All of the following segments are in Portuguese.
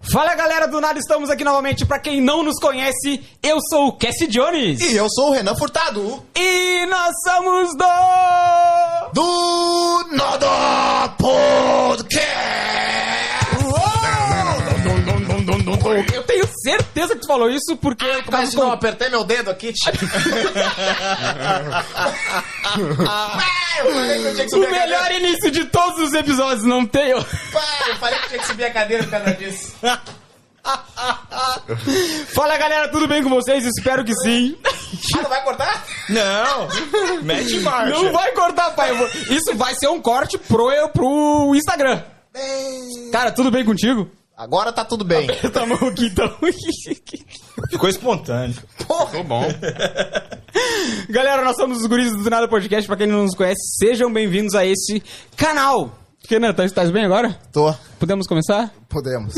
Fala galera do nada, estamos aqui novamente. Pra quem não nos conhece, eu sou o Cassie Jones. E eu sou o Renan Furtado. E nós somos do Nada Podcast. Eu tenho certeza que tu falou isso porque... Mas não apertei meu dedo aqui, tio. O melhor início de todos os episódios, não tenho. Eu falei que tinha que subir a cadeira por causa disso. Fala galera, tudo bem com vocês? Espero que sim. Não vai cortar? Não, mete marcha. Não vai cortar, pai. Isso vai ser um corte pro Instagram. Cara, tudo bem contigo? Agora tá tudo bem. Aperta a mão aqui então. Ficou espontâneo. Porra, ficou bom. Galera, nós somos os guris do Nada Podcast. Pra quem não nos conhece, sejam bem-vindos a esse canal. Renan, tá bem agora? Tô. Podemos começar? Podemos.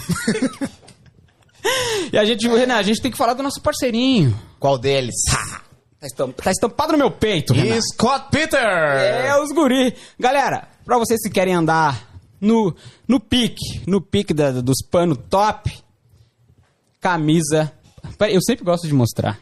E Renan, a gente tem que falar do nosso parceirinho. Qual deles? Tá estampado no meu peito, Renan. E Scott Peter. É, os guri. Galera, pra vocês que querem andar no pique dos pano top, camisa. Eu sempre gosto de mostrar.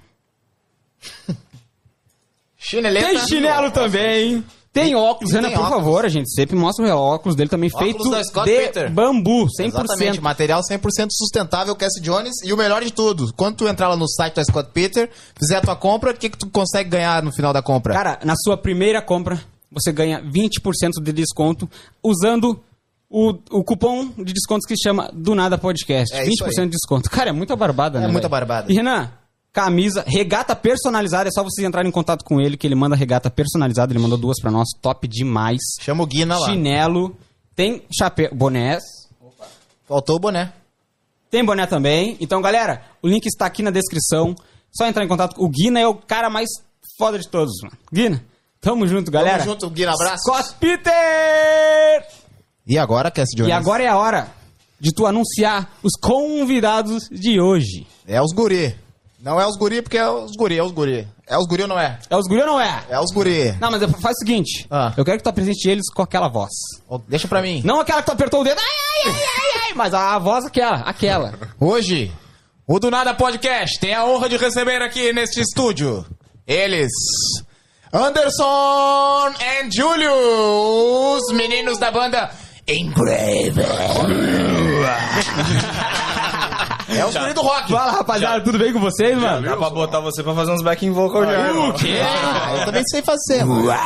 Chineleta. Tem chinelo também. Tem óculos, Renan, por favor, a gente sempre mostra o óculos dele também, óculos feito da Scott de Peter. bambu, 100%. Exatamente, material 100% sustentável, Cassie Jones. E o melhor de tudo, quando tu entrar lá no site da Scott Peter, fizer a tua compra, o que tu consegue ganhar no final da compra? Cara, na sua primeira compra, você ganha 20% de desconto usando o cupom de descontos que se chama Do Nada Podcast. É 20% de desconto. Cara, é muita barbada, né? É muita velho? barbada. E Renan, camisa, regata personalizada, é só vocês entrarem em contato com ele, que ele manda regata personalizada, ele mandou 2 pra nós, top demais. Chama o Guina lá. Chinelo, tem chapéu, bonés. Opa. Faltou o boné. Tem boné também. Então, galera, o link está aqui na descrição. Só entrar em contato. O Guina é o cara mais foda de todos, mano. Guina, tamo junto, galera. Tamo junto, Guina, abraço. Scott Peter! E agora, Cassie Jones? E agora é a hora de tu anunciar os convidados de hoje. É os guri. Não é os guri porque é os guri. É os guri ou não é? É os guri ou não é? É os guri. Não, mas faz o seguinte. Eu quero que tu apresente eles com aquela voz. Deixa pra mim. Não aquela que tu apertou o dedo. Ai, mas a voz aquela. Hoje, o Do Nada Podcast tem a honra de receber aqui neste estúdio eles, Anderson e Júlio, os meninos da banda Engraver. É os guri do rock. Fala, rapaziada, tudo bem com vocês, mano? Dá pra botar você pra fazer uns backing vocal já. O quê? Eu também sei fazer.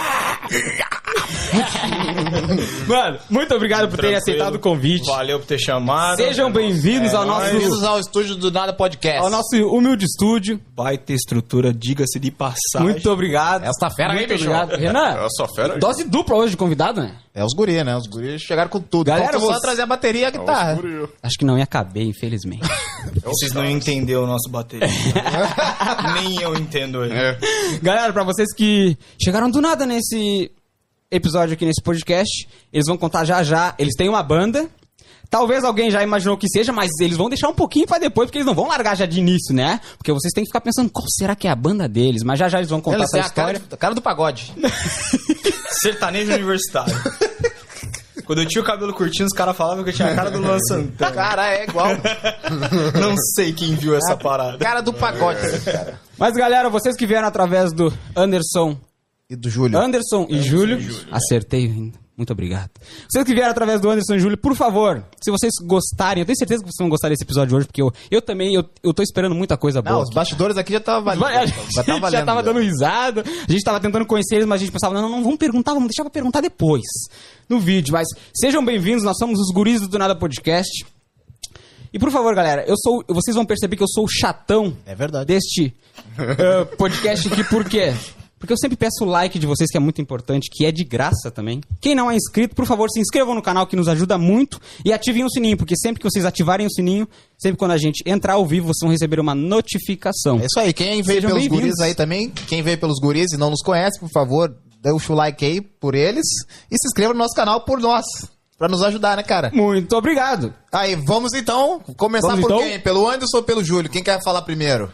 Mano, muito obrigado por terem aceitado o convite. Valeu por ter chamado. Sejam bem-vindos ao nosso... Bem-vindos ao estúdio do Nada Podcast. Ao nosso humilde estúdio. Vai ter estrutura, diga-se de passagem. Muito obrigado. Essa fera aí, Muito bicho. obrigado. Renan, Essa fera aí. dose dupla hoje de convidado, né? É os guri, né? Os guri chegaram com tudo. Galera, Faltou só você- trazer a bateria e a guitarra. Acho que não ia caber, infelizmente. Vocês não entenderam o nosso baterista. Nem eu entendo ele. Galera, pra vocês que chegaram do nada nesse episódio aqui, nesse podcast, eles vão contar já. Eles têm uma banda. Talvez alguém já imaginou que seja, mas eles vão deixar um pouquinho pra depois, porque eles não vão largar já de início, né? Porque vocês têm que ficar pensando qual será que é a banda deles. Mas já eles vão contar Eles essa têm a história. cara do pagode. Sertanejo universitário. Quando eu tinha o cabelo curtinho, os caras falavam que eu tinha a cara do Luan Santana. Cara, é igual. Não sei quem viu essa parada. Cara do pagode, cara. Mas galera, vocês que vieram através do Anderson E do Júlio. Anderson e Júlio. Acertei ainda. Muito obrigado. Vocês que vieram através do Anderson e Júlio, por favor, se vocês gostarem, eu tenho certeza que vocês vão gostar desse episódio hoje, porque eu também tô esperando muita coisa boa. Não, os bastidores aqui já tava valendo. Já tava dando risada, a gente tava tentando conhecer eles, mas a gente pensava, não, vamos perguntar, vamos deixar pra perguntar depois, no vídeo. Mas sejam bem-vindos, nós somos os guris do Nada Podcast. E por favor, galera, vocês vão perceber que eu sou o chatão deste podcast aqui, por quê? Porque eu sempre peço o like de vocês, que é muito importante, que é de graça também. Quem não é inscrito, por favor, se inscrevam no canal, que nos ajuda muito. E ativem o sininho, porque sempre que vocês ativarem o sininho, sempre quando a gente entrar ao vivo, vocês vão receber uma notificação. É isso aí. Quem veio Sejam pelos bem-vindos. guris aí também, quem veio pelos guris e não nos conhece, por favor, deixa o like aí por eles e se inscreva no nosso canal por nós. Pra nos ajudar, né, cara? Muito obrigado. Aí, vamos então começar Vamos por então? quem? Pelo Anderson ou pelo Júlio? Quem quer falar primeiro?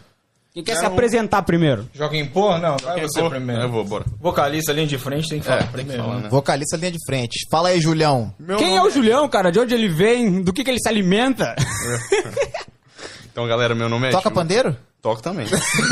Quem quer se apresentar primeiro? Joga em pô? Não, vai você primeiro. Eu vou, bora. Vocalista, linha de frente, tem que falar Tem primeiro. que falar, né? Vocalista linha de frente. Fala aí, Julião. Quem é o Julião, cara? De onde ele vem? Do que ele se alimenta? Então, galera, meu nome é Toca Júlio. pandeiro? Toco também.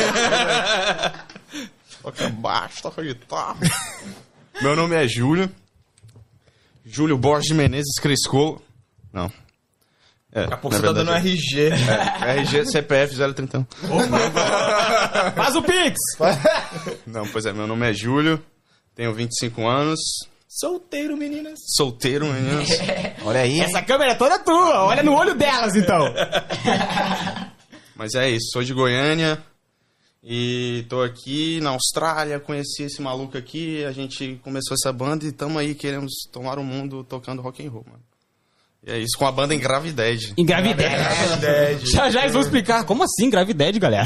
Toca baixo, toca guitarra. Meu nome é Júlio. Júlio Borges de Menezes Crescolo. Não. Daqui a pouco você tá dando RG. RG, CPF 031. Faz o Pix! Não, pois é, meu nome é Júlio. Tenho 25 anos. Solteiro, meninas. Solteiro, meninos. Olha aí. Essa câmera é toda tua, olha no olho delas, então. Mas é isso, sou de Goiânia. E tô aqui na Austrália, conheci esse maluco aqui, a gente começou essa banda e tamo aí, queremos tomar o mundo tocando rock and roll, mano. E é isso, com a banda Engravidez. Engravidez. Já eles vão explicar. Como assim Engravidez, galera?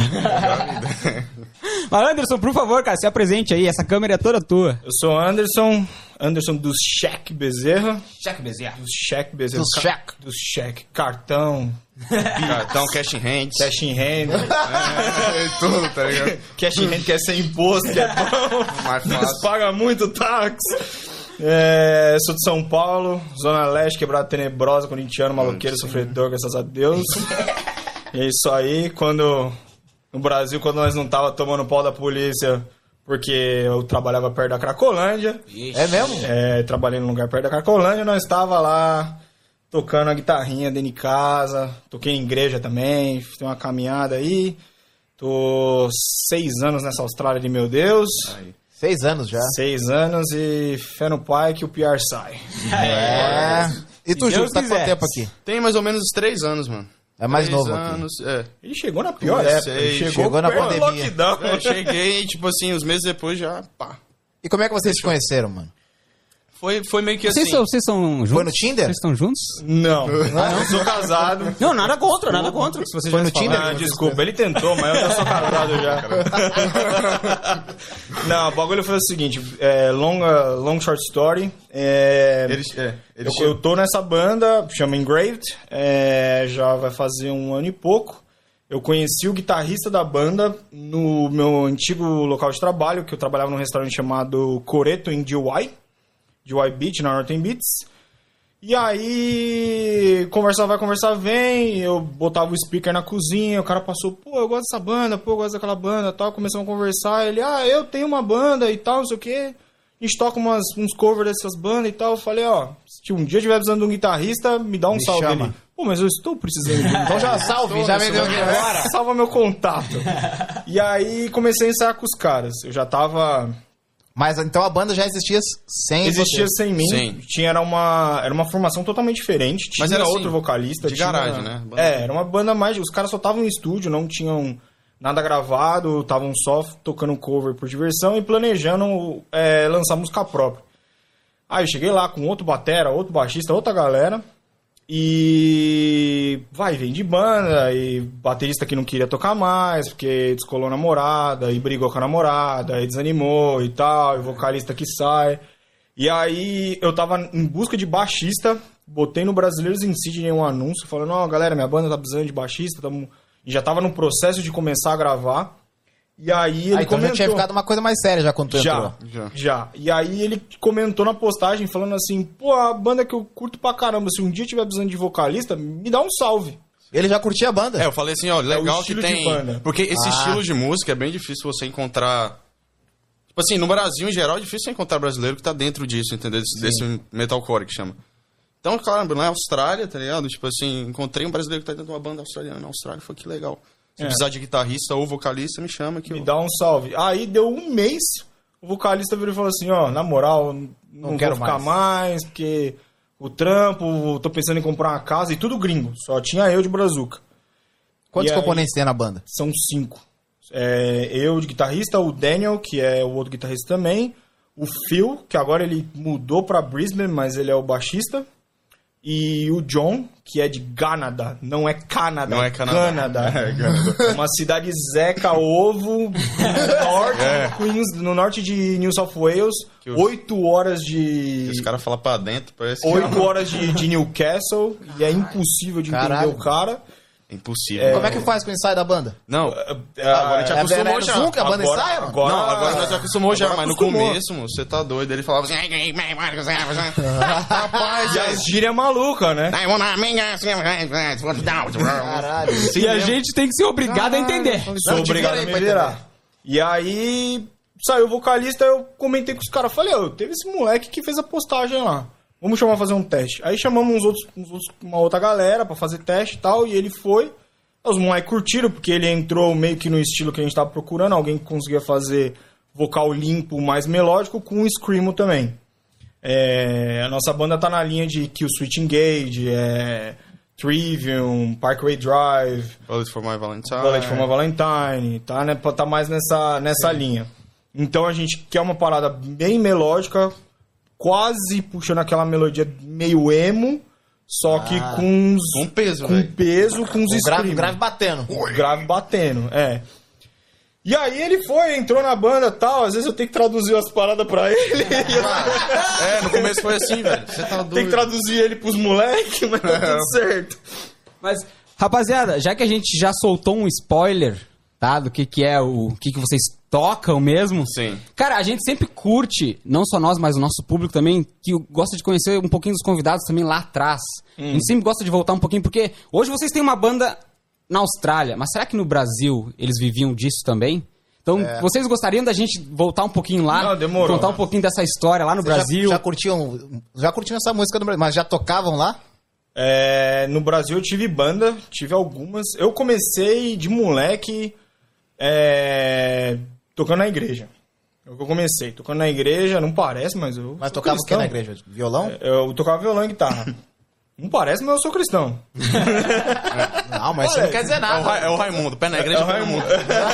Mas Anderson, por favor, cara, se apresente aí, essa câmera é toda tua. Eu sou Anderson do Cheque Bezerra. Cheque Bezerra. Do Cheque Bezerra. Do Cheque. Do Cheque. Cartão. Cartão, cash in hand. Cash in hand. Tudo, tá ligado? Cash in hand que é sem imposto, que é bom. Mais Nós fácil. paga muito táxi. Sou de São Paulo, Zona Leste, quebrada tenebrosa, corintiano, maloqueiro, sofredor, graças a Deus. E é isso aí. No Brasil, quando nós não tava tomando pau da polícia, porque eu trabalhava perto da Cracolândia. É mesmo? Trabalhei num lugar perto da Cracolândia, nós tava lá tocando a guitarrinha dentro de casa. Toquei em igreja também, fiz uma caminhada aí. Tô 6 anos nessa Austrália de meu Deus. Aí. 6 anos já. 6 anos e fé no pai que o pior sai. E tu, Se Júlio, Deus tá com quanto quiser. tempo aqui? Tem mais ou menos 3 anos, mano. É mais 3 novo aqui. anos, Ele chegou na pior Comecei, época. Ele chegou na perto do pandemia. lockdown. Cheguei, tipo assim, uns meses depois já, pá. E como é que vocês se conheceram, mano? Foi meio que Vocês assim... são juntos? Foi no Tinder? Vocês estão juntos? Não, eu sou casado. Não, nada contra, nada contra. Se vocês Foi no tivessem Tinder? falado. Ah, desculpa, ele tentou, mas eu já sou casado já. Não, o bagulho foi o seguinte, long short story. Eu tô nessa banda, chama Engraved, já vai fazer 1 ano e pouco. Eu conheci o guitarrista da banda no meu antigo local de trabalho, que eu trabalhava num restaurante chamado Coreto, em DY Beach, na Northern Beats. E aí, conversar vai, conversar vem, eu botava o speaker na cozinha, o cara passou, pô, eu gosto dessa banda, pô, eu gosto daquela banda e tal, começamos a conversar, ele, eu tenho uma banda e tal, não sei o quê, a gente toca uns covers dessas bandas e tal, eu falei, se um dia tiver precisando de um guitarrista, me dá um salve chama. ali. Pô, mas eu estou precisando de um Então já salve, já vendeu aqui agora. Salva meu contato. E aí, comecei a ensaiar com os caras, eu já tava... Mas então a banda já existia sem Existia você. sem mim. Sim. Era uma formação totalmente diferente. Tinha Mas era assim, outro vocalista. de garagem, né? Banda- Era uma banda mais... Os caras só estavam em estúdio, não tinham nada gravado, estavam só tocando cover por diversão e planejando lançar música própria. Aí eu cheguei lá com outro batera, outro baixista, outra galera. E vem de banda, e baterista que não queria tocar mais, porque descolou a namorada, e brigou com a namorada, e desanimou e tal, e vocalista que sai. E aí eu tava em busca de baixista, botei no Brasileiros em Sydney um anúncio, falando, galera, minha banda tá precisando de baixista, e já tava no processo de começar a gravar. E aí ele Então comentou... já tinha ficado uma coisa mais séria já quando tu entrou. Já. E aí ele comentou na postagem, falando assim, pô, a banda que eu curto pra caramba, se um dia tiver precisando de vocalista, me dá um salve. Ele já curtia a banda? Eu falei assim, legal que estilo de tem... banda. Porque esse estilo de música é bem difícil você encontrar... Tipo assim, no Brasil, em geral, é difícil você encontrar brasileiro que tá dentro disso, entendeu? Desse metalcore que chama. Então, claro, na Austrália, tá ligado? Tipo assim, encontrei um brasileiro que tá dentro de uma banda australiana na Austrália, foi que legal. Se precisar de guitarrista ou vocalista, me chama que Me eu... dá um salve. Aí deu um mês, o vocalista virou e falou assim, na moral, não quero vou ficar mais, porque o trampo, tô pensando em comprar uma casa, e tudo gringo, só tinha eu de brazuca. Quantos E aí- componentes tem na banda? São 5. Eu de guitarrista, o Daniel, que é o outro guitarrista também, o Phil, que agora ele mudou pra Brisbane, mas ele é o baixista, e o John, que é de Canadá, não é Canadá, Não é Canadá. Canadá. Uma cidade zeca, ovo, no norte de New South Wales, Que os- 8 horas de... Os caras falam pra dentro, parece 8 horas de Newcastle, e é impossível de entender Caralho. o cara. Impossível. Como é que faz com o ensaio da banda? Não. Agora a gente acostumou já. Zoom que a banda ensaia, mano? Agora, Não, agora nós acostumou já, agora mas acostumou. no começo, mano, você tá doido. Ele falava assim... Rapaz, E as gírias malucas, né? Caralho. E a gente tem que ser obrigado a entender. Sou obrigado a me virar. E aí, saiu o vocalista, eu comentei com os caras. Falei, teve esse moleque que fez a postagem lá. Vamos chamar pra fazer um teste. Aí chamamos uma outra galera pra fazer teste e tal. E ele foi. Os moleques curtiram, porque ele entrou meio que no estilo que a gente tava procurando. Alguém que conseguia fazer vocal limpo, mais melódico, com screamo também. A nossa banda tá na linha de Kill Switch Engage, Trivium, Parkway Drive, Bullet for My Valentine. Bullet for My Valentine, tá, né? Tá mais nessa linha. Então a gente quer uma parada bem melódica, quase puxando aquela melodia meio emo, só que com peso, com velho. peso, com os screams. Grave batendo. Grave batendo, E aí ele entrou na banda e tal, às vezes eu tenho que traduzir as paradas pra ele. No começo foi assim, velho. Você tá doido. Tem que traduzir ele pros moleques, mas tá tudo certo. Mas, rapaziada, já que a gente já soltou um spoiler, tá? Do que é o que vocês tocam mesmo. Sim. Cara, a gente sempre curte, não só nós, mas o nosso público também, que gosta de conhecer um pouquinho dos convidados também lá atrás. A gente sempre gosta de voltar um pouquinho, porque hoje vocês têm uma banda na Austrália, mas será que no Brasil eles viviam disso também? Então, vocês gostariam da gente voltar um pouquinho lá? Não, demorou. Contar um pouquinho dessa história lá no Brasil? Já curtiam essa música no Brasil, mas já tocavam lá? No Brasil eu tive banda, tive algumas. Eu comecei de moleque tocando na igreja. Eu comecei tocando na igreja, não parece, mas eu. Mas sou tocava o que cristão. na igreja? Violão? Eu tocava violão e guitarra. Não parece, mas eu sou cristão. Não, mas isso não quer dizer nada. É o Raimundo. Pé na igreja é o Raimundo.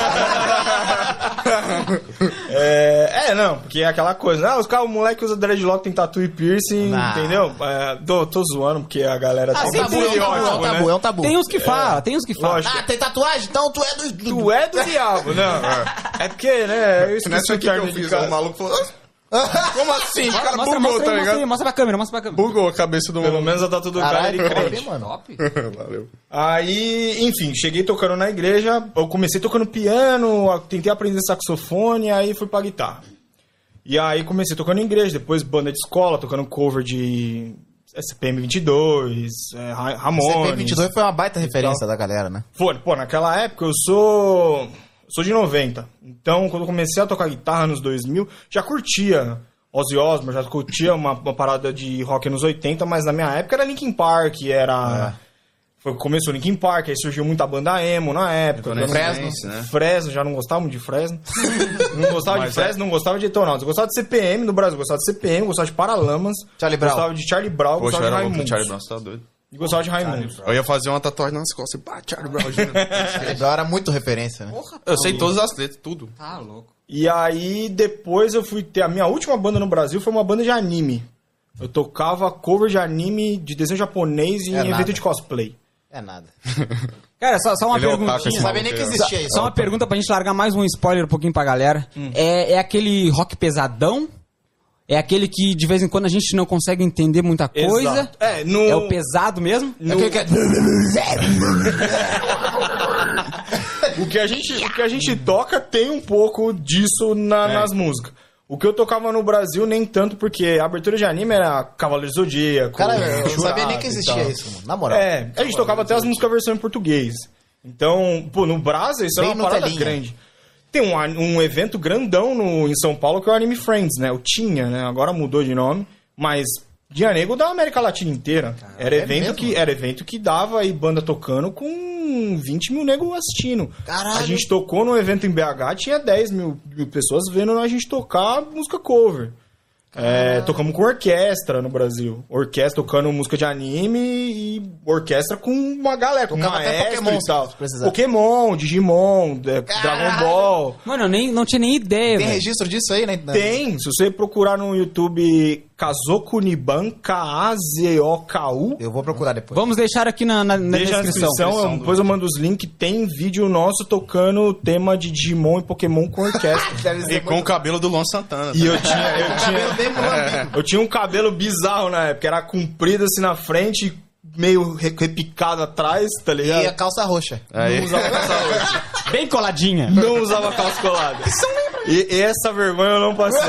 Não, porque é aquela coisa. O moleque usa dreadlock, tem tatu e piercing, entendeu? Tô zoando, porque a galera tem É um tabu. Tem uns que falam, tem uns que falam. Lógico. Tem tatuagem? Então tu é do... Tu é do diabo, não. É porque, né? Eu esqueci Nessa o aqui que eu termo de fiz, casa. o maluco falou... Como assim? O cara Mostra, bugou, mostra, tá aí, ligado? mostra pra câmera, mostra pra câmera. Bugou a cabeça do Pelo maluco. menos a tatu do cara Caralho, é top, crente. mano. Top. Valeu. Aí, enfim, cheguei tocando na igreja, eu comecei tocando piano, tentei aprender saxofone, aí fui pra guitarra. E aí comecei tocando em igreja, depois banda de escola, tocando cover de CPM 22, Ramones. CPM 22 foi uma baita referência da galera, né? Pô, naquela época eu sou de 90, então quando eu comecei a tocar guitarra nos 2000, já curtia Ozzy Osbourne, já curtia uma parada de rock nos 80, mas na minha época era Linkin Park, começou Linkin Park, aí surgiu muita banda emo na época. Fresno, né? Fresno, já não gostava muito de Fresno. Não gostava de Fresno, não gostava de Etonautas. Eu gostava de CPM no Brasil, gostava de CPM, gostava de Paralamas. Charlie Brown. Gostava de Charlie Brown, Poxa, eu gostava de era louco do Raimundos. Charlie Brown, você tá doido. E gostava de Raimundos. Eu ia fazer uma tatuagem nas costas. Pá, Charlie Brown Jr. Charlie Brown era muito referência, né? Eu sei todas as letras, tudo. Tá louco. E aí, depois eu fui ter... A minha última banda no Brasil foi uma banda de anime. Eu tocava cover de anime, de desenho japonês em evento nada. de cosplay. É nada. Cara, só uma Ele é otaku, perguntinha. esse Não sabia nem que existia isso. Só uma pergunta pra gente largar mais um spoiler um pouquinho pra galera. É aquele rock pesadão? É aquele que de vez em quando a gente não consegue entender muita coisa? Exato. É o pesado mesmo? O que a gente toca tem um pouco disso nas músicas. O que eu tocava no Brasil, nem tanto, porque a abertura de anime era Cavaleiro do Zodíaco. Cara, eu não sabia nem Churato que e existia tal. isso, mano. Na moral. A gente tocava até as músicas versão em português. Então, no Brasil, isso é Bem uma parada Nutelinha. grande. Tem um evento grandão em São Paulo que é o Anime Friends, né? O tinha, né? Agora mudou de nome, mas tinha nego da América Latina inteira. Era evento que dava aí banda tocando com 20 mil nego assistindo. Caralho. A gente tocou num evento em BH, tinha 10 mil pessoas vendo a gente tocar música cover. Tocamos com orquestra no Brasil. Orquestra tocando música de anime e orquestra com uma galera, com Tocava até maestro Pokémon, e tal. se precisar. Pokémon, Digimon, Dragon Ball. Mano, eu não tinha nem ideia, Tem velho. registro disso aí, né? Tem, se você procurar no YouTube Kazoku Niban, K-A-Z-O-K-U, Eu vou procurar depois. Vamos deixar aqui na deixa na descrição, depois eu mando os links, tem vídeo nosso tocando o tema de Digimon e Pokémon com orquestra. E com o cabelo do Luan Santana. E Cabelo bem moleque. eu tinha um cabelo bizarro na época, era comprido assim na frente, meio repicado atrás, tá ligado? E a calça roxa. Não usava calça roxa. Bem coladinha. Não usava calça colada. E essa vergonha eu não passei.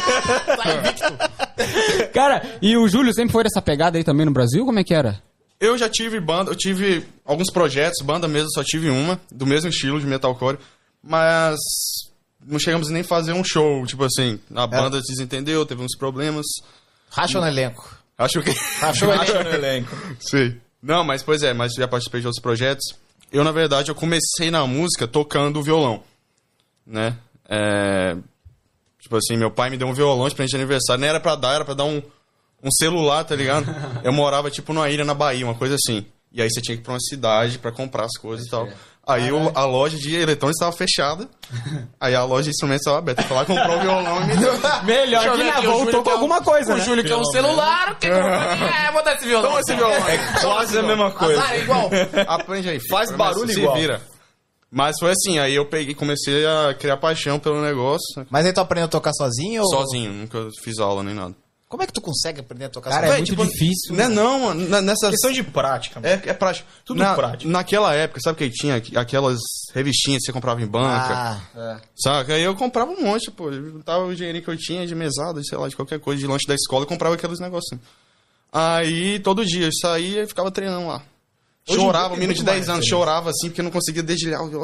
Cara, e o Júlio sempre foi dessa pegada aí também no Brasil? Como é que era? Eu já tive banda, eu tive alguns projetos, banda mesmo, só tive uma, do mesmo estilo de metalcore, mas não chegamos nem a fazer um show, tipo assim, a banda desentendeu, teve uns problemas. Racha no elenco. Acho que... Achou no elenco. Sim. Não, mas pois é, mas já participei de outros projetos. Eu, na verdade, eu comecei na música tocando violão, né? Tipo assim, meu pai me deu um violão de presente de aniversário, nem era pra dar um celular, tá ligado? Eu morava, tipo, numa ilha na Bahia, uma coisa assim. E aí você tinha que ir pra uma cidade pra comprar as coisas e tal. Aí a loja de eletrônicos estava fechada. Aí a loja de instrumentos estava aberta. Foi lá, comprou o violão e me deu. Melhor que não, voltou com alguma coisa, O né? Júlio quer um celular, o que vou dar esse violão. Toma esse violão. Quase a mesma coisa. Azar, é igual. Aprende aí. Faz filho. barulho Se igual. vira. Mas foi assim, aí eu peguei, comecei a criar paixão pelo negócio. Mas aí tu aprendeu a tocar sozinho? Ou... Sozinho, nunca fiz aula nem nada. Como é que tu consegue aprender a tocar Cara, sozinho? é muito difícil. Não é não, mano. Nessas... Questão de prática. Mano. É prático. Tudo prático. Naquela época, sabe que tinha aquelas revistinhas que você comprava em banca? Saca? Aí eu comprava um monte, pô. Tava o dinheirinho que eu tinha de mesada, sei lá, de qualquer coisa, de lanche da escola, eu comprava aqueles negocinhos. Aí, todo dia, eu saía e ficava treinando lá. Hoje em Chorava, dia um menino de tem 10 muito anos, mais chorava assim, porque não conseguia dedilhar o violão.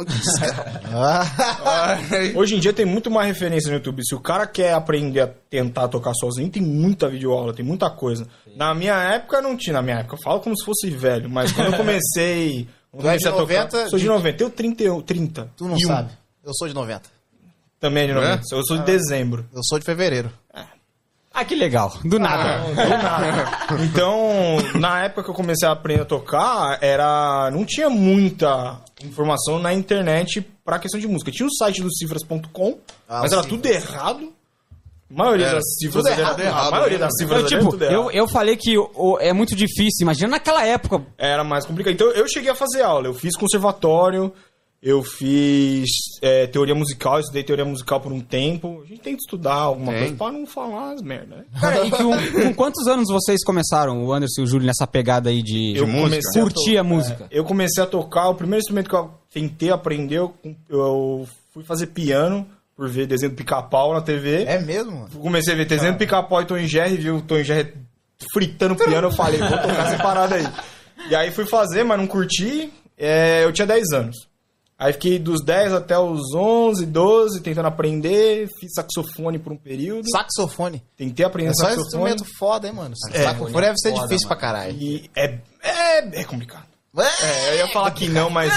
Hoje em dia tem muito mais referência no YouTube. Se o cara quer aprender a tentar tocar sozinho, tem muita videoaula, tem muita coisa. Sim. Na minha época não tinha. Na minha época eu falo como se fosse velho, mas quando eu comecei... Tu é de 90? Sou de 90, eu 30. Tu não sabe. Eu sou de 90. Também é de 90. Eu sou de dezembro. Eu sou de fevereiro. Ah, que legal. Do nada. Do nada. Então, na época que eu comecei a aprender a tocar, não tinha muita informação na internet pra questão de música. Tinha o site do cifras.com, mas era tudo errado. A maioria das cifras errado. A maioria das cifras era tudo errado. Eu falei que é muito difícil. Imagina naquela época. Era mais complicado. Então, eu cheguei a fazer aula. Eu fiz conservatório, eu fiz teoria musical, estudei teoria musical por um tempo. A gente tem que estudar alguma coisa pra não falar as merdas, né? Cara, e com quantos anos vocês começaram, o Anderson e o Júlio, nessa pegada aí de música? Curtir a música? Eu comecei a tocar, o primeiro instrumento que eu tentei aprender, eu fui fazer piano, por ver desenho do Pica-Pau na TV. É mesmo? Comecei a ver desenho do Pica-Pau e Tom e Jerry, vi o Tom e Jerry fritando piano, eu falei, vou tocar essa parada aí. E aí fui fazer, mas não curti, eu tinha 10 anos. Aí fiquei dos 10 até os 11, 12, tentando aprender. Fiz saxofone por um período. Saxofone? Tentei aprender só saxofone. Instrumento foda, hein, mano? Saxofone deve ser difícil pra caralho. E é complicado. Eu ia falar que não, mas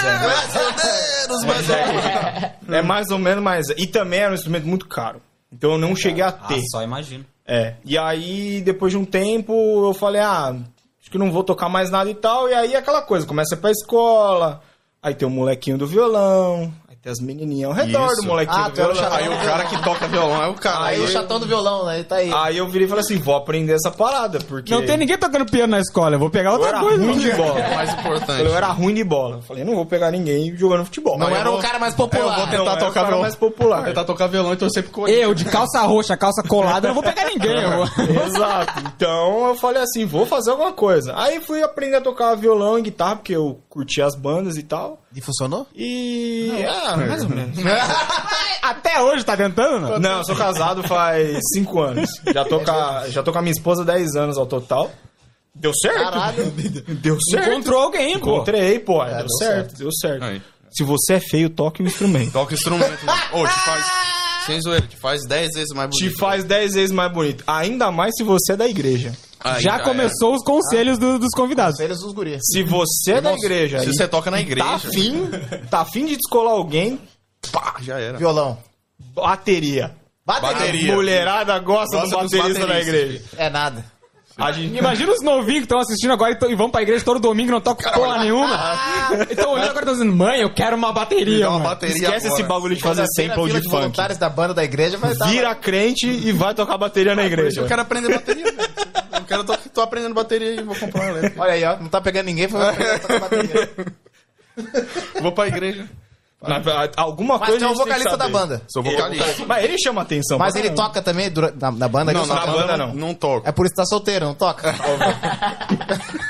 é mais ou menos, mas é. E também era um instrumento muito caro. Então eu não cheguei a ter. Só imagino. E aí, depois de um tempo, eu falei, acho que não vou tocar mais nada e tal. E aí aquela coisa, começa a ir pra escola... Aí tem o molequinho do violão, aí tem as menininhas ao redor do molequinho do violão. Aí o cara que toca violão é o cara. Aí o chatão do violão, né? Ele tá aí. Aí eu virei e falei assim, vou aprender essa parada, porque... Não tem ninguém tocando piano na escola, eu vou pegar outra coisa. Eu era ruim de bola. É o mais importante. Eu era ruim de bola. Falei, não vou pegar ninguém jogando futebol. Não era o cara mais popular. Eu vou tentar tocar violão mais popular. Vou tentar tocar violão e torcer pro Corinthians. Eu, de calça roxa, calça colada, não vou pegar ninguém. Exato. Então eu falei assim, vou fazer alguma coisa. Aí fui aprender a tocar violão e guitarra, porque eu curtia as bandas e tal. E funcionou? E... mais ou menos. Até hoje tá tentando, Não, eu sou casado faz 5 anos. Já tô com a minha esposa 10 anos ao total. Deu certo? Caralho. Deu certo. Encontrou alguém, pô. Encontrei, pô. Deu certo. Aí. Se você é feio, toque o instrumento. Toca instrumento. Ô, te faz... Sem zoeira, te faz 10 vezes mais bonito. Te faz 10 vezes mais bonito. Ainda mais se você é da igreja. Aí, Já começou os conselhos dos convidados. Conselhos dos guris. Se você é da igreja... Se você toca na igreja... Tá afim de descolar alguém... Pá, já era. Violão. Bateria. Bateria. A mulherada gosta do dos baterista da bateristas. igreja. É nada. Imagina os novinhos que estão assistindo agora e vão pra igreja todo domingo e não tocam porra nenhuma. Então olhando agora e estão dizendo, mãe, eu quero uma bateria, Uma mano. bateria Esquece agora. esse bagulho de fazer sample de funk. voluntários da banda da igreja vai dar. Vira crente e vai tocar bateria na igreja. Eu quero aprender bateria, velho. Tô aprendendo bateria e vou comprar uma elétrica. Olha aí, ó. Não tá pegando ninguém, foi tocar bateria. Vou pra igreja. Alguma Mas coisa tem a um gente tem que vocalista da saber. banda. Sou vocalista. Mas ele chama atenção. Mas pra ele caramba. toca também na banda? Não, que só na toca? banda banda não. não toco. É por isso que tá solteiro, não toca?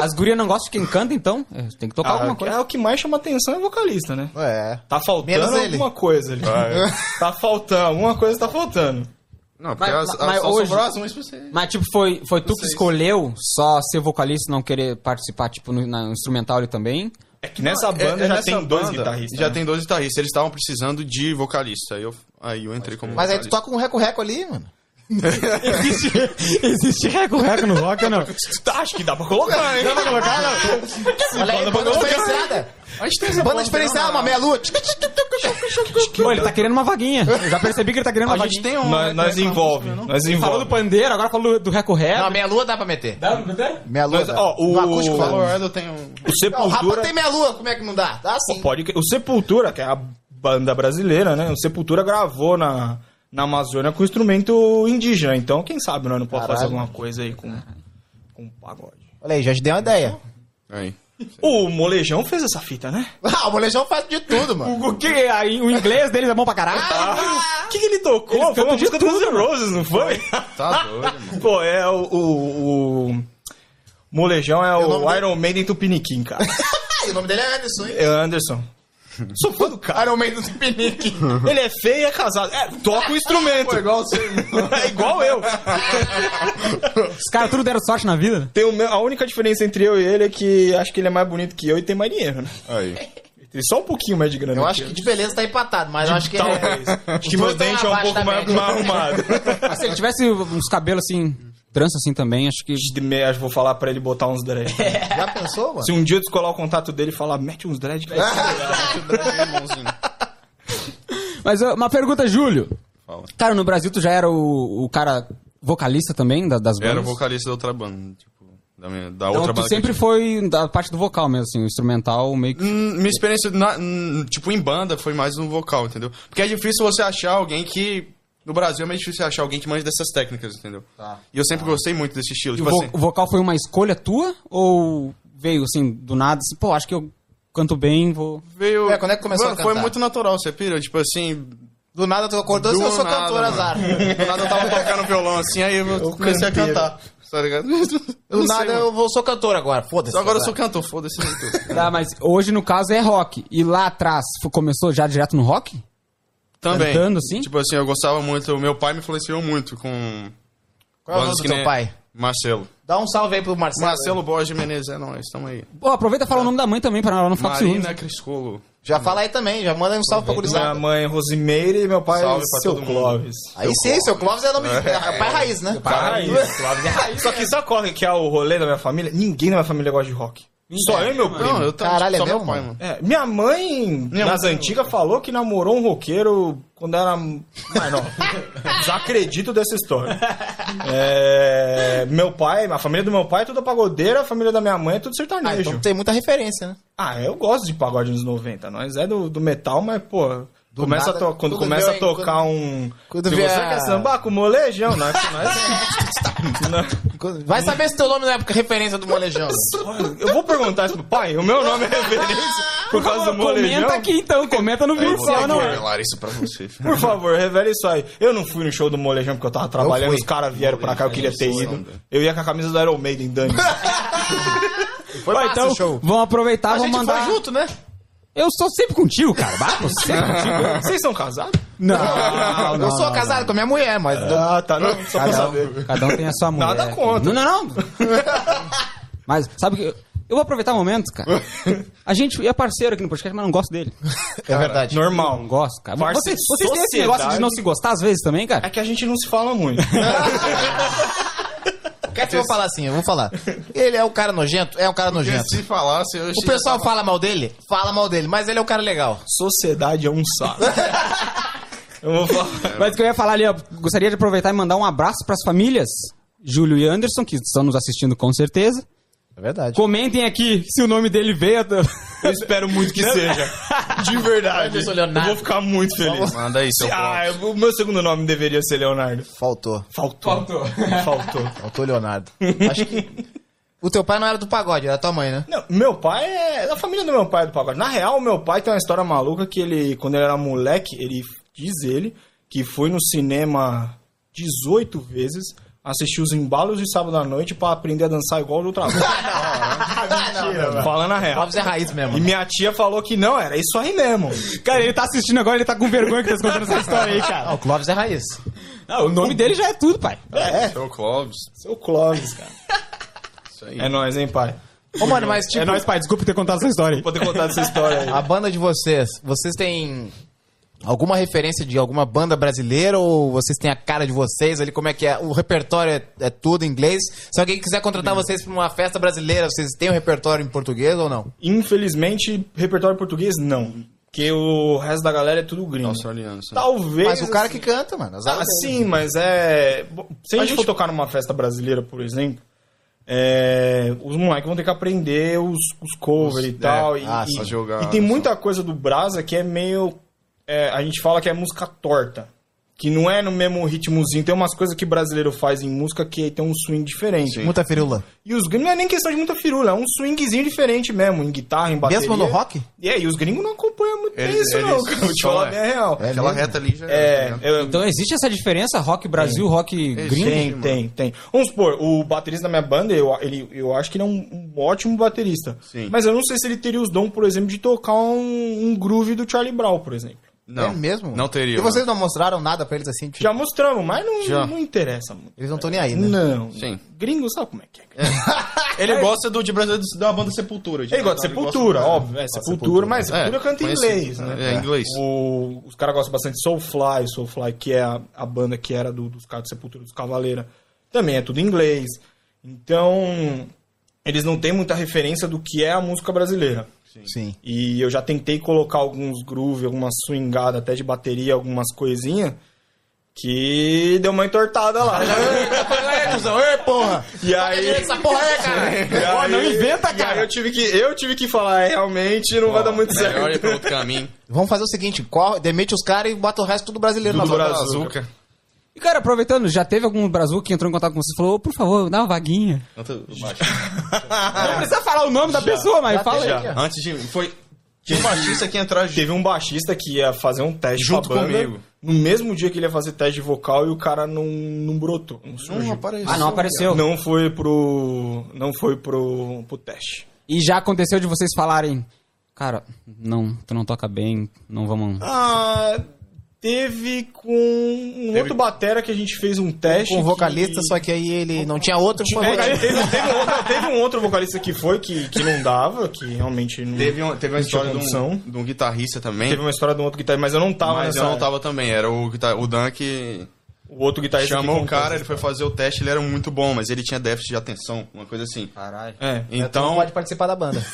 As gurias não gostam de quem canta, então? Tem que tocar alguma coisa. O que mais chama atenção é vocalista, né? Tá faltando Menos ele. alguma coisa ali. Tá faltando, alguma coisa tá faltando. Não, porque Mas só hoje- sobrou as umas pra você. Mas, tipo, foi tu que escolheu só ser vocalista e não querer participar, tipo, na instrumental ali também? É que nessa banda já nessa tem dois banda, guitarristas. Já né? tem 2 guitarristas. Eles estavam precisando de vocalista. Aí eu entrei como Mas aí tu vocalista. toca um reco-reco ali, mano. Existe reco-reco no rock ou não? Acho que dá pra colocar, hein? Dá pra colocar, não? Olha aí, banda diferenciada. A gente tem essa Banda diferenciada, uma meia-lua. Pô, ele tá querendo uma vaguinha. Eu já percebi que ele tá querendo uma A gente vaguinha. tem um... Nós envolve. Nós Ele falou do envolve. pandeiro, agora falou do reco-reco. Não, meia-lua dá pra meter. Dá pra meter? Meia-lua Mas, dá. ó, No acústico, o fala. Colorado tem um... O Não, o Rapa Sepultura... tem meia-lua, como é que não dá? Dá sim. O Sepultura, que é a banda brasileira, né? O Sepultura gravou na Amazônia com instrumento indígena. Então, quem sabe nós não pode fazer alguma coisa aí com pagode. Olha aí, já te dei uma ideia. Aí. O Molejão fez essa fita, né? Ah, o Molejão faz de tudo, mano. O que? O inglês deles é bom pra caralho? O que ele tocou? Eles Foi cantam uma de música tudo, dos The mano. Roses, não foi? Tá doido, mano. Pô, é o Molejão é o nome o dele? Iron Maiden Tupiniquim, cara. E o nome dele é Anderson, hein? É Anderson. Sou fã do cara. Iron Maiden do Pinique. Ele é feio e é casado. Toca o instrumento. Pô, igual você, irmão. É igual eu. Os caras tudo deram sorte na vida. Tem a única diferença entre eu e ele é que acho que ele é mais bonito que eu e tem mais dinheiro, né? Aí. Tem só um pouquinho mais de grana. Eu acho que de beleza tá empatado, mas eu acho que Talvez. Acho que Os meu dois dente é tão um abaixo pouco da mais média. arrumado. Mas se ele tivesse uns cabelos assim, trança assim também, acho que... Acho que vou falar pra ele botar uns dread. Já pensou, mano? Se um dia eu descolar o contato dele e falar, mete uns dread, que vai ser. Mas uma pergunta, Júlio. Fala. Cara, no Brasil tu já era o cara vocalista também das bandas? Era o vocalista da outra banda, tipo, da Então outra tu banda. sempre foi da parte do vocal mesmo, assim, o instrumental meio que... Minha experiência, tipo, em banda foi mais no vocal, entendeu? Porque é difícil você achar alguém que... No Brasil é meio difícil achar alguém que manja dessas técnicas, entendeu? E eu sempre gostei muito desse estilo. Tipo assim, O vocal foi uma escolha tua ou veio assim, do nada, assim, pô, acho que eu canto bem, vou... veio... Quando é que começou Mano, a cantar? Foi muito natural, você pira? Tipo assim... Do nada tu acordou e eu sou nada, cantor, mano. azar. Do nada eu tava tocando violão assim, aí eu comecei a cantar. Tá ligado? Do nada eu sou cantor agora, foda-se. Agora eu sou cantor, foda-se. Tá, mas hoje no caso é rock. E lá atrás começou já direto no rock? Também. Cantando, assim? Tipo assim, eu gostava muito. O meu pai me influenciou muito com... Qual é o bandas nome do que teu nem pai? Marcelo. Dá um salve aí pro Marcelo. Marcelo Borges Menezes, é nóis, tamo aí. Pô, aproveita e fala o nome da mãe também, pra ela não ficar com ciúmes. Marina Criscolo. Já fala aí também, já manda aí um salve pra Minha gurizada. mãe Rosimeire e meu pai Salve pra Seu todo mundo. Clóvis. Aí sim, seu Clóvis é nome de... É pai raiz, né? Só que sabe qual que é o rolê da minha família? Ninguém da minha família gosta de rock. Só eu e meu primo. Não, eu Caralho, só é meu mesmo, pai, mano? mano. É, minha mãe, nas antigas, falou que namorou um roqueiro quando era... Mas não, desacredito dessa história. Meu pai, a família do meu pai é toda pagodeira, a família da minha mãe é tudo Ah, sertanejo. então tem muita referência, né? Eu gosto de pagode nos 90. Nós é do metal, mas, pô... Começa nada, quando tudo começa vem, a tocar quando Se vê você a- quer sambar com molejão, nós... Vai saber se teu nome não é porque referência do molejão. Eu vou perguntar isso pro pai. O meu nome é referência por causa do molejão. Comenta aqui então, comenta no vídeo, se é ou não é. revelar isso pra você. Por favor, revela isso aí. Eu não fui no show do molejão porque eu tava trabalhando, fui. os caras vieram pra cá, eu queria ter ido. Eu ia com a camisa do Iron Maiden, Dani. Foi Ó, massa então, o show. vamos aproveitar, A vamos gente mandar... foi junto, né? Eu sou sempre contigo, cara. Bato sempre contigo. Vocês são casados? Não, Eu sou casado com a minha mulher, mas... Tá. Não, só pra saber. Cada um tem a sua mulher. Nada contra. Não. Mas, sabe que... Eu vou aproveitar o momento, cara. A gente é parceiro aqui no podcast, mas não gosto dele. É verdade. Normal. Não gosto, cara. Parce- Vocês têm esse sociedade. negócio de não se gostar às vezes também, cara? É que a gente não se fala muito. Quer que eu vou falar assim? Eu vou falar. Ele é um cara nojento? É um cara Porque nojento. se falasse, eu O pessoal fala mal dele? Fala mal dele, mas ele é um cara legal. Sociedade é um saco. Eu vou falar. Mas o que eu ia falar ali, ó, gostaria de aproveitar e mandar um abraço pras famílias Júlio e Anderson, que estão nos assistindo com certeza. É verdade. Comentem aqui se o nome dele veio. Eu espero muito que seja. De verdade. Anderson Eu Leonardo. vou ficar muito feliz. Manda aí, seu O meu segundo nome deveria ser Leonardo. Faltou. Faltou. Faltou Leonardo. Acho que... O teu pai não era do pagode, era tua mãe, né? Não, meu pai é... A família do meu pai é do pagode. Na real, meu pai tem uma história maluca que ele... Quando ele era moleque, diz ele, que foi no cinema 18 vezes assistir os embalos de sábado à noite pra aprender a dançar igual o do trabalho. Mentira, velho. Falando a real. Clóvis é raiz mesmo. E minha tia falou que não, era isso aí mesmo. Cara, ele tá assistindo agora, ele tá com vergonha que tá contando essa história aí, cara. Não, o Clóvis é raiz. Ah, o nome dele já é tudo, pai. Seu Clóvis. Seu Clóvis, cara. Isso aí. É nóis, hein, pai? Ô, mano, mas tipo, É nóis, pai. Desculpa ter contado essa história aí. Vou ter contado essa história aí. a banda de vocês têm alguma referência de alguma banda brasileira ou vocês têm a cara de vocês ali? Como é que é? O repertório é tudo em inglês? Se alguém quiser contratar vocês pra uma festa brasileira, vocês têm o repertório em português ou não? Infelizmente, repertório português, não. Porque o resto da galera é tudo gringo. Australiano. sim. Talvez... Mas o cara assim, que canta, mano. azar dele. sim, mas é... Se a gente for tocar numa festa brasileira, por exemplo, os moleques vão ter que aprender os covers e tal. pra jogar, e tem muita coisa do Brasa que é meio... a gente fala que é música torta. Que não é no mesmo ritmozinho. Tem umas coisas que brasileiro faz em música que tem um swing diferente. Sim. Muita firula. E os gringos não é nem questão de muita firula, é um swingzinho diferente mesmo, em guitarra, em bateria. Mesmo no rock? E os gringos não acompanham muito Eles- isso, não, eles cara. Vou te só falar é. bem a real. Aquela reta ali já tá ligado? Então existe essa diferença? Rock Brasil, rock gringo? Tem. Vamos supor, o baterista da minha banda, eu acho que ele é um ótimo baterista. Sim. Mas eu não sei se ele teria os dons, por exemplo, de tocar um groove do Charlie Brown, por exemplo. Não, É mesmo? Não teria. E vocês não mostraram nada pra eles assim? Tipo, Já mostramos, mas Já. não interessa muito. eles não estão nem aí, né? Não. Sim. Gringo sabe como é que é. Ele gosta de brasileiro da banda Sepultura. Ele gosta de Sepultura, óbvio. Sepultura, mas Sepultura canta em conheci. inglês, né? É, inglês. Os caras gostam bastante de Soulfly, que é a banda que era dos caras de Sepultura, dos Cavaleira. Também é tudo em inglês. Então, eles não têm muita referência do que é a música brasileira. Sim. E eu já tentei colocar alguns groove, algumas swingadas até de bateria, algumas coisinhas, que deu uma entortada lá. Ei, porra! E aí... Essa porra é, cara! E aí- não inventa, e aí eu tive que falar, realmente não vai dar muito certo. Melhor ir pra outro caminho. Vamos fazer o seguinte, demite os caras e bota o resto tudo brasileiro Tudo na banda. Brasil. Açúcar. E, cara, aproveitando, já teve algum Brasil que entrou em contato com você e falou, por favor, dá uma vaguinha. Não precisa falar o nome da pessoa, mas fala já. aí. Antes de... Tinha um baixista que ia entrar Teve um baixista que ia fazer um teste Junto com a banda, comigo. no mesmo dia que ele ia fazer teste de vocal, e o cara não brotou. Não surgiu. Não apareceu. Ah, não apareceu. Não foi pro teste. E já aconteceu de vocês falarem, cara, não, tu não toca bem, não vamos... Teve com um outro batera que a gente fez um teste. Com um vocalista, que... só que aí ele não tinha outro. Foi Teve um outro vocalista que foi, que não dava, que realmente não... Teve uma história condição. de um guitarrista também. Teve uma história de um outro guitarrista, mas eu não tava Mas nessa... eu não tava também. Era o Dan que O outro guitarrista chamou que o cara, contou ele foi fazer o teste, ele era muito bom, mas ele tinha déficit de atenção, uma coisa assim. Caralho. É. Então não Então, pode participar da banda.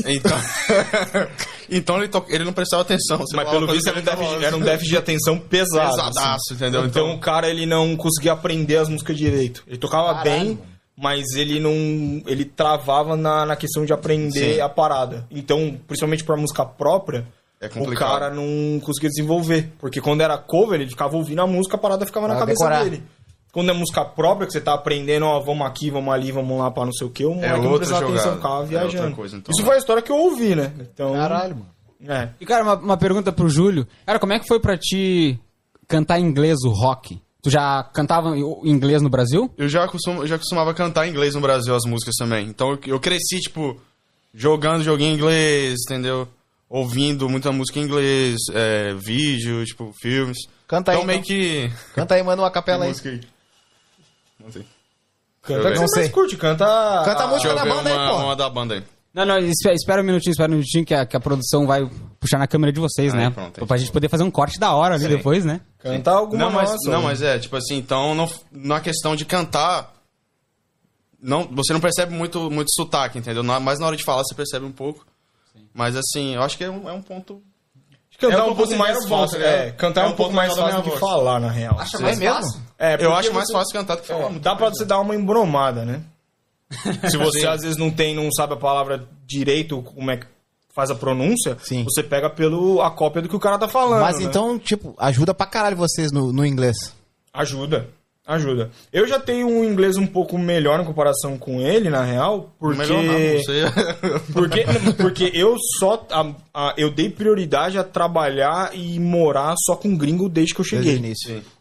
então ele não prestava atenção. Você Mas falava pelo coisa visto que ele tava- era um déficit de atenção pesado. Pesadaço, entendeu? Então o cara, ele não conseguia aprender as músicas direito. Ele tocava Caralho, bem, mano. mas ele não... Ele travava na questão de aprender Sim. a parada. Então, principalmente pra música própria, É o complicado. cara não conseguia desenvolver. Porque quando era cover, ele ficava ouvindo a música, a parada ficava na Pra cabeça decorar. dele. Quando é música própria, que você tá aprendendo, ó, vamos aqui, vamos ali, vamos lá, pra não sei o quê, o moleque não outra prestava atenção, jogada. ficava É viajando. outra coisa, então. Isso foi a história que eu ouvi, né? Então, Caralho, mano. É. E, cara, uma pergunta pro Júlio. Cara, como é que foi pra ti cantar em inglês o rock? Tu já cantava em inglês no Brasil? Eu já costumava cantar em inglês no Brasil as músicas também. Então eu cresci, tipo, jogando joguinho em inglês, entendeu? Ouvindo muita música em inglês, vídeo, tipo, filmes. Canta aí, Então meio então. que... Canta aí, manda uma capela aí. música aí. Não sei. Canta Eu que não você sei. mais curte, canta... Canta a música Deixa eu da ver banda aí, pô. uma da banda aí. Não, espera um minutinho que a produção vai puxar na câmera de vocês, Aí, né? pronto, Pra gente poder fazer um corte da hora ali depois, né? Canta alguma Não, mas, nossa. não, mas tipo assim, então, na questão de cantar, você não percebe muito sotaque, entendeu? Mas na hora de falar você percebe um pouco. Mas assim, eu acho que é um ponto... Cantar É um um pouco mais pouco fácil. né? Cantar É um pouco mais legal da fácil minha do que voz. falar, na real. Acha mais mesmo? É, Eu acho porque mais você- fácil cantar do que falar. Dá pra você dar uma embromada, né? Se você Sim. às vezes não sabe a palavra direito, como é que faz a pronúncia, Sim. você pega a cópia do que o cara tá falando. Mas né? então, tipo, ajuda pra caralho vocês no inglês. Ajuda. Eu já tenho um inglês um pouco melhor em comparação com ele, na real, porque... Melhor não sei. Porque eu só... eu dei prioridade a trabalhar e morar só com gringo desde que eu Desde o cheguei. início. Sim.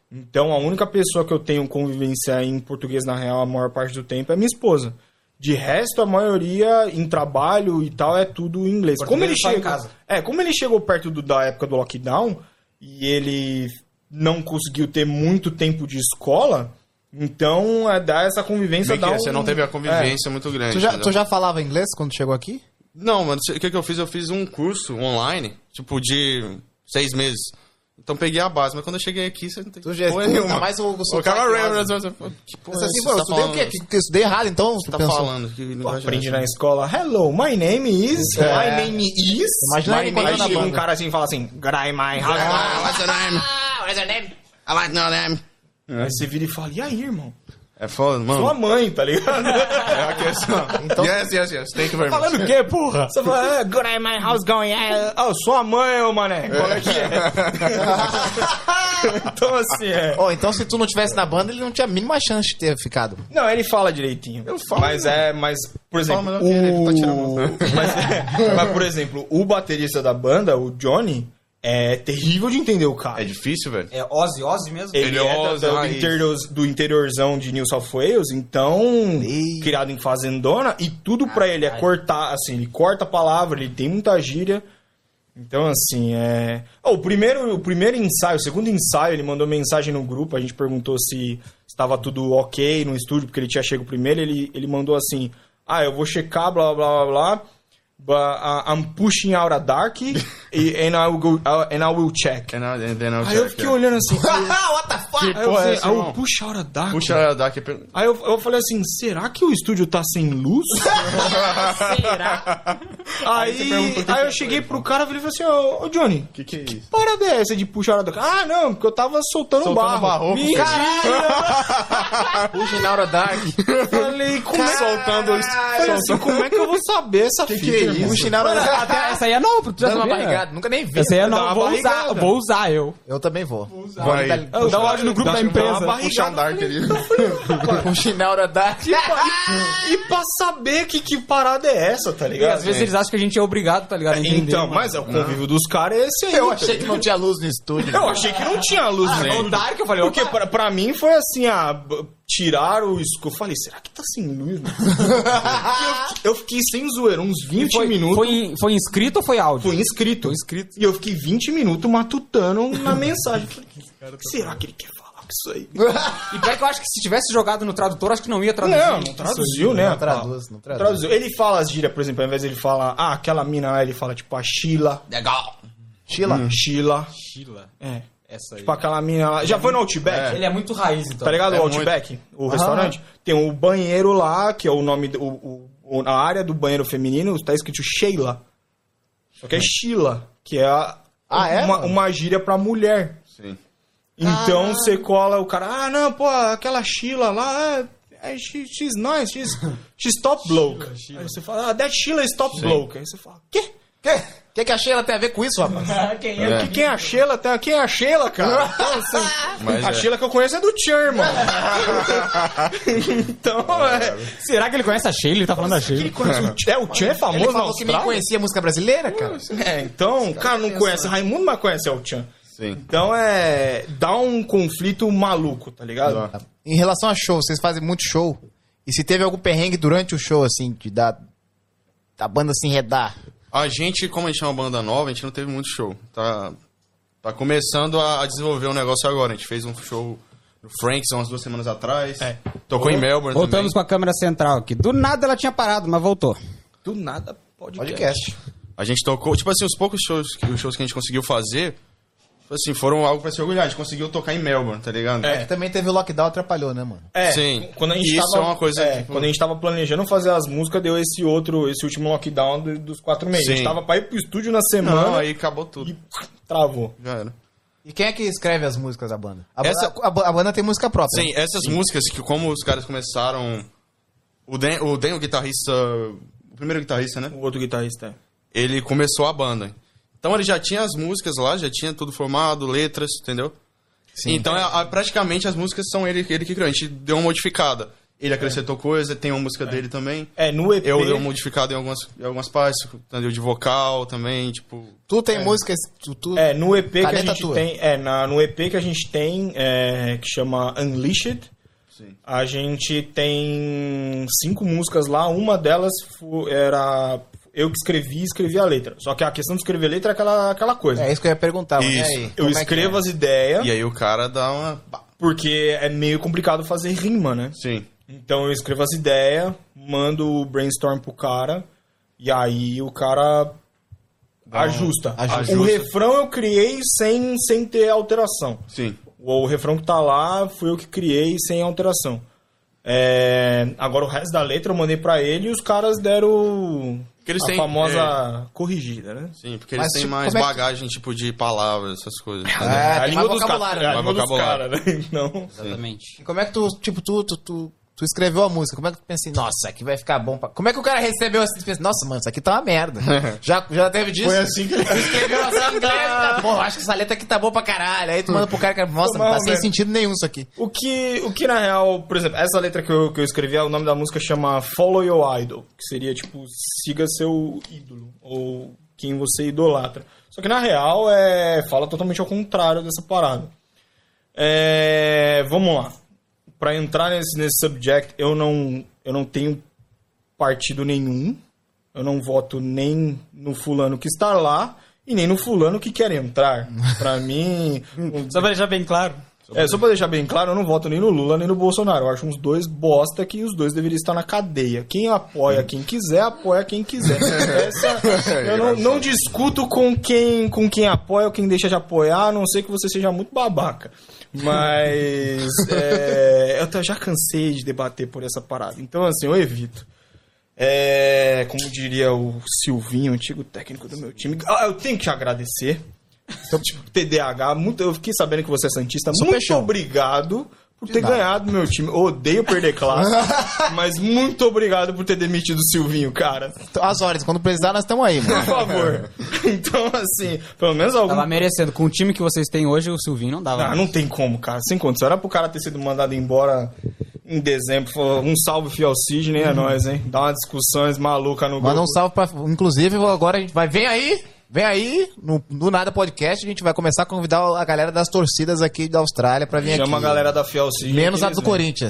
Então, a única pessoa que eu tenho convivência em português, na real, a maior parte do tempo é minha esposa. De resto, a maioria em trabalho e tal é tudo em inglês. Como ele só em chegou, casa. como ele chegou perto da época do lockdown e ele não conseguiu ter muito tempo de escola, então dá essa convivência. Meio que você não teve a convivência muito grande. Tu já falava inglês quando chegou aqui? Não, mano, o que eu fiz? Eu fiz um curso online, tipo, de 6 meses. Então peguei a base, mas quando eu cheguei aqui, você não tem porra nenhuma. Mas o O cara que porra é assim, eu estudei o quê? Que eu estudei errado, então? Você tá falando? Que Aprendi na escola. Hello, my name is. My name is. Imagina Aí ele contando a chega um banda. cara assim e fala assim, Gray my What's your name? What's your name? I like no name. Aí você vira e fala, e aí, irmão? É foda, mano. Sua mãe, tá ligado? É a questão. Então- Yes. Thank you very much. Falando o quê, porra? Você fala, Gray my house going. Sua mãe, ô mané. Qual é que é? Então, assim, Então se tu não tivesse na banda, ele não tinha a mínima chance de ter ficado. Não, ele fala direitinho. Eu falo, Mas, por exemplo, melhor que ele tá tirando mas, por exemplo, o baterista da banda, o Johnny, é terrível de entender o cara. É difícil, velho. É Ozzy mesmo? Ele é Ozzy, do interiorzão de New South Wales, então, criado em fazendona, e tudo pra ele é cortar, assim, ele corta a palavra, ele tem muita gíria. Então, assim, o primeiro ensaio, o segundo ensaio, ele mandou mensagem no grupo, a gente perguntou se estava tudo ok no estúdio, porque ele tinha chegado primeiro, ele mandou assim, eu vou checar, blá, blá, blá, blá, but I'm pushing out a dark, and I will check. Aí eu fiquei olhando assim, What the fuck? aí eu falei, I will push out a dark. Puxa daqui. Aí eu falei assim, será que o estúdio tá sem luz? Será? Aí eu cheguei pro cara e falei assim, ô Johnny, Que é isso? parada é essa de puxar a dark? Não, porque eu tava soltando barro. Puxa na hora dark. Falei, como é que eu vou saber essa fita, irmão? Puxa na hora dark. Essa aí é nova, tu já Dando uma sabia, né? barrigada. Nunca nem vi. Essa aí é Dá nova, uma barrigada. vou usar eu. Eu também vou. Vai. Dá um áudio no grupo da empresa. Puxa um dark ali. Puxa na hora dark. E pra saber que parada é essa, tá E ligado? às vezes eles acham que a gente é obrigado, tá ligado? A entender, Então, mano. mas o convívio dos caras é esse aí. Eu achei que não tinha luz no estúdio. Eu achei que não tinha luz no O estúdio. Dark, eu falei, Porque pra mim foi assim, tiraram isso. Eu falei, será que tá sem luz, mano? eu fiquei sem zoeira, uns 20 minutos. Foi inscrito ou foi áudio? Foi inscrito. E eu fiquei 20 minutos matutando na mensagem. Falei, o que será que ele quer falar com isso aí? E pior que eu acho que se tivesse jogado no tradutor, acho que não ia traduzir. Não traduziu, né? Não traduz. Traduziu. Ele fala as gírias, por exemplo, ao invés de ele falar, aquela mina lá, ele fala tipo a Sheila. Legal. Sheila. Sheila. É. Essa aí. Tipo aquela mina lá. Já foi no Outback? Ele é muito raiz, então. Tá ligado? É O Outback, o restaurante. Tem o banheiro lá, que é o nome, a área do banheiro feminino, tá escrito Sheila. Só que é Sheila, que é uma gíria pra mulher. Sim. Então você cola o cara, não, pô, aquela Sheila lá, she's nice, she's top bloke. Aí você fala, that Sheila is top bloke. Aí você fala, quê? O que a Sheila tem a ver com isso, rapaz? Quem é? Quem é a Sheila? Quem é a Sheila, cara? Então, assim, Mas a Sheila que eu conheço é do Tchan, irmão. Então, Será que ele conhece a Sheila? Ele tá falando da Sheila. o Tchan é famoso Ele na falou que nem Austrália? conhecia música brasileira, cara. Então, o cara não conhece Raimundo, mas conhece o Tchan. Sim. Então, dá um conflito maluco, tá ligado? Em relação a show, vocês fazem muito show. E se teve algum perrengue durante o show, assim, da banda se enredar? A gente, como a gente é uma banda nova, a gente não teve muito show. Tá começando a desenvolver um negócio agora. A gente fez um show no Franks umas 2 semanas atrás. Tocou em Melbourne Voltamos também. com a câmera central aqui. Do nada ela tinha parado, mas voltou. Do nada, Podcast. A gente tocou, tipo assim, os poucos shows que a gente conseguiu fazer, tipo assim, foram algo pra se orgulhar. A gente conseguiu tocar em Melbourne, tá ligado? Também teve o lockdown, atrapalhou, né, mano? Sim. Quando a gente Isso tava, é uma coisa que, quando a gente tava planejando fazer as músicas, deu esse último lockdown dos 4 meses. A gente Sim. tava pra ir pro estúdio na semana Não, aí acabou tudo. e travou. Já era. E quem é que escreve as músicas da banda? Essa- A banda tem música própria. Sim, essas músicas que como os caras começaram... O Dan, o guitarrista... O primeiro guitarrista, né? O outro guitarrista. Ele começou a banda. Então ele já tinha as músicas lá, já tinha tudo formado, letras, entendeu? Sim. Então praticamente as músicas são ele que criou. A gente deu uma modificada. ele acrescentou coisa, tem uma música dele também. No EP... Eu dei modificado em algumas partes, entendeu? De vocal também, tipo... Tu tem músicas... no EP que a gente tua. tem... no EP que a gente tem, que chama Unleashed, Sim. a gente tem 5 músicas lá. Uma delas era... Eu que escrevi a letra. Só que a questão de escrever letra é aquela coisa. É isso que eu ia perguntar. Mas Isso. e aí? Eu escrevo as ideias, E aí o cara dá uma... porque é meio complicado fazer rima, né? Sim. Então eu escrevo as ideias, mando o brainstorm pro cara, e aí o cara ajusta. O refrão eu criei sem ter alteração. Sim. O refrão que tá lá foi eu que criei sem alteração. Agora o resto da letra eu mandei pra ele e os caras deram Porque eles a têm, famosa corrigida, né? Sim, porque eles Mas, têm tipo, mais como é que- bagagem, tipo, de palavras, essas coisas. entendeu? A tem língua mais dos vocabulário, caras, né? a língua dos vocabulário. caras, né? Então... Exatamente. E como é que tu escreveu a música? Como é que tu pensa assim, nossa, aqui vai ficar bom pra... Como é que o cara recebeu assim, tu pensa, nossa, mano, isso aqui tá uma merda. já teve disso? Foi assim que ele... Escreveu assim, cara, pô, acho que essa letra aqui tá boa pra caralho. Aí tu manda pro cara, nossa, não tá sem sentido nenhum isso aqui. O que na real, por exemplo, essa letra que eu escrevi, o nome da música chama Follow Your Idol, que seria tipo, siga seu ídolo, ou quem você idolatra. Só que na real fala totalmente ao contrário dessa parada. Vamos lá. Pra entrar nesse subject, eu não tenho partido nenhum, eu não voto nem no fulano que está lá e nem no fulano que quer entrar. Pra mim... Só pra deixar bem claro. Só pra deixar bem claro, eu não voto nem no Lula nem no Bolsonaro. Eu acho uns dois bosta que os dois deveriam estar na cadeia. Quem apoia quem quiser, apoia quem quiser. Eu não discuto com quem apoia ou quem deixa de apoiar, a não ser que você seja muito babaca. Mas eu já cansei de debater por essa parada. Então, assim, eu evito. Como diria o Silvinho, antigo técnico do meu time, eu tenho que te agradecer. Então, tipo, TDAH, eu fiquei sabendo que você é santista. Muito obrigado por ter ganhado meu time. Eu odeio perder classe, mas muito obrigado por ter demitido o Silvinho, cara. As horas, quando precisar, nós estamos aí, mano. Por favor. Então, assim, pelo menos algum... Tava merecendo. Com o time que vocês têm hoje, o Silvinho não dava. Não tem como, cara. Sem condição. Era pro cara ter sido mandado embora em dezembro. Um salve, fiel Sidney, é nóis, hein? Dá uma discussões maluca no grupo. Manda um salve pra... Inclusive, agora a gente vai... Vem aí, no Nada Podcast, a gente vai começar a convidar a galera das torcidas aqui da Austrália pra vir aqui. Chama a galera da Fiel Sidney. Menos a do Corinthians.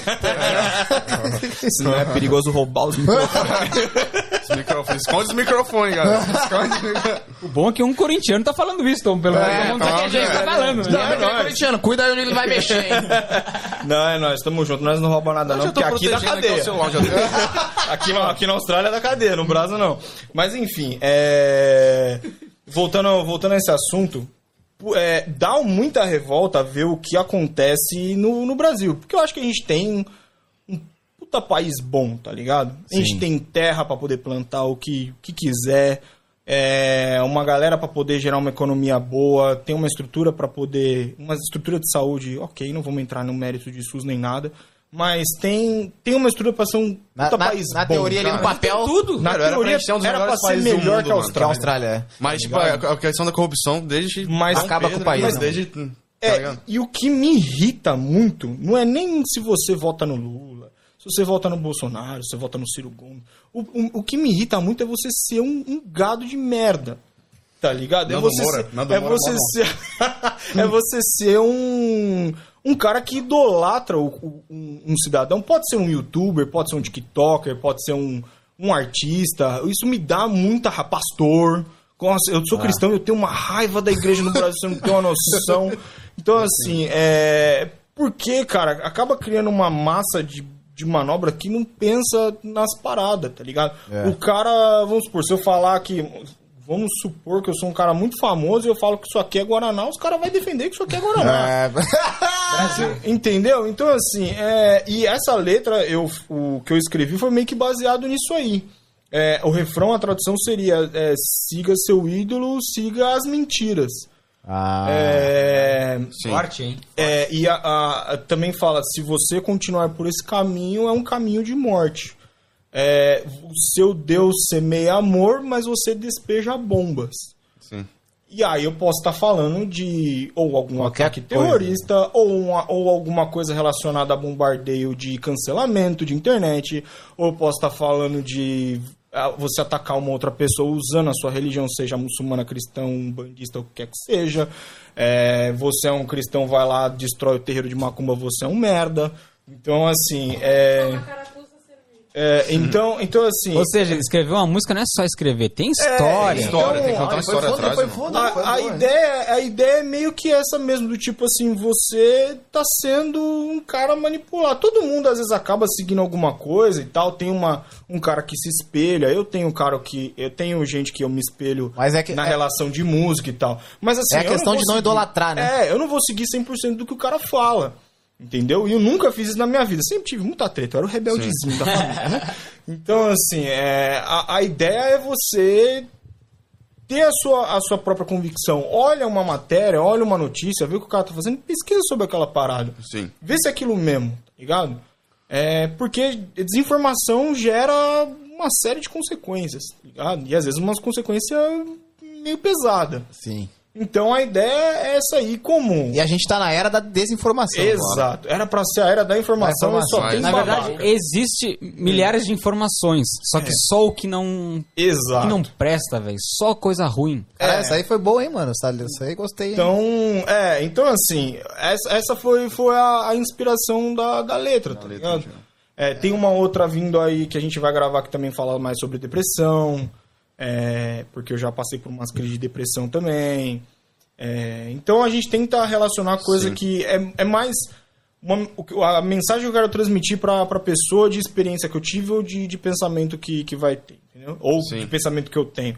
Se não é perigoso roubar os microfones. Esconde os microfones, galera. O bom é que um corintiano tá falando isso, Tom. Pelo menos muita gente tá falando. Não, Né? é corintiano, cuida aí onde ele vai mexer, hein? Não, é nóis, tamo junto. Nós não roubamos nada, não, porque aqui é da cadeia. Aqui na Austrália é da cadeia, no Brasil não. Mas enfim, voltando a esse assunto, dá muita revolta ver o que acontece no Brasil. Porque eu acho que a gente tem um puta país bom, tá ligado? A gente tem terra pra poder plantar o que quiser. Uma galera pra poder gerar uma economia boa, tem uma estrutura para poder... Uma estrutura de saúde, ok, não vamos entrar no mérito de SUS nem nada, mas tem uma estrutura pra ser um puta país bom. Na teoria, ali no papel... Tudo. Na teoria, era pra ser melhor que a Que a Austrália. Austrália é. Mas, tipo, a questão da corrupção desde... Mas acaba com o país, Mas não. desde... tá ligado? E o que me irrita muito não é nem se você vota no Lula, se você vota no Bolsonaro, se você vota no Ciro Gomes. O que me irrita muito é você ser um gado de merda. Tá ligado? É você ser um cara que idolatra um cidadão. Pode ser um youtuber, pode ser um tiktoker, pode ser um artista. Isso me dá muita pastor. Nossa, eu sou cristão e eu tenho uma raiva da igreja no Brasil, você não tem uma noção. Então, assim, porque, cara, acaba criando uma massa de manobra que não pensa nas paradas, tá ligado? O cara, vamos supor, se eu falar que... Vamos supor que eu sou um cara muito famoso e eu falo que isso aqui é Guaraná, os caras vão defender que isso aqui é Guaraná. Entendeu? Então, assim, e essa letra, o que eu escrevi foi meio que baseado nisso aí. O refrão, a tradução seria siga seu ídolo, siga as mentiras. Forte, hein? E também fala, se você continuar por esse caminho, é um caminho de morte. O seu Deus semeia amor, mas você despeja bombas. Sim. E aí eu posso estar falando de ou algum Qualquer ataque terrorista, ou alguma coisa relacionada a bombardeio de cancelamento de internet, ou eu posso estar falando de você atacar uma outra pessoa usando a sua religião, seja muçulmana, cristão, bandista, o que quer que seja. Você é um cristão, vai lá, destrói o terreiro de macumba, você é um merda. Então, assim, então, assim... Ou seja, ele escreveu uma música, não é só escrever, tem história. História, tem que contar uma história atrás. A ideia é meio que essa mesmo, do tipo assim, você tá sendo um cara manipulado. Todo mundo às vezes acaba seguindo alguma coisa e tal. Tem um cara que se espelha, eu tenho gente que eu me espelho na relação de música e tal. Mas assim, é a questão de não idolatrar, né? Eu não vou seguir 100% do que o cara fala. Entendeu? E eu nunca fiz isso na minha vida. Sempre tive muita treta. Eu era o rebeldezinho da família, né? Então, assim, a ideia é você ter a sua própria convicção. Olha uma matéria, olha uma notícia, vê o que o cara tá fazendo, pesquisa sobre aquela parada. Sim. Vê se é aquilo mesmo, tá ligado? Porque desinformação gera uma série de consequências, tá ligado? E às vezes umas consequências meio pesadas. Sim. Então a ideia é essa aí, comum. E a gente tá na era da desinformação. Exato. Era pra ser a era da informação, mas só tem Na babaca. verdade, existe milhares de informações, só que só o que não... Exato. Que não presta, velho. Só coisa ruim. Cara, essa aí foi boa, hein, mano? Essa aí gostei. Então assim, essa foi a inspiração da letra, tá ligado? Tem uma outra vindo aí que a gente vai gravar que também fala mais sobre depressão. Porque eu já passei por umas crises de depressão também. Então a gente tenta relacionar coisa Sim. que é mais... a mensagem que eu quero transmitir pra pessoa de experiência que eu tive ou de pensamento que vai ter, entendeu? Ou Sim. de pensamento que eu tenho.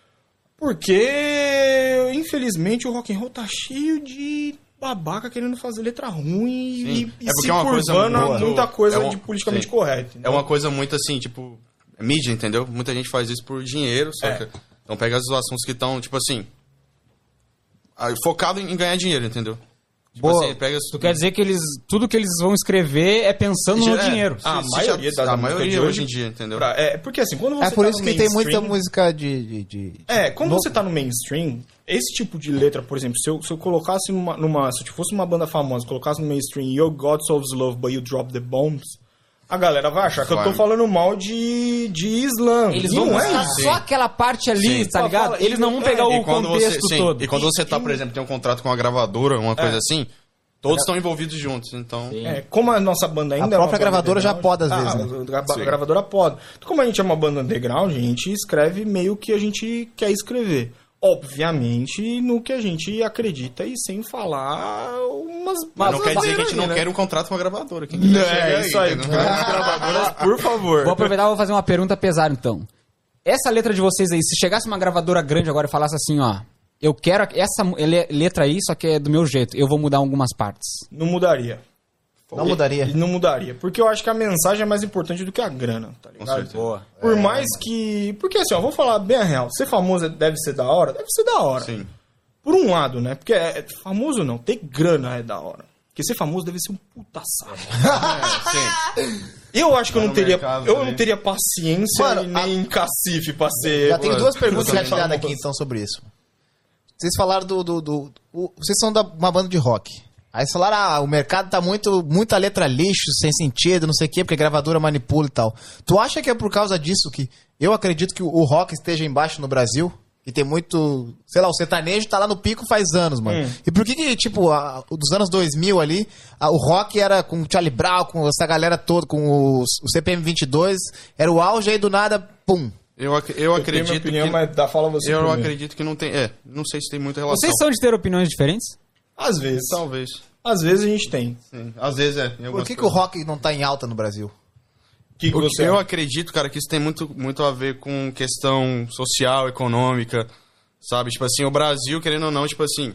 Porque, infelizmente, o rock and roll tá cheio de babaca querendo fazer letra ruim e se é uma coisa curvando a muito- muita coisa é de politicamente sim. correto. É entendeu? uma coisa muito assim, tipo, mídia, entendeu? Muita gente faz isso por dinheiro, saca? Então pega os assuntos que estão, tipo assim, focado em ganhar dinheiro, entendeu? Tipo Boa. assim, pega... Tu quer dizer que tudo que eles vão escrever é pensando no dinheiro. A maioria das a músicas maioria de hoje em dia, entendeu? Porque assim, quando você É por tá isso no que tem muita mainstream- música de... Quando você tá no mainstream, esse tipo de letra, por exemplo, se eu colocasse se eu fosse uma banda famosa, colocasse no mainstream Your God Solves Love, but you drop the bombs, a galera vai achar que eu tô falando mal de Islã. Eles E vão não mostrar isso. só aquela parte ali, Sim. tá ligado? Fala, Eles não vão pegar o contexto todo. E quando você tá, por exemplo, tem um contrato com uma gravadora, uma coisa assim, todos estão envolvidos juntos, então... Como a nossa banda ainda A é uma própria banda gravadora já underground, poda às vezes, né? A gravadora poda. Então, como a gente é uma banda underground, a gente escreve meio que a gente quer escrever. Obviamente, no que a gente acredita e sem falar Mas não quer dizer que a gente não quer um contrato com a gravadora. Quem quiser chega isso aí. entendeu? Gravadoras, por favor. Vou aproveitar e vou fazer uma pergunta pesada, então. Essa letra de vocês aí, se chegasse uma gravadora grande agora e falasse assim, ó, eu quero essa letra aí, só que é do meu jeito, eu vou mudar algumas partes. Não mudaria. Não mudaria. Não mudaria. Porque eu acho que a mensagem é mais importante do que a grana, tá ligado? certeza. Boa. Por mais que... Porque assim, ó, vou falar bem a real. Ser famoso deve ser da hora? Deve ser da hora. Sim. Por um lado, né? Porque famoso não, ter grana é da hora. Porque ser famoso deve ser um puta saco. Sim. Eu acho que eu não no teria... mercado Eu ali. não teria paciência Mano, e nem cacife pra ser... Já tem duas perguntas Você engatilhadas aqui, então, sobre isso. Vocês falaram vocês são uma banda de rock. Aí vocês falaram, o mercado tá muita letra lixo, sem sentido, não sei o quê, porque a gravadora manipula e tal. Tu acha que é por causa disso que eu acredito que o rock esteja embaixo no Brasil? E tem muito... Sei lá, o sertanejo tá lá no pico faz anos, mano. E por que tipo, dos anos 2000 ali, o rock era com o Charlie Brown, com essa galera toda, com o CPM 22, era o auge, aí do nada, pum. Eu Eu tenho acredito minha opinião, que... mas fala você Eu primeiro. acredito que não tem... não sei se tem muita relação. Vocês são de ter opiniões diferentes? Às vezes. Talvez. Às vezes a gente tem. Sim. Às vezes é. Por que o rock não tá em alta no Brasil? Que você Eu acha? acredito, cara, que isso tem muito a ver com questão social, econômica, sabe? Tipo assim, o Brasil, querendo ou não, tipo assim...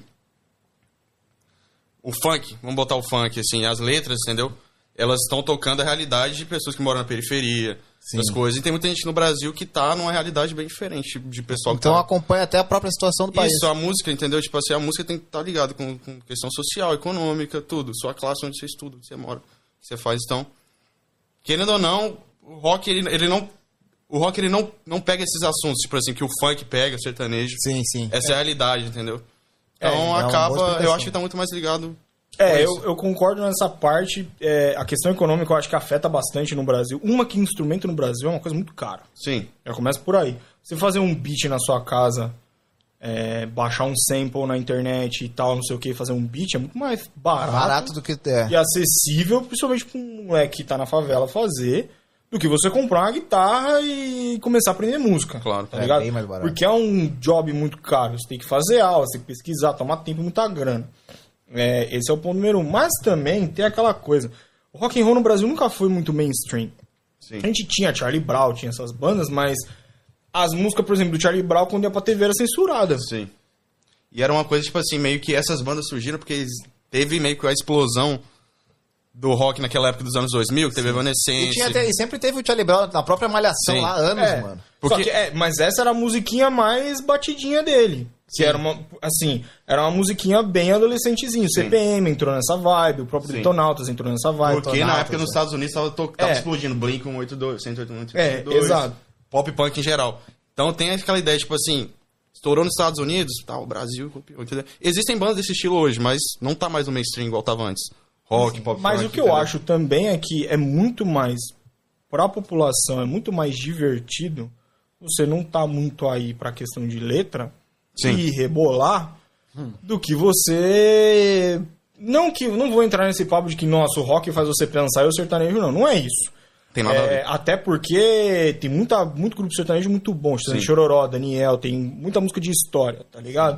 O funk, vamos botar o funk, assim, as letras, entendeu? Elas estão tocando a realidade de pessoas que moram na periferia, essas coisas. E tem muita gente no Brasil que tá numa realidade bem diferente de pessoal Então que tá... acompanha até a própria situação do país. Isso, a música, entendeu? Tipo assim, a música tem que estar ligada com questão social, econômica, tudo. Sua classe, onde você estuda, onde você mora, o que você faz. Então, querendo ou não, o rock, ele não... o rock ele não pega esses assuntos, tipo assim, que o funk pega, o sertanejo. Sim. Essa é a realidade, entendeu? Então é uma boa acaba, explicação. eu acho que tá muito mais ligado. Eu concordo nessa parte. A questão econômica eu acho que afeta bastante no Brasil. Que instrumento no Brasil é uma coisa muito cara. Sim. Já começa por aí. Você fazer um beat na sua casa, baixar um sample na internet e tal, não sei o que, fazer um beat é muito mais barato do que... e acessível, principalmente pra um moleque que tá na favela fazer, do que você comprar uma guitarra e começar a aprender música. Claro. Tá ligado? bem mais barato. Porque é um job muito caro. Você tem que fazer aula, você tem que pesquisar, toma tempo e muita grana. Esse é o ponto número 1. Mas também tem aquela coisa. O rock and roll no Brasil nunca foi muito mainstream. Sim. A gente tinha Charlie Brown, tinha essas bandas, mas as músicas, por exemplo, do Charlie Brown, quando ia pra TV, era censurada. Sim. E era uma coisa, tipo assim, meio que essas bandas surgiram porque teve meio que a explosão do rock naquela época dos anos 2000, que teve Evanescence. E sempre teve o Charlie Brown na própria Malhação Sim. lá há anos, mano. Porque... mas essa era a musiquinha mais batidinha dele. Que era uma musiquinha bem adolescentezinho. Sim. CPM entrou nessa vibe, o próprio Sim. Detonautas entrou nessa vibe. Porque na época nos Estados Unidos tava explodindo Blink-182, 182, exato. pop punk em geral. Então tem aquela ideia, tipo assim, estourou nos Estados Unidos, o Brasil copiou, entendeu? Existem bandas desse estilo hoje, mas não tá mais no mainstream igual tava antes. Rock, pop Mas punk, o que eu entendeu? acho também é que é muito mais, pra população, é muito mais divertido você não tá muito aí pra questão de letra Sim. e rebolar do que você... Não vou entrar nesse papo de que, nossa, o rock faz você pensar e o sertanejo não é isso. Tem nada a ver. Até porque tem muito grupo sertanejo muito bom. Tem Chororó, Daniel, tem muita música de história, tá ligado?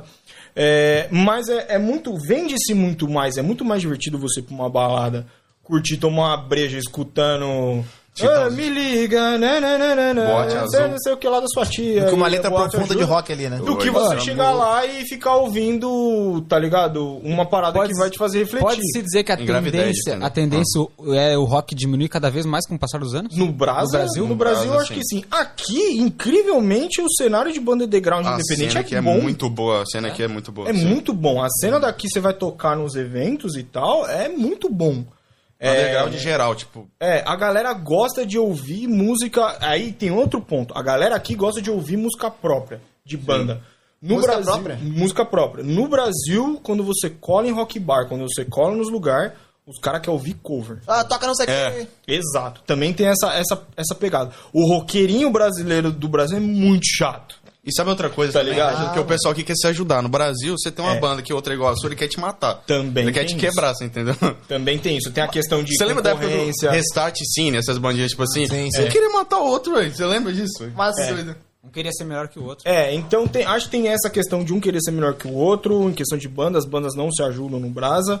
Mas vende-se muito mais, é muito mais divertido você ir pra uma balada, curtir, tomar uma breja escutando... me liga, Boate azul. não sei o que lá da sua tia. Com uma letra boate profunda ajuda, de rock ali, né? do que você chegar lá e ficar ouvindo, tá ligado? Uma parada que vai te fazer refletir. Pode-se dizer que Engravidez, a tendência é o rock diminuir cada vez mais com o passar dos anos? No Brasil, eu acho que sim. Aqui, incrivelmente, o cenário de banda underground A independente cena é aqui é bom. muito boa, a cena aqui é muito boa. É sim. muito bom. A cena daqui, você vai tocar nos eventos e tal, é muito bom. Underground em geral, tipo... A galera gosta de ouvir música... Aí tem outro ponto. A galera aqui gosta de ouvir música própria, de banda. No Música Brasil, própria? Música própria. No Brasil, quando você cola em rock bar, quando você cola nos lugares, os caras querem ouvir cover. Toca não sei o que. Exato. Também tem essa pegada. O roqueirinho brasileiro do Brasil é muito chato. E sabe outra coisa Tá também? ligado? Que o pessoal aqui quer se ajudar. No Brasil, você tem uma banda que outra é igual a sua, ele quer te matar. Também Ele quer tem te quebrar, você entendeu? Também tem isso. Tem a questão de Você lembra da época do concorrência. Restart Cine, essas bandinhas, tipo assim? Sim, Você queria matar o outro, velho. Você lembra disso? Mas Um queria ser melhor que o outro. Então acho que tem essa questão de um querer ser melhor que o outro, em questão de bandas, as bandas não se ajudam no Brasa.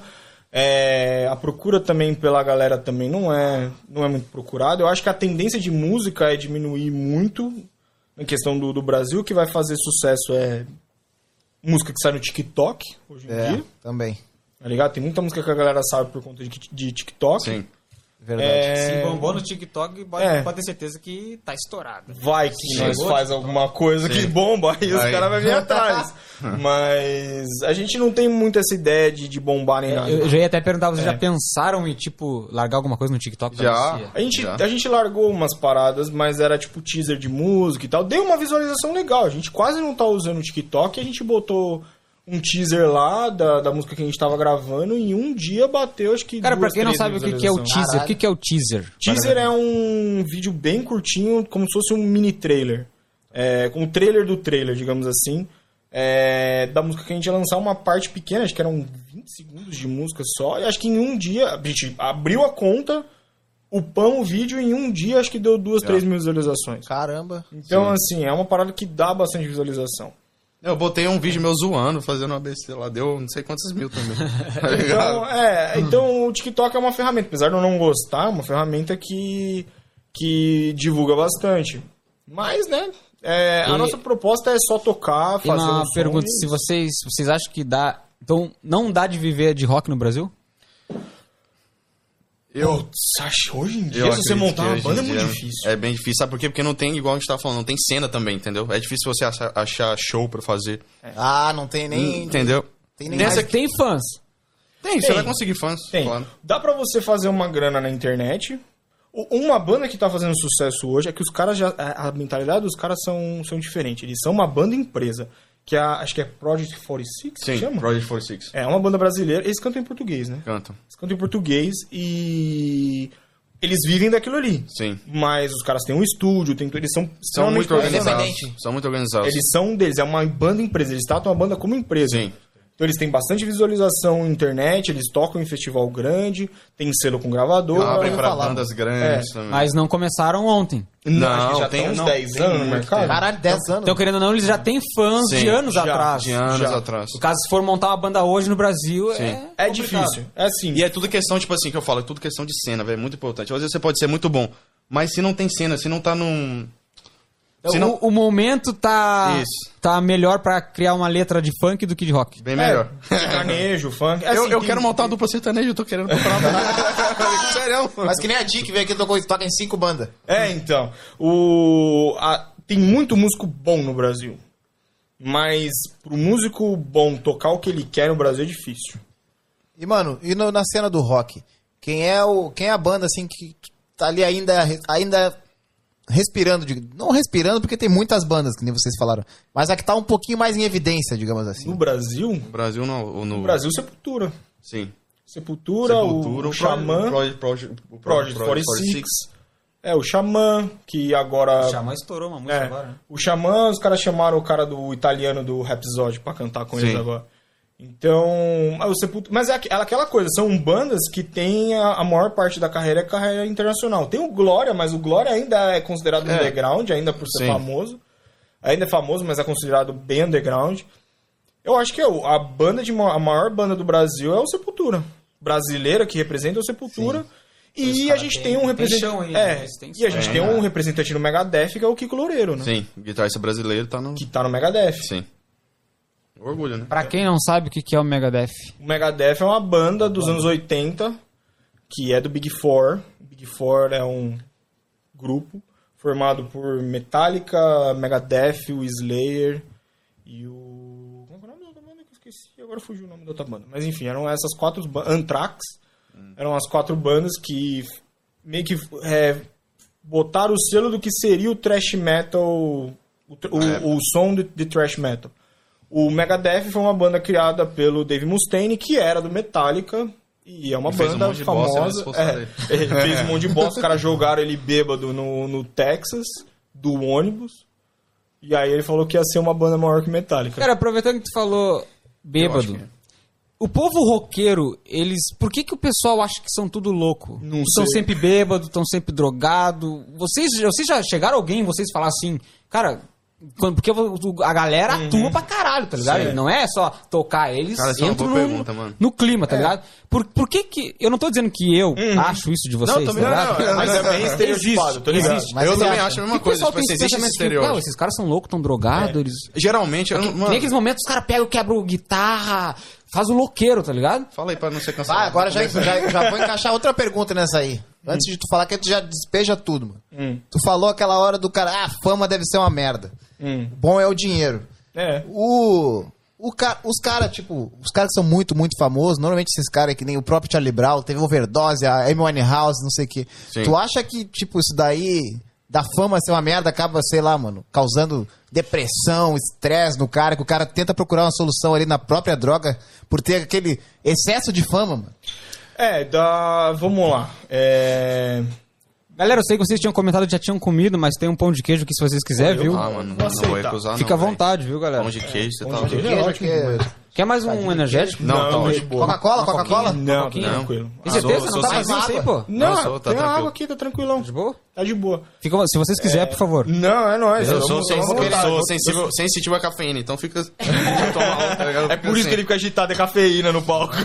A procura também pela galera também não é muito procurada. Eu acho que a tendência de música é diminuir muito em questão do Brasil. O que vai fazer sucesso é música que sai no TikTok hoje em dia. também. Tá ligado? Tem muita música que a galera sabe por conta de TikTok. Sim. Verdade. Se bombou no TikTok, pode ter certeza que tá estourado. Vai que nós faz alguma coisa que bomba, aí os caras vão vir atrás. Mas a gente não tem muito essa ideia de bombar nem nada. Eu já ia até perguntar, vocês já pensaram em, tipo, largar alguma coisa no TikTok? Já. A gente largou umas paradas, mas era tipo teaser de música e tal. Deu uma visualização legal. A gente quase não tá usando o TikTok. A gente botou um teaser lá da música que a gente tava gravando e em um dia bateu, acho que Cara, pra 2, quem não 3 sabe o que é o visualizações. teaser, o que é o teaser? Teaser é um vídeo bem curtinho, como se fosse um mini trailer. Um trailer do trailer, digamos assim. Da música que a gente ia lançar uma parte pequena, acho que eram 20 segundos de música só. E acho que em um dia, a gente abriu a conta, upamos o vídeo e em um dia acho que deu 2, 3 mil visualizações. Caramba. Então, assim, é uma parada que dá bastante visualização. Eu botei um vídeo meu zoando, fazendo uma besteira lá, deu não sei quantos mil também. Então o TikTok é uma ferramenta, apesar de eu não gostar, é uma ferramenta que divulga bastante. Mas, né, a nossa proposta é só tocar, fazer uma um som pergunta, e- se vocês acham que dá... Então, não dá de viver de rock no Brasil? Acho que hoje em dia, Eu se você acredito montar que uma hoje banda é em muito dia difícil. É bem difícil, sabe por quê? Porque não tem, igual a gente tava falando, não tem cena também, entendeu? É difícil você achar show pra fazer. Não tem nem... Entendeu? Tem nem Nessa Mas tem fãs. Tem, você vai conseguir fãs, Tem. claro. Dá pra você fazer uma grana na internet. Uma banda que tá fazendo sucesso hoje é que os caras já... A mentalidade dos caras são diferentes. Eles são uma banda empresa. Que acho que é Project 46, que Sim, chama? Project 46. É uma banda brasileira. Eles cantam em português, né? Cantam. Eles cantam em português e... Eles vivem daquilo ali. Sim. Mas os caras têm um estúdio, eles são São muito organizados. independente. São muito organizados. Eles são deles, é uma banda empresa. Eles tratam a banda como empresa. Sim. Então eles têm bastante visualização na internet, eles tocam em festival grande, tem selo com gravador. Abrem eu pra falava. bandas grandes também. Mas não começaram ontem. Não, acho que Não, já tem uns 10 tem anos no muito mercado. tempo. Caralho, 10 anos. Então, querendo ou não, eles já têm fãs Sim, de anos já, atrás. De anos Já. atrás. No caso, se for montar uma banda hoje no Brasil, Sim. É complicado. difícil. É assim. E é tudo questão, tipo assim, que eu falo, é tudo questão de cena, velho. É muito importante. Às vezes você pode ser muito bom, mas se não tem cena, se não tá num... Se não... O momento tá Isso. melhor pra criar uma letra de funk do que de rock. Bem melhor. Sertanejo, funk. Assim, Eu tem- quero montar uma dupla sertanejo, eu tô querendo comprar uma banda. Sério? Mas que nem a Dick veio aqui e toca em 5 bandas. Então. Tem muito músico bom no Brasil. Mas pro músico bom tocar o que ele quer no Brasil é difícil. E, mano, na cena do rock, quem é a banda, assim, que tá ali ainda respirando, não respirando porque tem muitas bandas, que nem vocês falaram, mas a que tá um pouquinho mais em evidência, digamos assim. No Brasil, No Brasil não. Ou no... Sepultura. Sim. Sepultura, o Xamã, o Project 46. O Xamã, que agora... O Xamã estourou uma música agora, né? O Xamã, os caras chamaram o cara do italiano do Rhapsody pra cantar com eles Sim. agora. Então, o Sepultura... Mas é aquela coisa, são bandas que têm a maior parte da carreira é carreira internacional. Tem o Glória, mas o Glória ainda é considerado underground, ainda por ser Sim. famoso. Ainda é famoso, mas é considerado bem underground. Eu acho que a maior banda do Brasil é o Sepultura. Brasileira que representa o Sepultura. E a gente tem um representante. E a gente tem um representante no Megadeth, que é o Kiko Loureiro, né? Sim, o guitarrista brasileiro tá no... Que tá no Megadeth. Sim. Orgulho, né? Pra quem não sabe o que é o Megadeth. O Megadeth é uma banda dos anos 80, que é do Big Four. Big Four é um grupo formado por Metallica, Megadeth, o Slayer e o... Como é o nome da outra banda que eu esqueci? Agora fugiu o nome da outra banda. Mas enfim, eram essas 4 bandas. Anthrax. Eram as 4 bandas que meio que botaram o selo do que seria o thrash metal, o som de thrash metal. O Megadeth foi uma banda criada pelo Dave Mustaine, que era do Metallica, e é uma Fez um banda monte de bosta, famosa. ele se dele. Ele fez um monte de bosta, os caras jogaram ele bêbado no Texas, do ônibus, e aí ele falou que ia ser uma banda maior que Metallica. Cara, aproveitando que tu falou Eu acho bêbado, que o povo roqueiro, eles... Por que o pessoal acha que são tudo louco? Não Estão sei. sempre bêbados, estão sempre drogados. Vocês já chegaram alguém, vocês falar assim, cara... Porque a galera atua pra caralho, tá ligado? Sim. Não é só tocar, eles Cara, essa é uma entram boa pergunta, mano. no clima, tá ligado? Por que... Eu não tô dizendo que eu acho isso de vocês, também tá ligado? não, mas é bem estereotipado, tô ligado. Existe. Mas eu você também acha? acho a mesma O coisa. pessoal Tipo tem assim, esse existe esse pensamento que, "Pô, estereótipo. esses caras são loucos, tão drogados, eles... Geralmente, eu não... Que Mano, nem aqueles momentos os caras pegam, quebram guitarra, faz o louqueiro, tá ligado? fala aí pra não ser cansado. Agora já vou encaixar outra pergunta nessa aí. Antes de tu falar que tu já despeja tudo, mano. Tu falou aquela hora do cara, a fama deve ser uma merda. Bom é o dinheiro. Os caras, tipo, os caras que são muito, muito famosos, normalmente esses caras que nem o próprio Charlie Brown, teve overdose, a Amy Winehouse, não sei o quê. Sim. Tu acha que, tipo, isso daí, da fama ser uma merda, acaba, sei lá, mano, causando depressão, estresse no cara, que o cara tenta procurar uma solução ali na própria droga por ter aquele excesso de fama, mano? Vamos lá. Galera, eu sei que vocês tinham comentado que já tinham comido, mas tem um pão de queijo aqui se vocês quiserem, viu? Ah, mano, Vou não vou aceitar. recusar, Fica à não, vontade, viu, galera? Pão de queijo, você tá Pão de louco. queijo. Queijo, ótimo, que- Quer mais um energético? Não, tá de ótimo. boa. Coca-Cola, Coca-Cola? Não, Coquinha? tranquilo. Tem certeza? sou Não tá sem vazio isso aí, água. pô? Não, sou, tá tem tranquilo. água aqui, tá tranquilão. De boa? Tá de boa. Se vocês quiserem, por favor. Não, é nóis. Eu sou vamos- sensível à cafeína, então fica... Toma, tá ligado? É por isso que ele fica agitado, é cafeína no palco.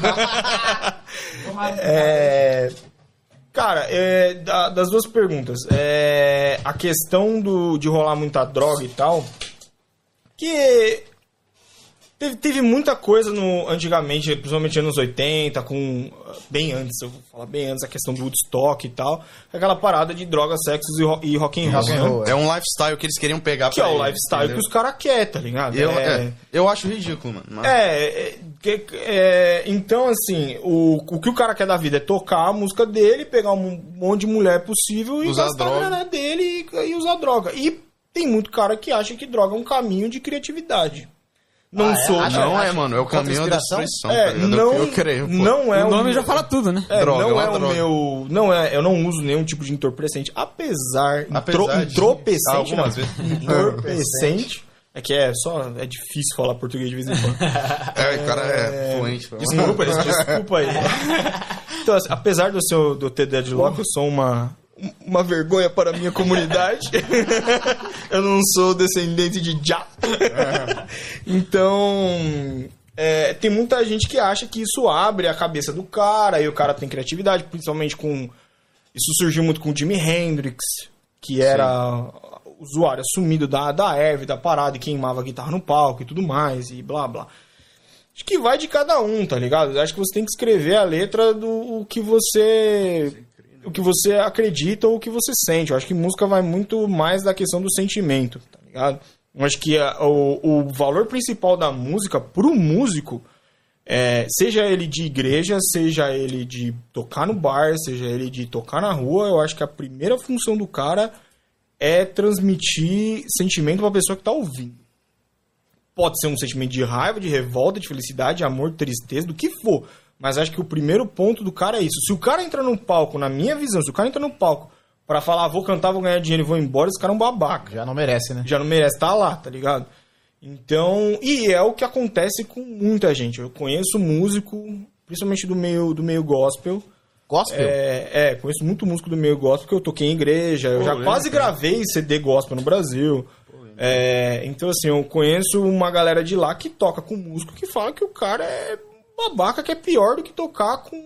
Cara, das duas perguntas. A questão de rolar muita droga e tal, que Teve muita coisa antigamente, principalmente anos 80, bem antes, eu vou falar bem antes, a questão do Woodstock e tal, aquela parada de drogas, sexos e rock and roll. É um lifestyle que eles queriam pegar que pra é o eles, lifestyle entendeu? que os caras querem, tá ligado? Eu acho ridículo, mano. Mas... Então, assim, o que o cara quer da vida é tocar a música dele, pegar um monte de mulher possível e Usar gastar droga. a grana dele e usar droga. E tem muito cara que acha que droga é um caminho de criatividade. Não sou. Mano, é o caminho da destruição, É, tá ligado? não, Eu creio, pô. não é O nome um- já fala tudo, né? Droga, não é é uma o droga. meu. Não é, eu não uso nenhum tipo de entorpecente. Apesar de. Entorpecente, algumas não. vezes. Entorpecente. É que é difícil falar português de vez em quando. O cara é fluente. pô. Desculpa aí. Então, assim, apesar do eu ter deadlock, eu sou uma vergonha para a minha comunidade. Eu não sou descendente de Já. Então, tem muita gente que acha que isso abre a cabeça do cara, e o cara tem criatividade, principalmente com... Isso surgiu muito com o Jimi Hendrix, que era usuário assumido da erva, da parada, e queimava a guitarra no palco e tudo mais, e blá blá. Acho que vai de cada um, tá ligado? Acho que você tem que escrever a letra do que você acredita ou o que você sente. Eu acho que música vai muito mais da questão do sentimento, tá ligado? Eu acho que o valor principal da música pro músico, seja ele de igreja, seja ele de tocar no bar, seja ele de tocar na rua, eu acho que a primeira função do cara é transmitir sentimento pra pessoa que tá ouvindo. Pode ser um sentimento de raiva, de revolta, de felicidade, de amor, de tristeza, do que for. Mas acho que o primeiro ponto do cara é isso. Se o cara entra no palco, na minha visão, se o cara entra no palco pra falar, vou cantar, vou ganhar dinheiro e vou embora, esse cara é um babaca. Já não merece, né? Já não merece estar lá, tá ligado? Então, e é o que acontece com muita gente. Eu conheço músico, principalmente do meio gospel. Gospel? Conheço muito músico do meio gospel, porque eu toquei em igreja, eu já quase gravei CD gospel no Brasil. Então, assim, eu conheço uma galera de lá que toca com músico que fala que o cara é babaca, que é pior do que tocar com...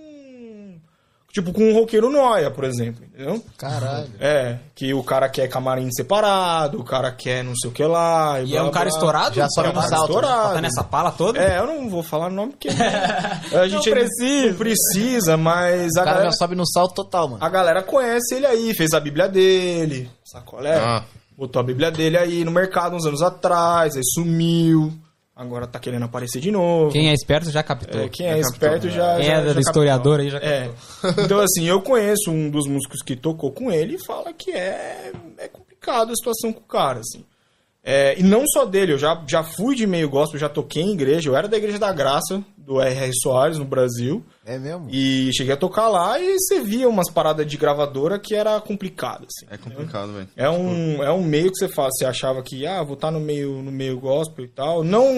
Tipo, com um roqueiro noia, por exemplo, entendeu? Caralho. Que o cara quer camarim separado, o cara quer não sei o que lá... E é um cara estourado? Já sobe É um no cara salto. estourado. Tá nessa pala toda? Eu não vou falar o nome porque... a gente precisa. Não precisa, mas O cara já sobe no salto total, mano. a galera conhece ele aí, fez a Bíblia dele, sacolé? Botou a Bíblia dele aí no mercado uns anos atrás, aí sumiu, agora tá querendo aparecer de novo. Quem é esperto já captou. Quem é esperto já... Quem já é do historiador aí já captou. Então, assim, eu conheço um dos músicos que tocou com ele e fala que é complicado a situação com o cara, assim. E não só dele, eu já fui de meio gospel, já toquei em igreja, eu era da Igreja da Graça, do R.R. Soares, no Brasil. É mesmo? E cheguei a tocar lá e você via umas paradas de gravadora que era complicado, assim. É complicado, velho. É um meio que você achava que, vou estar no meio gospel e tal. Não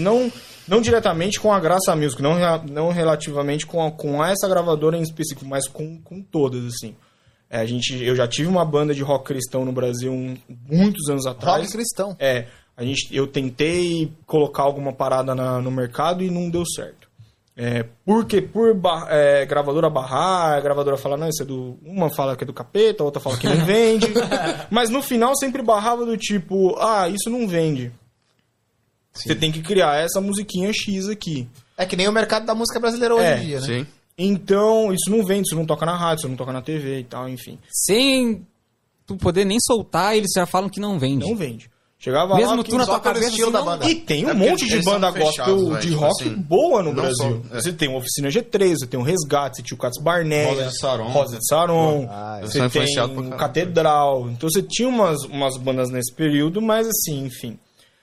diretamente com a Graça Music, não relativamente com essa gravadora em específico, mas com todas, assim. Eu já tive uma banda de rock cristão no Brasil muitos anos atrás. Rock cristão. Eu tentei colocar alguma parada no mercado e não deu certo. Porque gravadora barrar, a gravadora fala, não, isso é uma fala que é do capeta, a outra fala que não vende. Mas no final sempre barrava do tipo, isso não vende. Sim. Você tem que criar essa musiquinha X aqui. É que nem o mercado da música brasileira hoje em dia, né? Sim. Então, isso não vende, isso não toca na rádio, isso não toca na TV e tal, enfim. Sem tu poder nem soltar, eles já falam que não vende. Não vende. Chegava Mesmo lá, tu na só tua pelo cabeça estilo assim, da não- banda. E tem um porque monte de eles banda são gospel fechados, velho, de tipo rock assim, boa no não Brasil. só- Você tem o Oficina G3, você tem o Resgate, você tinha o Catos Barnett, Rosa de Saron. você Eles são tem influenciados pra o caralho. Catedral. Então você tinha umas bandas nesse período, mas assim, enfim.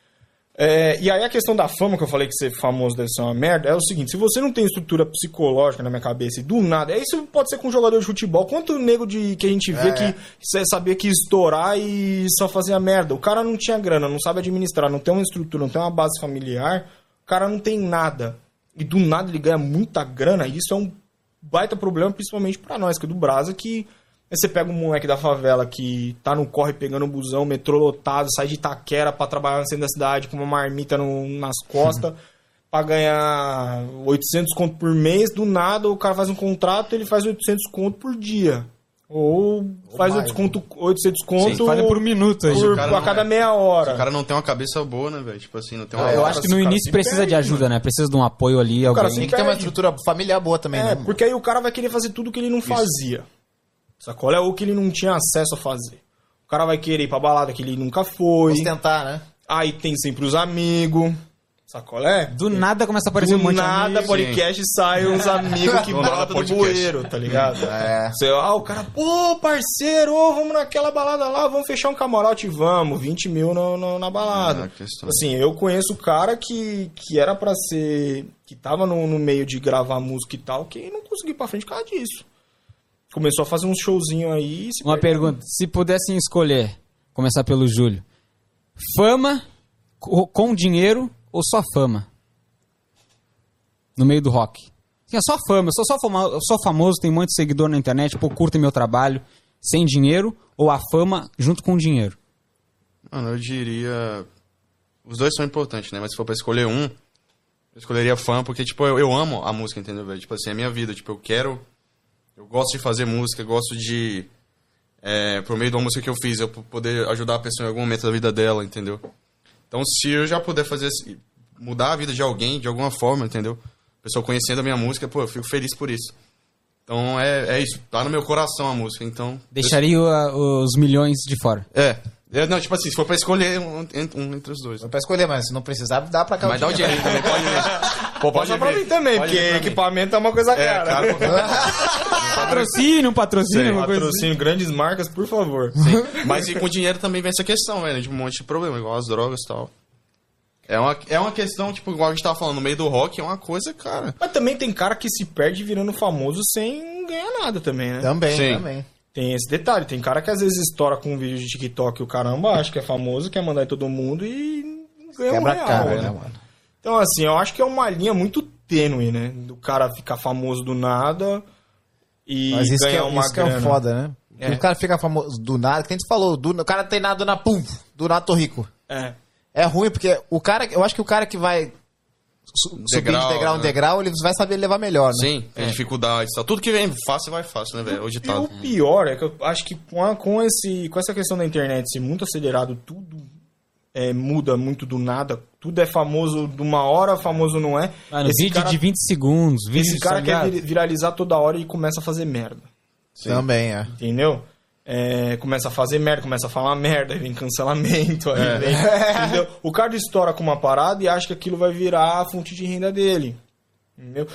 E aí a questão da fama, que eu falei que ser famoso deve ser uma merda, é o seguinte, se você não tem estrutura psicológica na minha cabeça e do nada, isso pode ser com um jogador de futebol, quanto nego que a gente vê que sabia que ia estourar e só fazia merda, o cara não tinha grana, não sabe administrar, não tem uma estrutura, não tem uma base familiar, o cara não tem nada, e do nada ele ganha muita grana, e isso é um baita problema, principalmente pra nós, que é do Brasa, que aí você pega um moleque da favela que tá no corre pegando um busão, metrô lotado, sai de Itaquera pra trabalhar no centro da cidade com uma marmita nas costas pra ganhar 800 conto por mês. Do nada o cara faz um contrato, ele faz 800 conto por dia. Ou faz o desconto, ou você desconto Sim, fazem por minuto aí. por, cara a não cada é. meia Se hora. o cara não tem uma cabeça boa, né, velho? Tipo assim, não tem uma... Eu acho que no Cara, início se precisa perde, de ajuda, né? Precisa de um apoio ali, cara alguém. se Tem que ter uma perde. estrutura familiar boa também, né? Porque aí o cara vai querer fazer tudo que ele não fazia. Sacola é o que ele não tinha acesso a fazer. O cara vai querer ir pra balada que ele nunca foi. Ostentar, né? Aí tem sempre os amigos. Sacola é? Do nada começa a aparecer um monte de nada, amigos. podcast sai uns amigos que Do nada, brotam do podcast. bueiro, tá ligado? Você, o cara, pô, parceiro, vamos naquela balada lá, vamos fechar um camarote, vamos, 20 mil na balada. questão. Assim, eu conheço o cara que era pra ser, que tava no meio de gravar música e tal, que não conseguiu ir pra frente por causa disso. Começou a fazer uns showzinhos aí e se Uma perdeu. pergunta, se pudessem escolher, começar pelo Júlio, fama com dinheiro ou só fama? No meio do rock. Sim, é só fama, eu sou famoso, tenho muito seguidor na internet, pô, curtem meu trabalho, sem dinheiro, ou a fama junto com o dinheiro? Mano, eu diria... Os dois são importantes, né? Mas se for pra escolher um, eu escolheria fã, porque, tipo, eu amo a música, entendeu, velho? Tipo assim, é a minha vida. Tipo, eu gosto de fazer música, gosto de... por meio de uma música que eu fiz, eu poder ajudar a pessoa em algum momento da vida dela, entendeu? Então, se eu já puder fazer... Mudar a vida de alguém, de alguma forma, entendeu? A pessoa conhecendo a minha música, pô, eu fico feliz por isso. Então, é isso. Tá no meu coração a música, então... Deixaria os milhões de fora. Não, tipo assim, se for pra escolher um entre os dois. Não pra escolher, mas se não precisar, dá pra cá. Mas dá o dinheiro também, pode ver. Pô, Pode pra mim também, Pode porque vir pra mim. equipamento é uma coisa cara. Claro. Patrocínio, alguma coisa assim. Patrocínio, grandes marcas, por favor. Mas e com dinheiro também vem essa questão, velho, de um monte de problema, igual as drogas e tal. É uma questão, tipo, igual a gente tava falando, no meio do rock, é uma coisa, cara. Mas também tem cara que se perde virando famoso sem ganhar nada também, né? Também, Sim. também. Tem esse detalhe. Tem cara que às vezes estoura com um vídeo de TikTok e o caramba acha que é famoso, quer mandar em todo mundo e ganha um Quebra a real, cara, né? né, mano? Então, assim, eu acho que é uma linha muito tênue, né? Do cara ficar famoso do nada e Mas isso que ganhar é, uma isso que é grana. o foda, né? É. O cara fica famoso do nada, que a gente falou, o cara tem nada na pum, do nada tô rico. É ruim, porque o cara, eu acho que o cara que vai subir de degrau em né? degrau, ele vai saber levar melhor, né? Sim, tem dificuldades e tal. Tudo que vem fácil, vai fácil, né, velho? Hoje E tá... o pior é que eu acho que com essa questão da internet ser muito acelerado, tudo muda muito do nada, tudo é famoso de uma hora, famoso não é. Mano, Esse vídeo cara, de 20 segundos. esse cara quer ligado? viralizar toda hora e começa a fazer merda. Também, é. Entendeu? Começa a fazer merda, começa a falar merda, aí vem cancelamento, aí vem, entendeu? O cara estoura com uma parada e acha que aquilo vai virar a fonte de renda dele. Entendeu?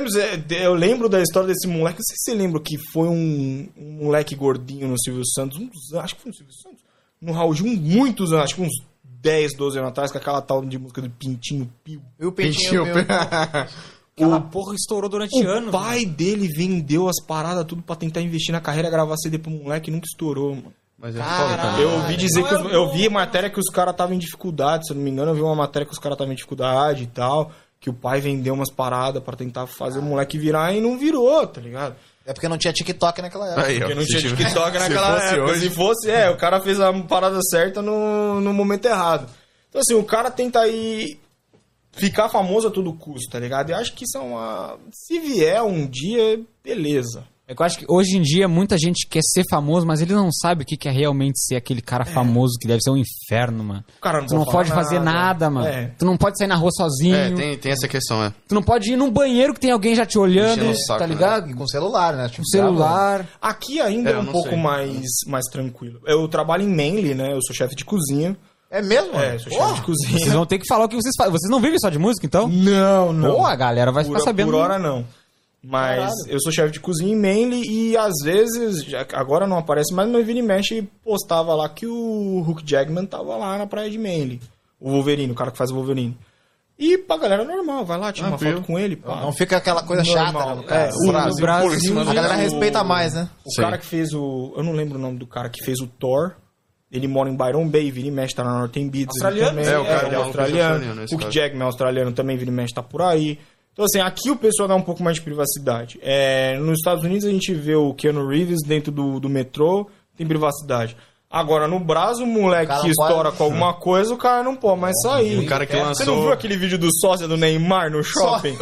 Eu lembro da história desse moleque, não sei se você lembra que foi um moleque gordinho no Silvio Santos, acho que foi no Silvio Santos, no Raul Gil, muitos anos, acho que uns 10, 12 anos atrás, com aquela tal de música do Pintinho Pio. E o peitinho meu... Aquela porra estourou durante anos. O pai dele vendeu as paradas tudo pra tentar investir na carreira, gravar CD pro moleque e nunca estourou, mano. Mas é foda Caralho. também. Eu ouvi dizer que eu vi matéria que os caras estavam em dificuldade, se eu não me engano, eu vi uma matéria que os caras estavam em dificuldade e tal, que o pai vendeu umas paradas pra tentar fazer o moleque virar e não virou, tá ligado? É porque não tinha TikTok naquela época. Aí, ó, Porque não se tinha tiver- TikTok se naquela fosse época. hoje- Se fosse, o cara fez a parada certa no momento errado. Então, assim, o cara tenta ir ficar famoso a todo custo, tá ligado? E acho que isso é uma... Se vier um dia, beleza. É que eu acho que hoje em dia muita gente quer ser famoso, mas ele não sabe o que é realmente ser aquele cara famoso, que deve ser um inferno, mano. O cara Tu não pode pode falar fazer nada, mano. Tu não pode sair na rua sozinho. Tem essa questão, Tu não pode ir num banheiro que tem alguém já te olhando, Enchendo o saco, tá né? ligado? E com celular, né? Tipo, Com celular. Aqui ainda é eu um não pouco sei. mais tranquilo. Eu trabalho em Manly, né? Eu sou chefe de cozinha. É mesmo? Sou chefe de cozinha. Vocês vão ter que falar o que vocês fazem. Vocês não vivem só de música, então? Não, não. Pô, a galera vai ficar sabendo. Por hora não. Mas Caralho. eu sou chefe de cozinha em Manly e às vezes, agora não aparece mais, mas vira e mexe postava lá que o Hugh Jackman tava lá na praia de Manly. O Wolverine, o cara que faz o Wolverine. E pra galera normal, vai lá, tira uma foto com ele. Pá. Não fica aquela coisa Normal. chata, né? O Brasil, por cima A galera respeita mais, né? O Sim. cara que fez o... Eu não lembro o nome do cara que fez o Thor. Ele mora em Byron Bay, vira e mexe, tá na Northern Beads. Australiano? Ele também, É, o cara ele é é um australiano. australiano, esse O cara. Jackman é australiano também, vira e mexe, tá por aí. Então, assim, aqui o pessoal dá um pouco mais de privacidade. Nos Estados Unidos a gente vê o Keanu Reeves dentro do metrô, tem privacidade. Agora, no Brasil, o moleque O cara que não pode- estoura com alguma coisa, o cara não pode mais sair. O cara que Você não viu lançou... aquele vídeo do sósia do Neymar no shopping?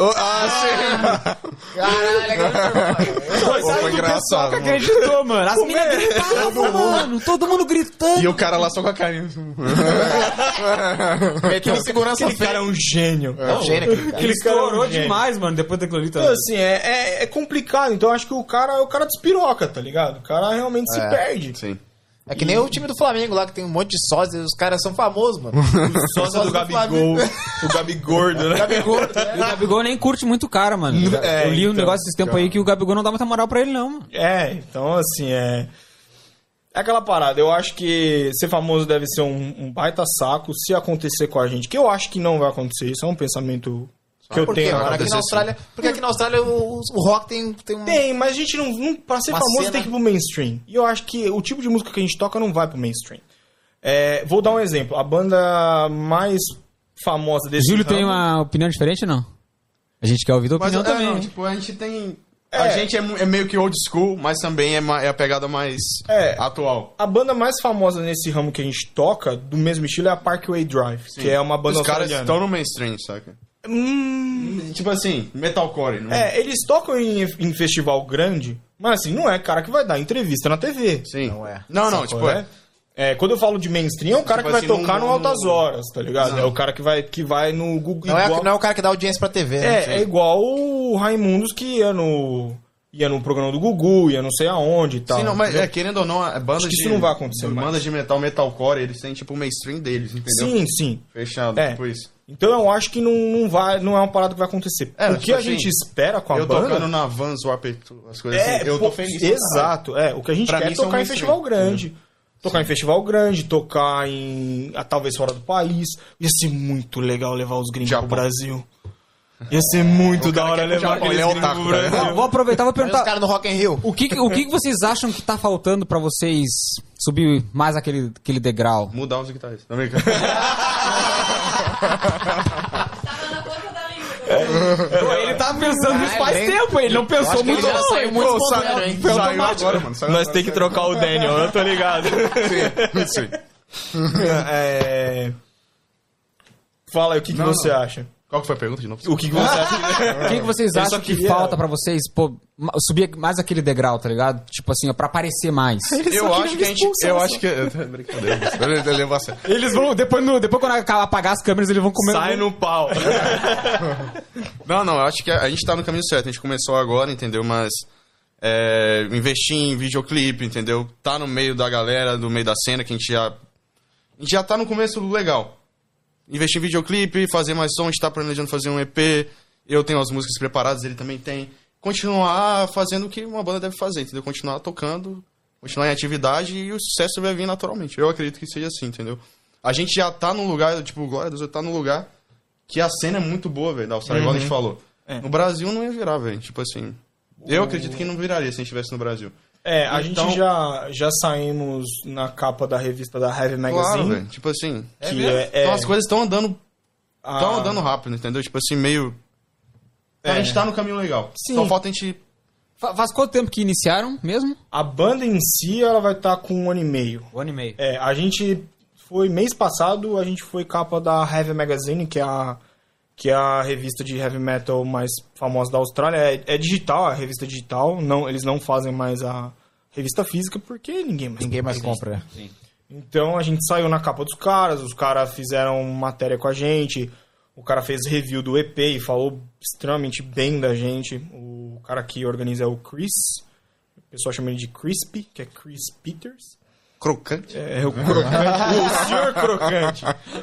Caralho, Foi engraçado, mano. Acreditou, mano. As meninas gritavam, mano. Todo mundo gritando. E o cara lá só com a carinha. Aquele segurança Aquele cara é um gênio. É um gênio, aquele cara. Ele cara é um estourou gênio. demais, mano, depois daquilo ali Então, também. assim, é complicado. Então, eu acho que o cara despiroca, tá ligado? O cara realmente se perde. Sim. É que nem o time do Flamengo lá, que tem um monte de sócios, os caras são famosos, mano. Sósia do Gabigol, o Gabigordo, né? Gabigol, E o Gabigol nem curte muito o cara, mano. Eu li um então, negócio esse tempo aí que o Gabigol não dá muita moral pra ele, não, mano. Então, assim, é aquela parada. Eu acho que ser famoso deve ser um baita saco se acontecer com a gente. Que eu acho que não vai acontecer. Isso é um pensamento que eu Por quê, tenho. mano? Aqui na Austrália, porque aqui na Austrália o rock tem um... Tem, mas a gente não pra ser Uma famoso cena. tem que ir pro mainstream. E eu acho que o tipo de música que a gente toca não vai pro mainstream. Vou dar um exemplo. A banda mais famosa desse Júlio tem ramo- uma opinião diferente, não? A gente quer ouvir tua Mas, opinião também. não, hein? tipo, a gente tem... A gente é meio que old school, mas também é a pegada mais atual. A banda mais famosa nesse ramo que a gente toca, do mesmo estilo, é a Parkway Drive, que é uma banda Os caras australiana. estão no mainstream, saca? Tipo assim, metalcore. Não... Eles tocam em festival grande, mas assim, não é cara que vai dar entrevista na TV. Sim. Não é. Não, Sacou, tipo, né? Quando eu falo de mainstream, é o cara Tipo que vai assim, tocar não- no Altas não- Horas, tá ligado? É o cara que vai no Google. Não é o cara que dá audiência pra TV, né? É igual o Raimundos que ia no programa do Gugu, ia não sei aonde e tal. Sim, não, mas entendeu? querendo ou não, a banda Acho que de... isso não vai acontecer mais. Bandas de metalcore, eles têm tipo o mainstream deles, entendeu? Sim. Fechado, É. tipo isso. Então eu acho que não é uma parada que vai acontecer. É, o que tipo a gente assim, espera com a Eu banda... tocando na Vans, Warped, as coisas assim, eu tô feliz. pra caralho. Exato, o que a gente Pra quer mim é são tocar em mainstream, festival grande. Tocar em festival grande, tocar em... talvez fora do país. Ia ser muito legal levar os gringos Japão. pro Brasil. Ia ser muito da hora quer ir pro levar Japão, aqueles ele é gringos otaku, pro né? Brasil. Vou aproveitar e vou Olha os perguntar. caras no Rock in Rio. O que vocês acham que tá faltando pra vocês subir mais aquele degrau? Mudar os guitarristas. Não, brincando. Ele tá pensando nisso faz tempo, ele não pensou acho que muito ele já não, saiu hein? muito Pô, espontâneo, saiu- hein? foi Saiu automático. agora, mano. Saiu Nós agora. tem que trocar o Daniel, eu tô ligado. Sim. Fala aí, o que Não, você não. acha? Qual que foi a pergunta de novo? O que você acha? O que vocês Eu acham só que queria- falta pra vocês subir mais aquele degrau, tá ligado? Tipo assim, ó, pra aparecer mais. Eu acho que a gente... Eu acho que... Brincadeira. Eu levo a sério. Eles vão, depois quando apagar as câmeras, eles vão comer. Sai no pau. Não, eu acho que a gente tá no caminho certo. A gente começou agora, entendeu? Mas investir em videoclipe, entendeu? Tá no meio da galera, no meio da cena, que a gente já tá no começo legal. Investir em videoclipe, fazer mais som, a gente tá planejando fazer um EP. Eu tenho as músicas preparadas, ele também tem. Continuar fazendo o que uma banda deve fazer, entendeu? Continuar tocando, continuar em atividade e o sucesso vai vir naturalmente. Eu acredito que seja assim, entendeu? A gente já tá num lugar, tipo, glória a Deus, tá num lugar que a cena é muito boa, velho, da Austrália, igual a gente falou. No Brasil não ia virar, velho. Tipo assim, eu acredito que não viraria se a gente estivesse no Brasil. A Então- gente já saímos na capa da revista da Heavy Claro, Magazine. velho. Tipo assim, que é- então as coisas estão andando a- rápido, entendeu? Tipo assim, meio... A gente tá no caminho legal. Sim. Só falta a gente... Faz quanto tempo que iniciaram mesmo? A banda em si, ela vai estar com 1 ano e meio. 1 ano e meio. A gente foi, mês passado, a gente foi capa da Heavy Magazine, que é a revista de heavy metal mais famosa da Austrália. É digital, a revista digital. Não, eles não fazem mais a revista física, porque ninguém mais compra. Então a gente saiu na capa dos caras, os caras fizeram matéria com a gente, o cara fez review do EP e falou extremamente bem da gente. O cara que organiza é o Chris, o pessoal chama ele de Crispy, que é Chris Peters. Crocante. É o crocante, o senhor crocante.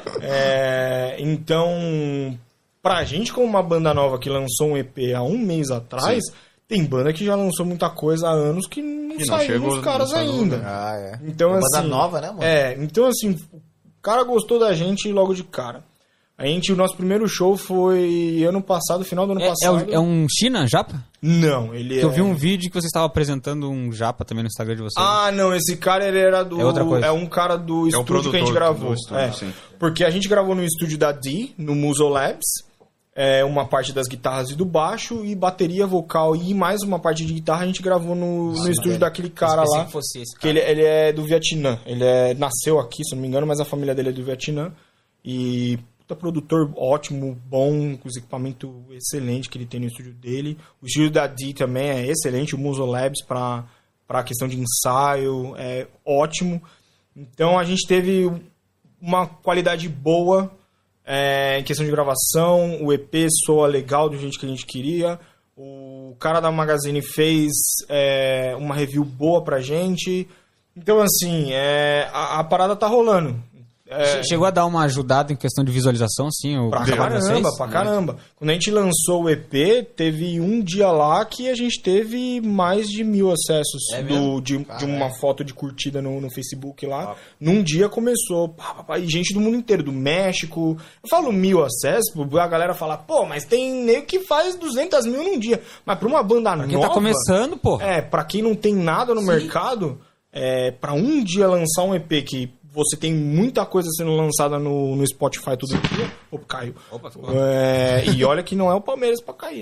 Então, pra gente como uma banda nova que lançou um EP há um mês atrás, tem banda que já lançou muita coisa há anos que não saiu chegou, nos caras não saiu, ainda. né? Ah, é. Então, Uma assim, banda nova, né, mano? Então assim, o cara gostou da gente logo de cara. O nosso primeiro show foi ano passado, final do ano passado. É um China, japa? Não, ele Eu vi um vídeo que você estava apresentando um japa também no Instagram de vocês. Ah, não, esse cara ele era do... É outra coisa. É um cara do estúdio que a gente produtor gravou. do estúdio, sim. Porque a gente gravou no estúdio da D, no Muso Labs. uma parte das guitarras e do baixo, e bateria, vocal e mais uma parte de guitarra a gente gravou no estúdio daquele cara Pensei lá. que fosse esse Que cara. ele é do Vietnã. Ele nasceu aqui, se não me engano, mas a família dele é do Vietnã. E puta produtor ótimo, bom, com os equipamentos excelentes que ele tem no estúdio dele. O estúdio da Dee também é excelente, o Muso Labs para a questão de ensaio é ótimo. Então a gente teve uma qualidade boa em questão de gravação, o EP soa legal do jeito que a gente queria. O cara da Magazine fez uma review boa pra gente. Então, assim, a parada tá rolando. Chegou a dar uma ajudada em questão de visualização, sim? Pra caramba. Quando a gente lançou o EP, teve um dia lá que a gente teve mais de 1.000 acessos de uma foto de curtida no Facebook lá. Num dia começou, e gente do mundo inteiro, do México. Eu falo 1.000 acessos, a galera fala, pô, mas tem nego que faz 200 mil num dia. Mas pra uma banda nova... Quem tá começando, pô. Pra quem não tem nada no mercado, pra um dia lançar um EP que... Você tem muita coisa sendo lançada no Spotify todo dia. Opa, caiu. Opa, ficou. E olha que não é o Palmeiras pra cair.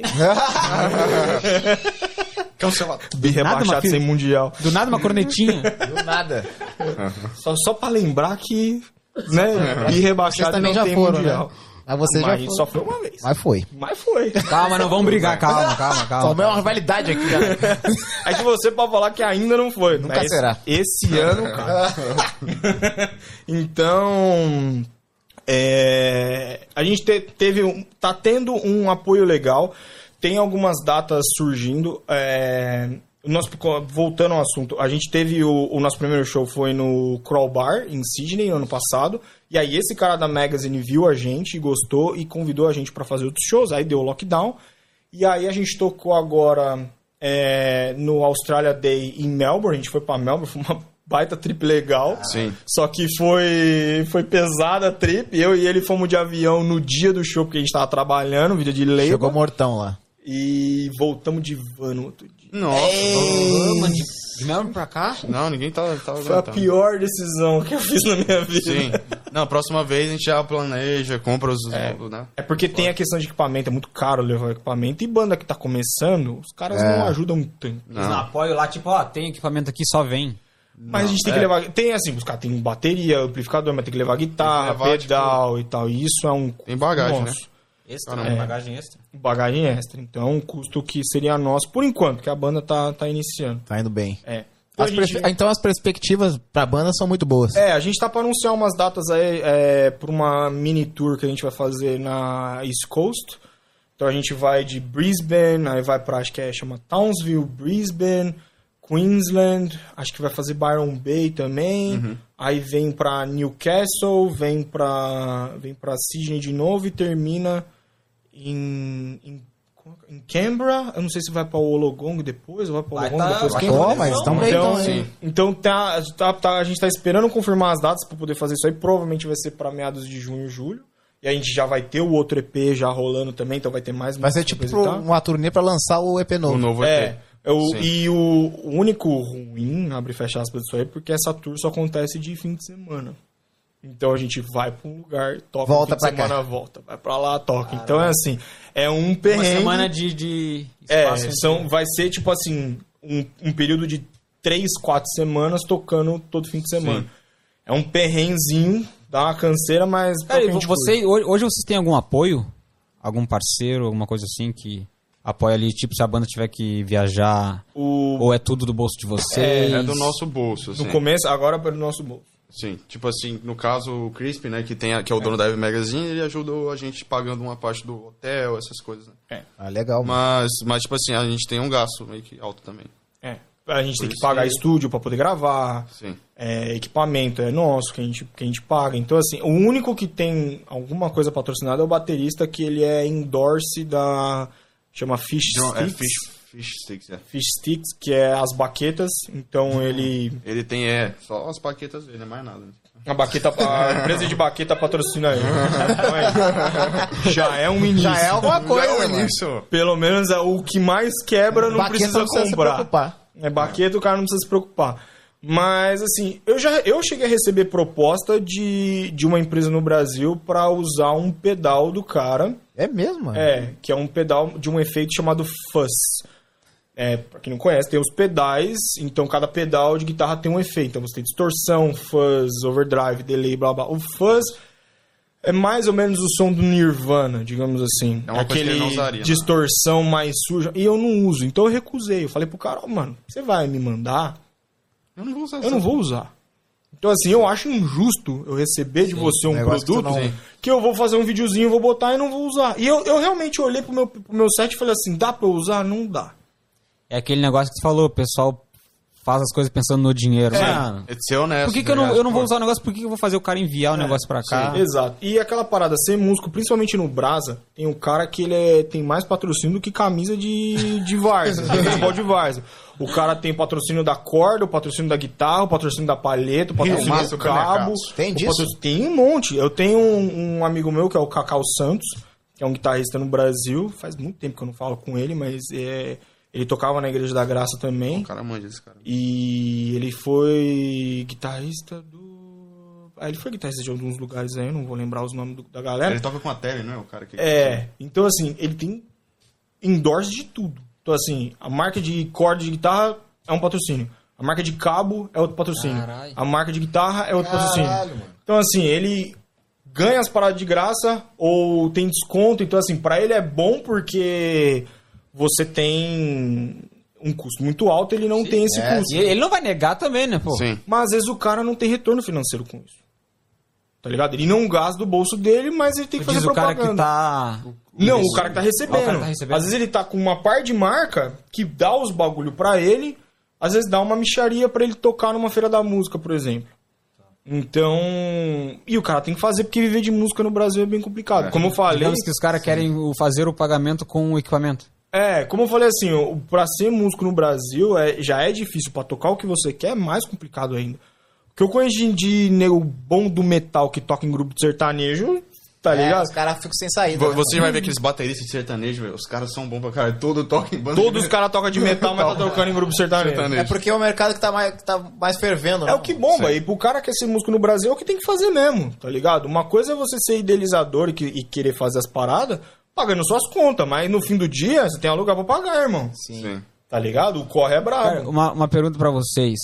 Cancelado. Bi rebaixado sem mundial. Do nada uma cornetinha. Do nada. Só pra lembrar que, né, bi rebaixado Vocês também não já tem foram, mundial. né? Mas vocês Mas já foram. só foi uma vez. Mas foi. Calma, não vamos brigar, calma. Tomei uma rivalidade aqui, cara. Aí você pode falar que ainda não foi. Nunca Mas será. Esse ano, cara. Então, a gente tá tendo um apoio legal. Tem algumas datas surgindo. Voltando ao assunto, a gente teve o nosso primeiro show foi no Crawl Bar, em Sydney, no ano passado. E aí esse cara da Magazine viu a gente, gostou e convidou a gente pra fazer outros shows. Aí deu o lockdown. E aí a gente tocou agora no Australia Day em Melbourne. A gente foi pra Melbourne, foi uma baita trip legal. Sim. Só que foi pesada a trip. Eu e ele fomos de avião no dia do show, porque a gente tava trabalhando, vídeo de lei. Chegou mortão lá. E voltamos de van no outro dia. Nossa. De Melbourne pra cá? Não, ninguém tava Foi a aguentando. pior decisão que eu fiz na minha vida. Sim. Não, próxima vez a gente já planeja, compra os... né? É porque tem a questão de equipamento, é muito caro levar o equipamento. E banda que tá começando, os caras não ajudam tanto. Eles não apoiam lá, tipo, ó, tem equipamento aqui, só vem. Mas a gente tem que levar... Tem assim, os caras tem bateria, amplificador, mas tem que levar guitarra, Tem que levar, pedal e tal. E isso é um... Tem bagagem, nosso. né? Extra, Caramba. bagagem extra. Bagagem extra. Então, um custo que seria nosso, por enquanto, que a banda tá iniciando. Tá indo bem. Então, Então as perspectivas pra banda são muito boas. a gente tá pra anunciar umas datas aí pra uma mini tour que a gente vai fazer na East Coast. Então a gente vai de Brisbane, aí vai pra, acho que chama Townsville, Brisbane, Queensland, acho que vai fazer Byron Bay também. Aí vem pra Newcastle, vem pra Sydney de novo e termina em Canberra. Eu não sei se vai pra Wollongong depois ou vai pra Wollongong depois. Canberra. Mas estão bem, Então a gente tá esperando confirmar as datas pra poder fazer isso aí. Provavelmente vai ser pra meados de junho, julho. E a gente já vai ter o outro EP já rolando também, então vai ter mais... Vai ser tipo uma turnê pra lançar o EP novo. O novo EP. E o único ruim, abre e fecha aspas disso aí, porque essa tour só acontece de fim de semana. Então a gente vai pra um lugar, toca, volta fim de semana, volta. Vai pra lá, toca. Então é assim, é um perrengue... Uma semana de espaço. Vai ser tipo assim, um período de 3, 4 semanas tocando todo fim de semana. Sim. É um perrenzinho, dá uma canseira, mas... Cara, a gente curte. hoje vocês têm algum apoio? Algum parceiro, alguma coisa assim que apoia ali, tipo, se a banda tiver que viajar, ou é tudo do bolso de vocês? É do nosso bolso, assim. No começo, agora é pelo nosso bolso. Sim, tipo assim, no caso o Crispy, né, que é o dono da Heavy Magazine, ele ajudou a gente pagando uma parte do hotel, essas coisas, né? Ah, legal. Mas tipo assim, a gente tem um gasto meio que alto também. A gente tem Por que isso pagar que- estúdio pra poder gravar. Sim. Equipamento é nosso, que a gente paga. Então, assim, o único que tem alguma coisa patrocinada é o baterista, que ele é endorse da... Chama Fish Sticks. Fish Sticks, é. Fish Sticks, que é as baquetas. Então, ele... Ele tem, só as paquetas dele, não é mais nada. A empresa de baqueta patrocina ele. Então, já é um início. Já é alguma coisa, Não, mano. isso. Pelo menos é o que mais quebra, não Baqueta precisa não precisa se comprar. preocupar. Baqueta o cara não precisa se preocupar. Mas, assim, eu cheguei a receber proposta de uma empresa no Brasil para usar um pedal do cara É mesmo, mano? Que é um pedal de um efeito chamado fuzz. Pra quem não conhece, tem os pedais, então cada pedal de guitarra tem um efeito. Então você tem distorção, fuzz, overdrive, delay, blá blá. O fuzz é mais ou menos o som do Nirvana, digamos assim. É uma coisa que ele não Aquele usaria, distorção mais suja. E eu não uso, então eu recusei. Eu falei pro cara, mano, você vai me mandar? Eu não vou usar Eu não vou usar. Então, assim, eu acho injusto eu receber de você um negócio que tu produto não- que eu vou fazer um videozinho, vou botar e não vou usar. E eu realmente olhei pro meu set e falei assim, dá pra eu usar? Não dá. É aquele negócio que você falou, o pessoal faz as coisas pensando no dinheiro. Mano, É de ser honesto. por que, tá que eu ligado? não vou Pô, usar o negócio? Por que eu vou fazer o cara enviar o negócio pra cá? Exato. E aquela parada, ser músico, principalmente no Brasa, tem um cara que ele tem mais patrocínio do que camisa de Várzea, de futebol de Várzea. O cara tem patrocínio da corda, o patrocínio da guitarra, o patrocínio da palheta, o patrocínio Massa, do cabo. Tem o disso? Tem um monte. Eu tenho um amigo meu que é o Cacau Santos, que é um guitarrista no Brasil. Faz muito tempo que eu não falo com ele, mas ele tocava na Igreja da Graça também. O cara manja desse cara. E ele foi guitarrista do... ele foi guitarrista de alguns lugares aí, eu não vou lembrar os nomes da galera. Ele toca com a tele, não é? O cara que... Então assim, ele tem endorse de tudo. Então assim, a marca de corda de guitarra é um patrocínio. A marca de cabo é outro patrocínio. Caralho. A marca de guitarra é outro patrocínio. Mano. Então assim, ele ganha as paradas de graça ou tem desconto. Então assim, pra ele é bom porque você tem um custo muito alto, ele não tem esse custo. E ele não vai negar também, né, pô? Sim. Mas às vezes o cara não tem retorno financeiro com isso. Tá ligado? Ele não gasta do bolso dele, mas ele tem que fazer Diz o cara propaganda. que tá... Não, o cara que tá recebendo. O cara tá recebendo. Às vezes ele tá com uma par de marca que dá os bagulho pra ele, às vezes dá uma micharia pra ele tocar numa feira da música, por exemplo. Então... E o cara tem que fazer, porque viver de música no Brasil é bem complicado. Como eu falei... Digamos que os caras querem fazer o pagamento com o equipamento. Como eu falei assim, pra ser músico no Brasil já é difícil. Pra tocar o que você quer é mais complicado ainda. O que eu conheço de nego bom do metal que toca em grupo de sertanejo, tá ligado? Os caras ficam sem saída. Você vai ver aqueles bateristas de sertanejo, velho. Os caras são bons pra caralho. Todo toca em banda. Todos os caras tocam de metal, mas tá tocando em grupo sertanejo. Sertanejo. É porque é o mercado que tá mais fervendo, né? É o que bomba. E pro cara que quer ser músico no Brasil é o que tem que fazer mesmo, tá ligado? Uma coisa é você ser idealizador e querer fazer as paradas pagando suas contas, mas no fim do dia você tem alugar pra pagar, irmão. Sim. Tá ligado? O corre é brabo. Cara, uma pergunta pra vocês.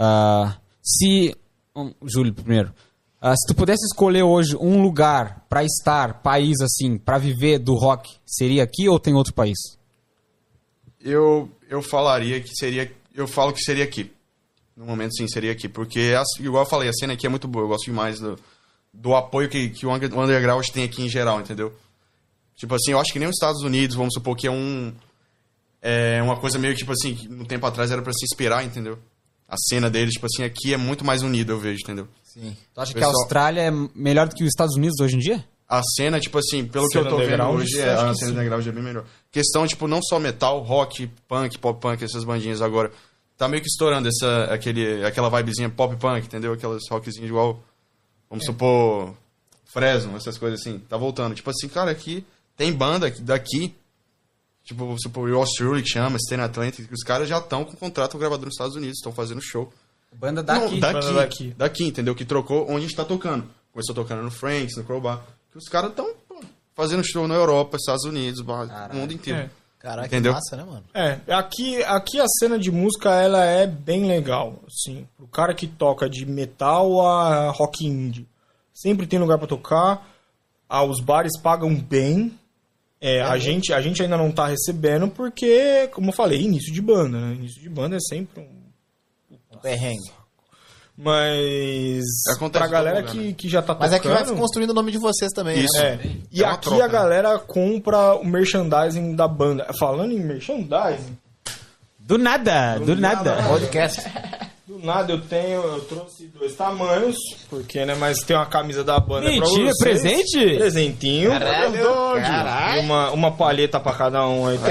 Júlio, primeiro. Se tu pudesse escolher hoje um lugar pra estar, país assim, pra viver do rock, seria aqui ou tem outro país? Eu falaria que seria... Eu falo que seria aqui. No momento, sim, seria aqui. Porque, igual eu falei, a cena aqui é muito boa. Eu gosto demais do apoio que o underground tem aqui em geral, entendeu? Tipo assim, eu acho que nem os Estados Unidos, vamos supor que é uma coisa meio tipo assim, que no tempo atrás era pra se inspirar, entendeu? A cena deles, tipo assim, aqui é muito mais unida, eu vejo, entendeu? Sim. Tu acha que Pessoal- a Austrália é melhor do que os Estados Unidos hoje em dia? A cena, tipo assim, pelo que Cena eu tô vendo underground, hoje, acho a que cena sim. underground é bem melhor. Questão, tipo, não só metal, rock, punk, pop punk, essas bandinhas agora. Tá meio que estourando aquela vibezinha pop punk, entendeu? Aquelas rockzinhas igual, vamos supor, Fresno, essas coisas assim. Tá voltando. Tipo assim, cara, aqui tem banda daqui, tipo, vamos supor, o Australia que chama, Stay Atlantic, os caras já estão com contrato com o gravador nos Estados Unidos, estão fazendo show. Banda Não, daqui. daqui, entendeu? Que trocou onde a gente tá tocando. Começou tocando no Franks, no Crowbar. Que os caras estão fazendo show na Europa, Estados Unidos, no mundo inteiro. Caraca, Entendeu? que massa, né, mano? Aqui a cena de música, ela é bem legal, assim. Pro cara que toca de metal a rock indie. Sempre tem lugar pra tocar. Os bares pagam bem. A gente ainda não tá recebendo porque, como eu falei, início de banda, né? Início de banda é sempre um... Perrengue. Mas Acontece pra em galera todo lugar, né? que já tá Mas tocando... é que vai construindo o nome de vocês também, Isso. né? E É uma aqui troca, a né? galera compra o merchandising da banda. Falando em merchandising, Do nada. Podcast. do nada eu trouxe 2 tamanhos, porque, né, mas tem uma camisa da banda pra Mentira, vocês. presente? Presentinho. Caralho. E uma palheta pra cada um aí.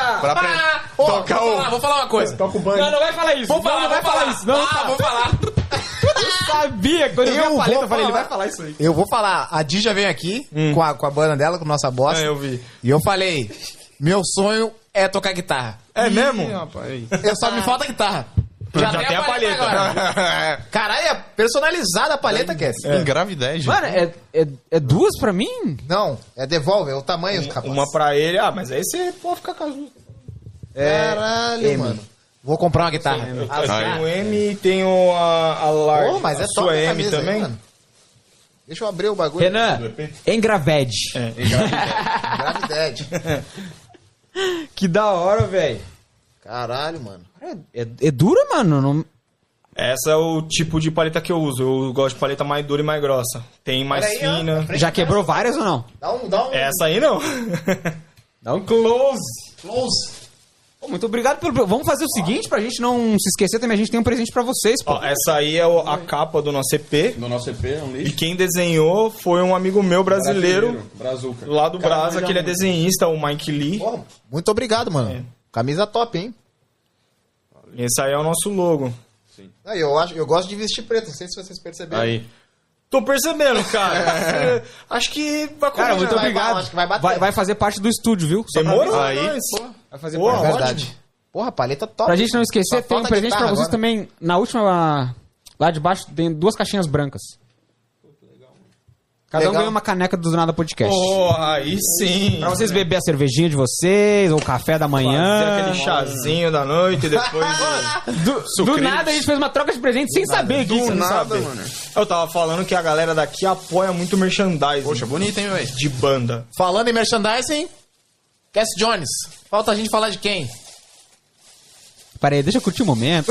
Vou falar uma coisa. Toca o banho. Não vai falar isso. Não vai falar isso. Não, vou falar. eu sabia. Quando eu vi a Eu paleta, vou eu falei, ele falar. vai falar isso aí. Eu vou falar. A Di já veio aqui com a banda dela, com nossa boss. Eu vi. E eu falei, meu sonho é tocar guitarra. É mesmo? Eu só me falta guitarra. Já tem a palheta. agora. Caralho, é personalizada a palheta, Cass. Engravidez, gente. Mano, é duas pra mim? Não, é devolve, é o tamanho, rapaz. Uma pra ele. Ah, mas aí você pode ficar com as duas. Caralho, mano. Vou comprar uma guitarra. Eu tenho o M e tenho a Large. Pô, mas é a top sua a M camisa aí, também? mano. Deixa eu abrir o bagulho. Renan, engravede. Gravidade. Que da hora, velho. Caralho, mano. É dura, mano. Não... Essa é o tipo de paleta que eu uso. Eu gosto de paleta mais dura e mais grossa. Tem mais Olha aí, fina. ó. Já quebrou várias ou não? Dá um... Essa aí não. Dá um close. Close. Pô, muito obrigado pelo... Vamos fazer o seguinte, pra gente não se esquecer também. A gente tem um presente pra vocês, pô. Ó, essa aí é a capa do nosso EP. No nosso EP é um E lixo. quem desenhou foi um amigo meu brasileiro Brazuca. lá do Cara, Brasa, manja que ele é muito. desenhista, o Mike Lee. Porra, muito obrigado, mano. Camisa top, hein? Esse aí é o nosso logo. Aí, eu gosto de vestir preto, não sei se vocês perceberam. Aí. Tô percebendo, cara. Acho que vai Cara, muito vai- obrigado. acho que vai bater. Vai fazer parte do estúdio, viu? Só pra Demorou avisar. aí. Vai fazer Pô, parte. É ótimo. verdade. Porra, paleta top. Pra gente não esquecer, Só tem um falta presente pra guitarra vocês agora. também. Na última, lá de baixo, tem 2 caixinhas brancas. Cada um Legal. ganha uma caneca do Nada Podcast. Porra, aí sim. Pra vocês beber a cervejinha de vocês, ou o café da Fazer manhã. aquele chazinho da noite e depois... Do nada a gente fez uma troca de presente sem saber disso. Sem nada, saber. mano. Eu tava falando que a galera daqui apoia muito merchandising. Poxa, bonito, hein, velho? De banda. Falando em merchandising, Cass Jones. Falta a gente falar de quem? Peraí, deixa eu curtir o momento.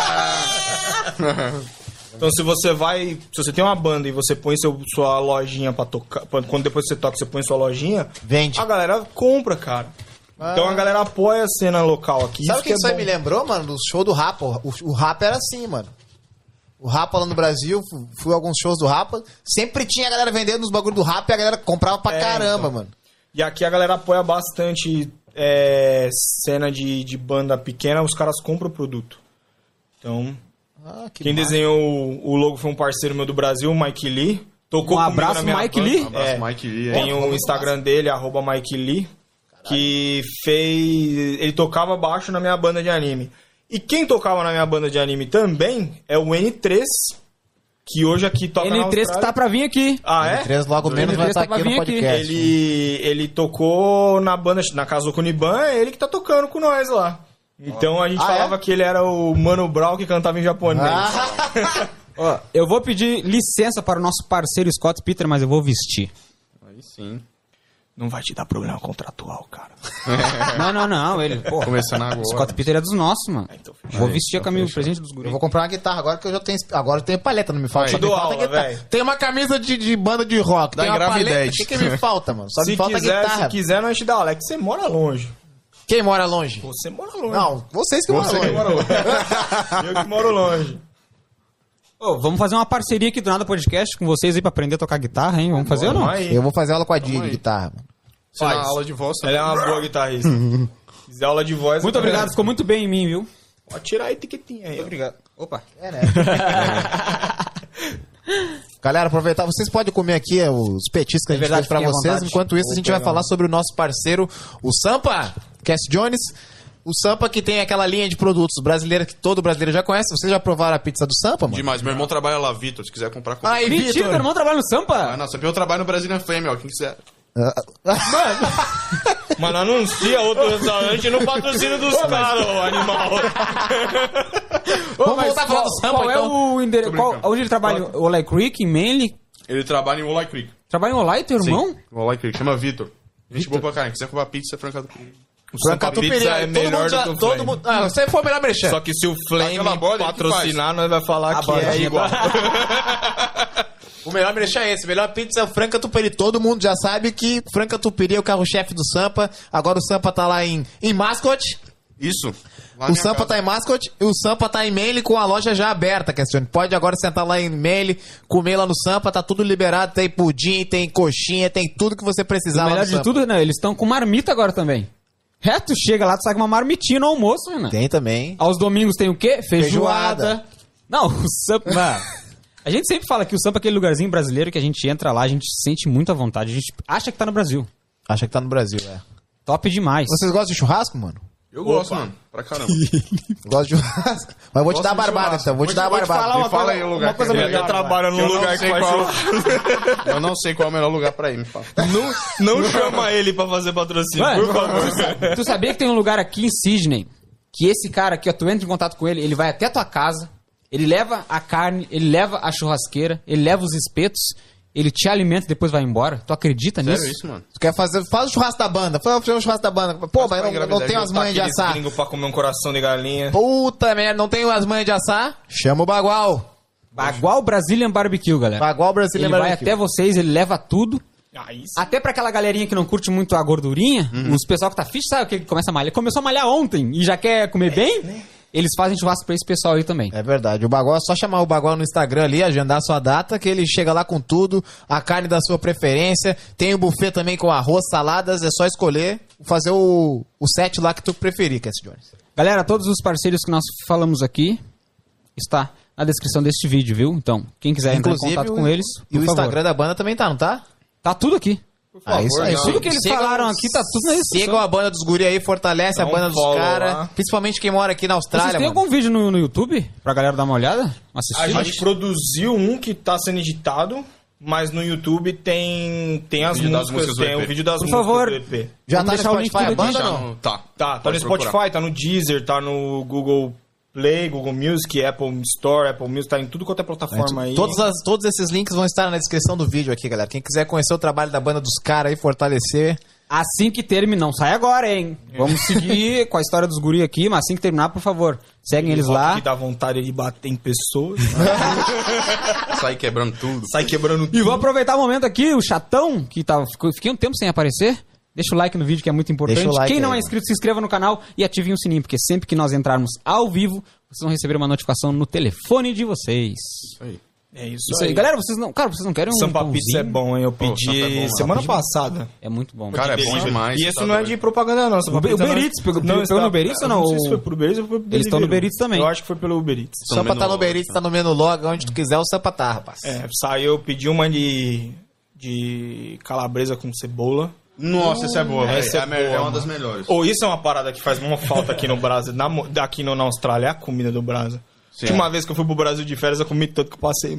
Então se você tem uma banda e você põe sua lojinha pra tocar, quando depois você toca, você põe sua lojinha, Vende. a galera compra, cara. Então a galera apoia a cena local aqui. Sabe o que isso aí bom. me lembrou, mano? Do show do Rapa. O Rapa era assim, mano. O Rapa lá no Brasil, fui a alguns shows do Rapa, sempre tinha a galera vendendo os bagulhos do Rapa e a galera comprava pra caramba, então. mano. E aqui a galera apoia bastante cena de banda pequena, os caras compram o produto. Então, Ah, que quem massa. desenhou o logo foi um parceiro meu do Brasil, o Mike Lee. Tocou Um comigo abraço, na minha Mike banda. Lee. Abraço, Mike Lee. Tem o Instagram dele, @Mike Lee, que fez... Ele tocava baixo na minha banda de anime. E quem tocava na minha banda de anime também é o N3, que hoje aqui toca na N3 que Austrália. tá pra vir aqui. Ah, é? 3 logo menos N3 vai estar tá pra aqui no vir aqui. podcast. Ele tocou na banda, na casa do Kuniban, é ele que tá tocando com nós lá. Então a gente falava que ele era o Mano Brown que cantava em japonês. Ó, eu vou pedir licença para o nosso parceiro Scott Peter, mas eu vou vestir. Aí sim. Não vai te dar problema contratual, cara. Não, ele, pô. Começando agora. Scott Peter é dos nossos, mano. Então, Vou vestir a camisa, o presente dos Eu guris. vou comprar uma guitarra agora que eu já tenho. Agora eu tenho paleta, não me falta. Aí, Só me dou falta aula, guitarra. velho. Tem uma camisa de banda de rock. Dá Tem uma engravidez. paleta. O que me falta, mano? Só me Se falta quiser, guitarra. nós te dá aula. É que você mora longe. Quem mora longe? Você mora longe. Não, vocês que moram longe. Eu que moro longe. Ô, vamos fazer uma parceria aqui do Nada Podcast com vocês aí pra aprender a tocar guitarra, hein? Vamos fazer ou não? Vamos aí. Eu vou fazer aula com a Di de guitarra, mano. Você dá Faz. aula de voz Ela também. é uma boa guitarrista. Se quiser aula de voz... Muito obrigado, ficou muito bem em mim, viu? Pode tirar a etiquetinha aí. Obrigado. Opa. É, né? Galera, aproveitar, vocês podem comer aqui os petiscos que a gente verdade, fez pra fiquem à vocês. vontade. Enquanto isso, a gente vai falar sobre o nosso parceiro, o Sampa, Cass Jones. O Sampa que tem aquela linha de produtos brasileira que todo brasileiro já conhece. Vocês já provaram a pizza do Sampa, mano? Demais. Meu irmão trabalha lá, Vitor. Se quiser comprar, compra. Aí, Mentira, Vitor. meu irmão trabalha no Sampa? Ah, não, sabia eu trabalho no Brazilian Flame, ó. Quem quiser. Mano, anuncia outro restaurante no patrocínio dos caras, ô animal. Vamos voltar a falar do Sampa, Qual é então. o endereço? Onde ele trabalha? Olay Creek, em Manly? Ele trabalha em Olay Creek. Trabalha em Olay, teu irmão? Sim, Olay Creek. Chama Vitor. Gente boa pra caralho. Se quiser comprar pizza, Franca do Franca Sampa Tupiri, Pizza é todo melhor mundo do já, que o todo Flame. mundo. Ah, você foi o melhor mexer. Só que se o Flame Aquela bola, ele que patrocinar, nós vai falar que é bolinha igual. O melhor mexer é esse. O melhor pizza é o Franca Tupiri. Todo mundo já sabe que Franca Tupiri é o carro-chefe do Sampa. Agora o Sampa tá lá em Mascot. Isso. Lá O na Sampa casa. tá em Mascot e o Sampa tá em Manly com a loja já aberta, Cassione. Pode agora sentar lá em Manly, comer lá no Sampa, tá tudo liberado. Tem pudim, tem coxinha, tem tudo que você precisar O lá melhor no de Sampa. tudo, né? Eles estão com marmita agora também. Tu chega lá, tu sai com uma marmitinha no almoço, Renan. Tem também. Aos domingos tem o quê? Feijoada. Feijoada. Não, o Sampa... Mano, a gente sempre fala que o Sampa é aquele lugarzinho brasileiro que a gente entra lá, a gente sente muita vontade. A gente acha que tá no Brasil. Acha que tá no Brasil, é. Top demais. Vocês gostam de churrasco, mano? Eu gosto, mano. Pra caramba. Gosto de churrasco. Mas vou te dar a barbada, então. Vou te dar a barbada. Fala aí o lugar. uma coisa Ele melhor, até trabalha num Eu não lugar que sei faz qual- churrasco. Eu não sei qual é o melhor lugar pra ir, me fala. Não chama ele pra fazer patrocínio, Mano, por favor. tu sabia que tem um lugar aqui em Sydney que esse cara aqui, ó, tu entra em contato com ele vai até a tua casa, ele leva a carne, ele leva a churrasqueira, ele leva os espetos, ele te alimenta e depois vai embora? Tu acredita nisso? Sério isso, mano? Tu quer fazer... Faz o churrasco da banda. Faz o churrasco da banda. Pô, mas não tenho as manhas de Aqueles assar. gringos pra comer um coração de galinha. Puta merda, não tenho as manhas de assar? Chama o Bagual. Bagual Brazilian Barbecue, galera. Bagual Brasileiro. Ele vai até vocês, ele leva tudo. Aí sim. Até pra aquela galerinha que não curte muito a gordurinha, os pessoal que tá fit, sabe o que começa a malhar? Começou a malhar ontem e já quer comer bem? Eles fazem churrasco pra esse pessoal aí também. É verdade. O Bagual é só chamar o Bagual no Instagram ali, agendar a sua data, que ele chega lá com tudo, a carne da sua preferência. Tem o buffet também com arroz, saladas, é só escolher, fazer o set lá que tu preferir, Cassie Jones. Galera, todos os parceiros que nós falamos aqui está na descrição deste vídeo, viu? Então, quem quiser entrar em contato com eles, E o por favor. Instagram da banda também tá, não tá? Tá tudo aqui. Ah, isso aí. Tudo que eles falaram aqui tá tudo na descrição. Sigam a banda dos guri aí, fortalece Dá a um banda dos follow caras. lá. Principalmente quem mora aqui na Vocês Austrália, têm mano. algum vídeo no YouTube pra galera dar uma olhada? A Assistir? gente produziu um que tá sendo editado, mas no YouTube tem as Vídeo das músicas, músicas do tem EP. o vídeo das Por músicas favor. do EP. Já Vamos tá no deixar o link Spotify a tudo aqui. banda Já ou não? não- Tá. Tá no Pode Spotify, procurar. tá no Deezer, tá no Google Play, Google Music, Apple Store, Apple Music, tá em tudo quanto é plataforma aí. Todos esses links vão estar na descrição do vídeo aqui, galera. Quem quiser conhecer o trabalho da banda dos caras aí, fortalecer. Assim que terminar, não sai agora, hein? Vamos seguir com a história dos guri aqui, mas assim que terminar, por favor, seguem eles Rock lá. Que dá vontade de bater em pessoas. Sai quebrando tudo. Sai quebrando E tudo. vou aproveitar o momento aqui, o chatão, que fiquei um tempo sem aparecer. Deixa o like no vídeo que é muito importante. Deixa o like Quem não aí, é inscrito, se inscreva no canal e ative o sininho, porque sempre que nós entrarmos ao vivo, vocês vão receber uma notificação no telefone de vocês. Isso aí. É isso, Isso aí. Galera, vocês não querem um Sampa pãozinho? Pizza é bom, hein? Eu Sampa pedi é bom, semana né? passada. É muito bom. Cara, é bom Delícia. demais. E isso tá não é doido. de propaganda, não. Sampa O Pizza Uber não- Eats, pegou está- no Uber Eats ou não? Não sei se foi pro Uber Eats ou foi pro Eles estão no Deliveroo. Uber Eats também. Eu acho que foi pelo Uber Eats. Estão Sampa tá no vendo- Uber Eats, tá no menu log, onde tu quiser, o Sampa tá, rapaz. Saiu, eu pedi uma de calabresa com cebola. Nossa, essa é boa, velho. Essa é boa, É uma mano. das melhores. Ou isso é uma parada que faz uma falta aqui no Brasil, aqui na Austrália, é a comida do Brasil. Sim. Tinha uma vez que eu fui pro Brasil de férias, eu comi tanto que eu passei.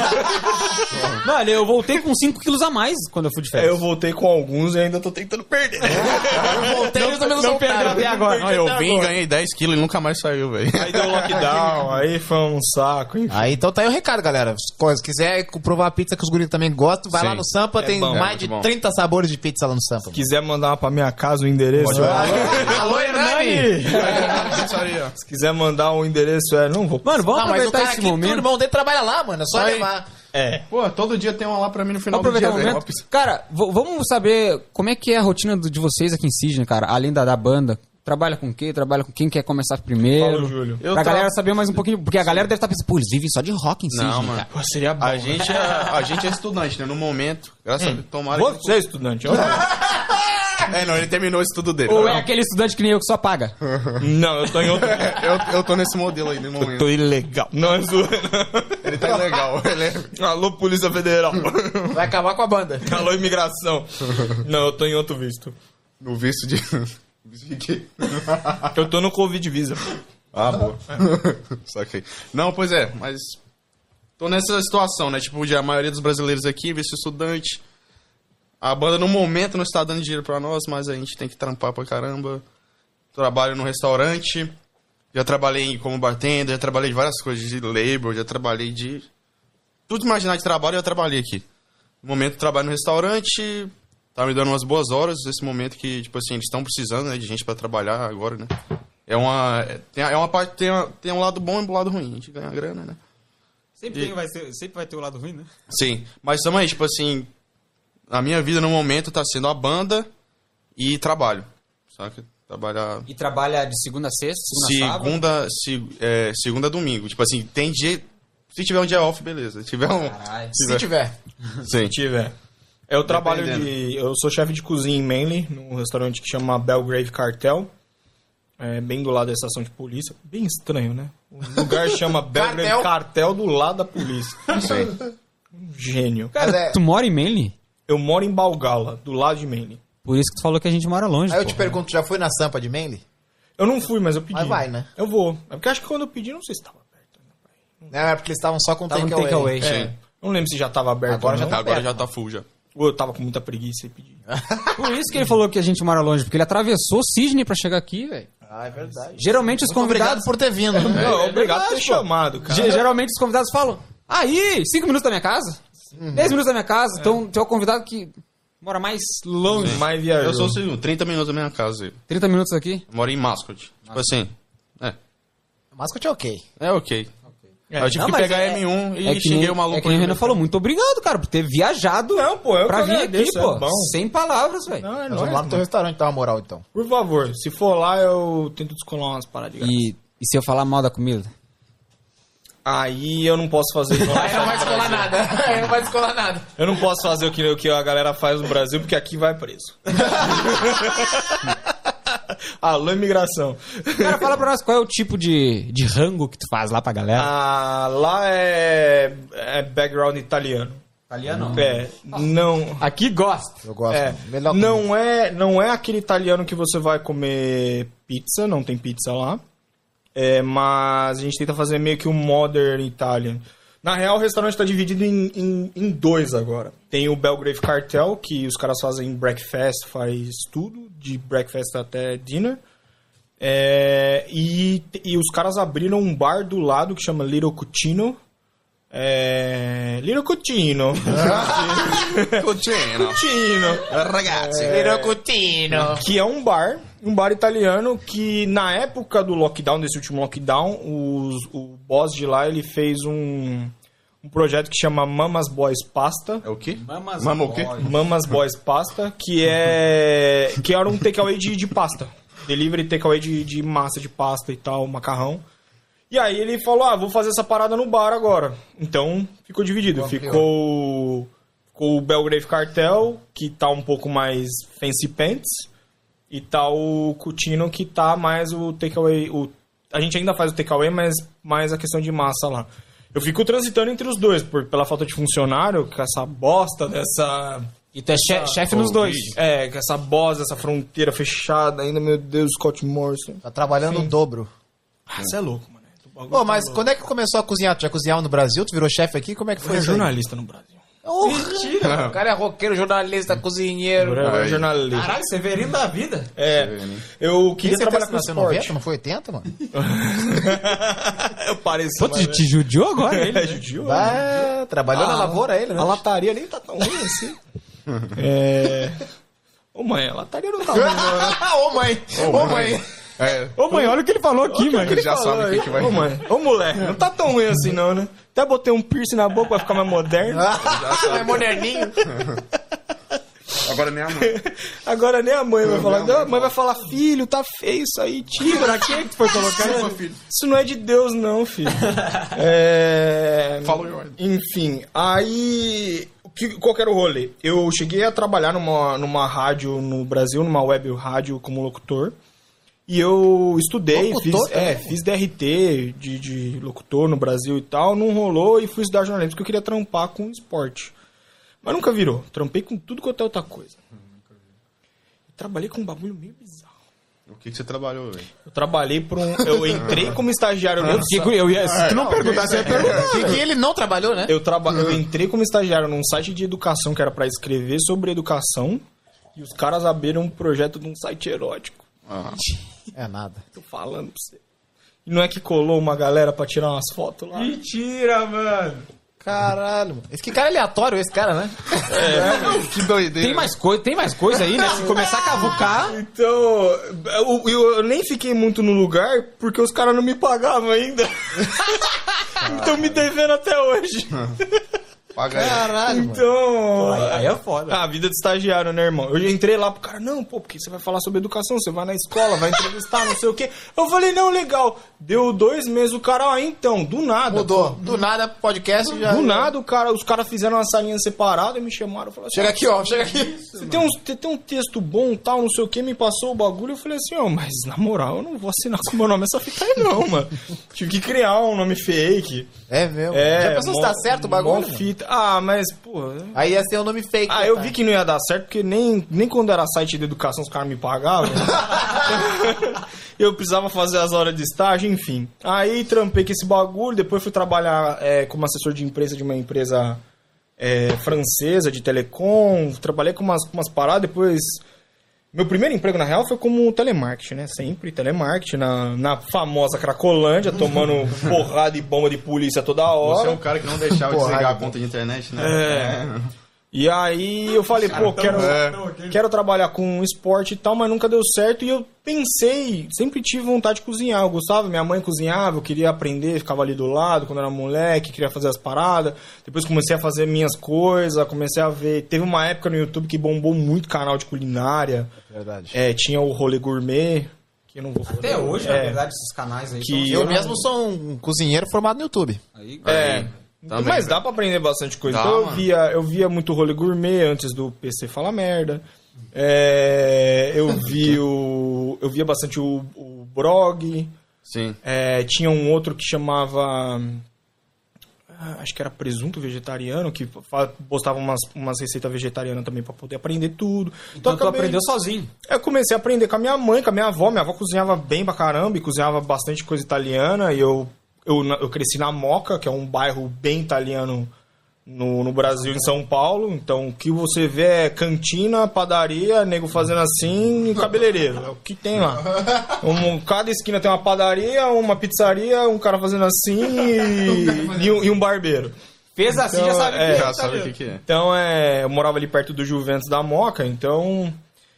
Mano, eu voltei com 5 quilos a mais quando eu fui de Aí férias. eu voltei com alguns e ainda tô tentando perder. Eu voltei, eles também não perdeu até agora. Não, eu vim, ganhei 10 quilos e nunca mais saiu, velho. Aí deu lockdown, aí foi um saco. Enfim. Aí, então tá aí o recado, galera. Se quiser provar a pizza que os guris também gostam, vai Sim. lá no Sampa, tem bom, mais muito de bom. 30 sabores de pizza lá no Sampa. Se quiser mandar uma pra minha casa, o endereço Alô, Hernani! Se quiser mandar o endereço, não vou. Mano, vamos Não, mas o aproveitar cara esse aqui, o momento. irmão dele trabalha lá, mano. É só Aí. levar. Pô, todo dia tem uma lá pra mim no final Vamos do dia, aproveitar o velho. momento. Cara, vamos saber como é que é a rotina de vocês aqui em Sydney, cara, além da banda. Trabalha com o quê? Trabalha com quem quer começar primeiro? Fala, Júlio. Pra galera saber mais um pouquinho, porque a galera deve estar pensando, pô, eles vivem só de rock em Sydney, Não, mano. cara. Pô, seria bom. A gente é estudante, né? No momento. Graças a Deus, tomara Você é estudante, ó. Não, ele terminou o estudo dele. Ou Não, é aquele estudante que nem eu que só paga? Não, eu tô em outro. eu tô nesse modelo aí no momento. Tô ilegal. Não é zoeira. Ele tá legal. Ele é... Alô, Polícia Federal. Vai acabar com a banda. Alô, imigração. Não, eu tô em outro visto. No visto de... Visto de quê? Eu tô no Covid Visa. Ah, boa. Saquei. Não, pois é, mas... Tô nessa situação, né? Tipo, a maioria dos brasileiros aqui, visto estudante. A banda, no momento, não está dando dinheiro pra nós, mas a gente tem que trampar pra caramba. Trabalho no restaurante. Já trabalhei como bartender, já trabalhei de várias coisas, de labor, já trabalhei de... Tudo imaginar de trabalho, eu já trabalhei aqui. No momento, trabalho no restaurante, tá me dando umas boas horas, nesse momento que, tipo assim, eles estão precisando, né, de gente pra trabalhar agora, né. É uma parte, tem um lado bom e um lado ruim, a gente ganha grana, né. Sempre vai ter o lado ruim, né? Sim, mas também, tipo assim, a minha vida no momento tá sendo a banda e trabalho, saca? Trabalhar... E trabalha de segunda a sexta, sábado? Segunda a domingo. Tipo assim, tem dia... Se tiver um dia off, beleza. Se tiver um... Caralho. Se tiver. Sim. Tiver. Eu trabalho Dependendo. eu sou chefe de cozinha em Manly, num restaurante que chama Belgrave Cartel. É bem do lado da estação de polícia. Bem estranho, né? O lugar chama Belgrave Cartel do lado da polícia. Um gênio. Cara, Mas é- tu mora em Manly? Eu moro em Balgala, do lado de Manly. Por isso que tu falou que a gente mora longe, Aí eu pô. te pergunto, já foi na Sampa de Manly? Eu não fui, mas eu pedi. Mas vai, né? Eu vou. É porque acho que quando eu pedi, não sei se tava aberto. Não, é porque eles estavam só com Tava no takeaway. takeaway. É. Não lembro se já tava aberto Agora ou já não. tá Agora aberto, já tá full já. Ou eu tava com muita preguiça e pedi. Por isso que ele falou que a gente mora longe, porque ele atravessou Sydney pra chegar aqui, velho. Ah, é verdade. Geralmente os Muito obrigado convidados... por ter vindo. Né? Não, obrigado por ter verdade, pô. chamado, cara. Geralmente os convidados falam, aí, 5 minutos da minha casa, 10 minutos da minha casa, então tem um convidado que mora mais longe. Mais viajou. Eu sou o segundo, 30 minutos da minha casa. Eu 30 minutos aqui. moro em Mascot. Tipo assim, Mascot é ok. é ok. É. Eu tive Não, que mas pegar é- M1 e É que xinguei nem, o maluco. é que nem o ali, Renan velho. falou, muito obrigado, cara, por ter viajado Não, pô, eu pra que vir aqui, agradeço, pô. é bom. Sem palavras, velho. Não, é Nós nóis, vamos lá no teu mano. restaurante dar uma moral, então. Por favor, se for lá, eu tento descolar umas paradas de graça. E se eu falar mal da comida? Aí eu não posso fazer igual. Aí não vai descolar nada. Aí não vai descolar nada. Eu não posso fazer o que a galera faz no Brasil, porque aqui vai preso. Alô, imigração. Cara, fala pra nós qual é o tipo de rango que tu faz lá pra galera. Ah, lá é background italiano. Italiano? É, não... Aqui gosta. Eu gosto. É, Melhor não é aquele italiano que você vai comer pizza, não tem pizza lá. É, mas a gente tenta fazer meio que um modern Italian. Na real, o restaurante está dividido em dois agora. Tem o Belgrave Cartel, que os caras fazem breakfast, faz tudo, de breakfast até dinner. É, e os caras abriram um bar do lado que chama Little Cucino. Little Cucino. Cucino. Cucino. Ragazzi. Pirocutino. Que é um bar italiano que na época do lockdown, desse último lockdown, o boss de lá, ele fez um projeto que chama Mama's Boys Pasta. É o quê? Mamas Mama o quê? Mama's Boys Pasta, que era um takeaway de pasta. Delivery takeaway de massa de pasta e tal, macarrão. E aí ele falou, vou fazer essa parada no bar agora. Então, ficou dividido. Ficou o Belgrave Cartel, que tá um pouco mais fancy pants. E tá o Cucino, que tá mais o takeaway. A gente ainda faz o takeaway, mas mais a questão de massa lá. Eu fico transitando entre os dois, pela falta de funcionário, com essa bosta dessa... E tu é chefe nos dois. É, com essa bosta, essa fronteira fechada ainda, meu Deus, Scott Morrison. Tá trabalhando o dobro. Você é louco, mano. Pô, mas quando é que começou a cozinhar? Tu já cozinhava no Brasil? Tu virou chefe aqui? Como é que foi Foi isso aí? jornalista no Brasil. Mentira! O cara é roqueiro, jornalista, cozinheiro. Era jornalista. Caralho, Severino da vida. É, eu queria Tem certeza trabalhar que com nasceu em esporte. 90? Não foi 80, mano? Eu pareço. Pô, tu te judiou agora, ele. É, judiou. Vai, trabalhou na lavoura ele, né? A lataria nem tá tão ruim assim. Ô mãe, a lataria não tá ruim, não. Ô mãe! Ô mãe! É, Ô mãe, olha o que ele falou aqui, mano. ele já sabe o que vai Ô mãe, ô moleque, não tá tão ruim assim não, né? Até botei um piercing na boca pra ficar mais moderno. É moderninho. agora nem a mãe. Agora nem a mãe vai falar. Não, a mãe vai falar, filho, tá feio isso aí, tira. Pra quem que tu foi colocar Isso, isso? isso não é de Deus, não, filho. Falou em ordem. Enfim, aí... Qual que era o rolê? Eu cheguei a trabalhar numa rádio no Brasil, numa web rádio como locutor. E eu estudei, Locutor, fiz DRT de locutor no Brasil e tal. Não rolou e fui estudar jornalismo, porque eu queria trampar com esporte. Mas nunca virou. Trampei com tudo quanto é outra coisa. Trabalhei com um bagulho meio bizarro. O que você trabalhou, velho? Eu trabalhei eu entrei como estagiário no Se tu não perguntasse, eu ia perguntar. Que ele não trabalhou, né? Eu entrei como estagiário num site de educação que era pra escrever sobre educação. E os caras abriram um projeto de um site erótico. É nada. Tô falando pra você. E não é que colou uma galera pra tirar umas fotos lá? Mentira, mano. Caralho, mano. Que cara aleatório esse cara, né? Que doideira. Tem mais coisa aí, né? Se começar a cavucar... Então, eu nem fiquei muito no lugar porque os caras não me pagavam ainda. Estão me devendo até hoje. Paga aí. Caralho, mano. Então... Aí é foda. A vida de estagiário, né, irmão? Eu já entrei lá pro cara, não, pô, porque você vai falar sobre educação, você vai na escola, vai entrevistar, não sei o quê. Eu falei, não, legal. Deu 2 meses, o cara, então, do nada. Mudou. Do nada, podcast já... Do nada, os caras fizeram uma salinha separada e me chamaram e falaram assim, Chega aqui, ó, chega aqui. você tem um texto bom, tal, não sei o que, me passou o bagulho, eu falei assim, mas na moral, eu não vou assinar com o meu nome essa fita aí não, mano. Tive que criar um nome fake. É mesmo. É, Já pensou se tá certo o bagulho? mó fita. Mas, pô... Aí ia ser um nome fake. eu vi que não ia dar certo, porque nem quando era site de educação os caras me pagavam. Eu precisava fazer as horas de estágio, enfim. Aí trampei com esse bagulho, depois fui trabalhar como assessor de imprensa de uma empresa francesa de telecom. Trabalhei com umas paradas, depois... Meu primeiro emprego, na real, foi como telemarketing, né? Sempre telemarketing, na famosa Cracolândia, tomando porrada e bomba de polícia toda hora. Você é um cara que não deixava de desligar a conta de internet, né? E aí eu falei, quero trabalhar com esporte e tal, mas nunca deu certo. E eu pensei, sempre tive vontade de cozinhar. Eu gostava, minha mãe cozinhava, eu queria aprender, ficava ali do lado quando era moleque, queria fazer as paradas. Depois comecei a fazer minhas coisas, comecei a ver. Teve uma época no YouTube que bombou muito canal de culinária. Verdade. Tinha o Rolê Gourmet, que eu não vou fazer. Até hoje, na verdade, esses canais aí. Que Eu mesmo sou um cozinheiro formado no YouTube. Aí, Também, mas dá pra aprender bastante coisa. Dá, Então eu via muito Rolê Gourmet antes do PC Fala Merda. Eu via bastante o Brog. Sim. Tinha um outro que chamava... Acho que era Presunto Vegetariano, que postava umas receitas vegetarianas também pra poder aprender tudo. então tu aprendeu sozinho. Eu comecei a aprender com a minha mãe, com a minha avó. Minha avó cozinhava bem pra caramba e cozinhava bastante coisa italiana. E eu cresci na Moca, que é um bairro bem italiano no Brasil, em São Paulo. Então, o que você vê é cantina, padaria, nego fazendo assim e cabeleireiro. É o que tem lá. Cada esquina tem uma padaria, uma pizzaria, um cara fazendo assim e um barbeiro. Fez assim, já sabe o que Já sabe o que é. Então, eu morava ali perto do Juventus da Moca, então...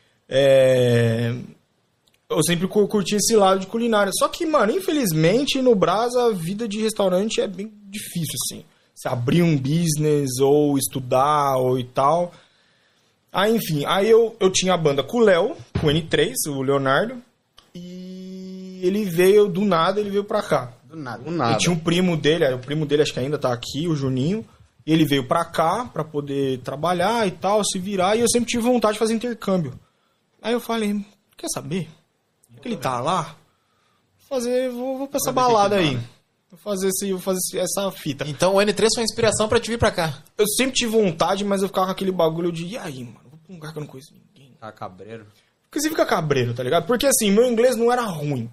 eu sempre curti esse lado de culinária. Só que, mano, infelizmente, no Brasa, a vida de restaurante é bem difícil, assim. Você abrir um business, ou estudar, ou e tal. Enfim, aí eu tinha a banda com o Léo, com o N3, o Leonardo, e ele veio, do nada, ele veio pra cá. Do nada. E tinha um primo dele, o primo dele acho que ainda tá aqui, o Juninho, e ele veio pra cá pra poder trabalhar e tal, se virar, e eu sempre tive vontade de fazer intercâmbio. Aí eu falei, quer saber? Que ele tá lá, vou pra essa balada aí. Vou fazer essa fita. Então o N3 foi inspiração pra te vir pra cá. Eu sempre tive vontade, mas eu ficava com aquele bagulho de, e aí, mano, vou pra um lugar que eu não conheço ninguém. Tá cabreiro. Porque você fica cabreiro, tá ligado? Porque assim, meu inglês não era ruim.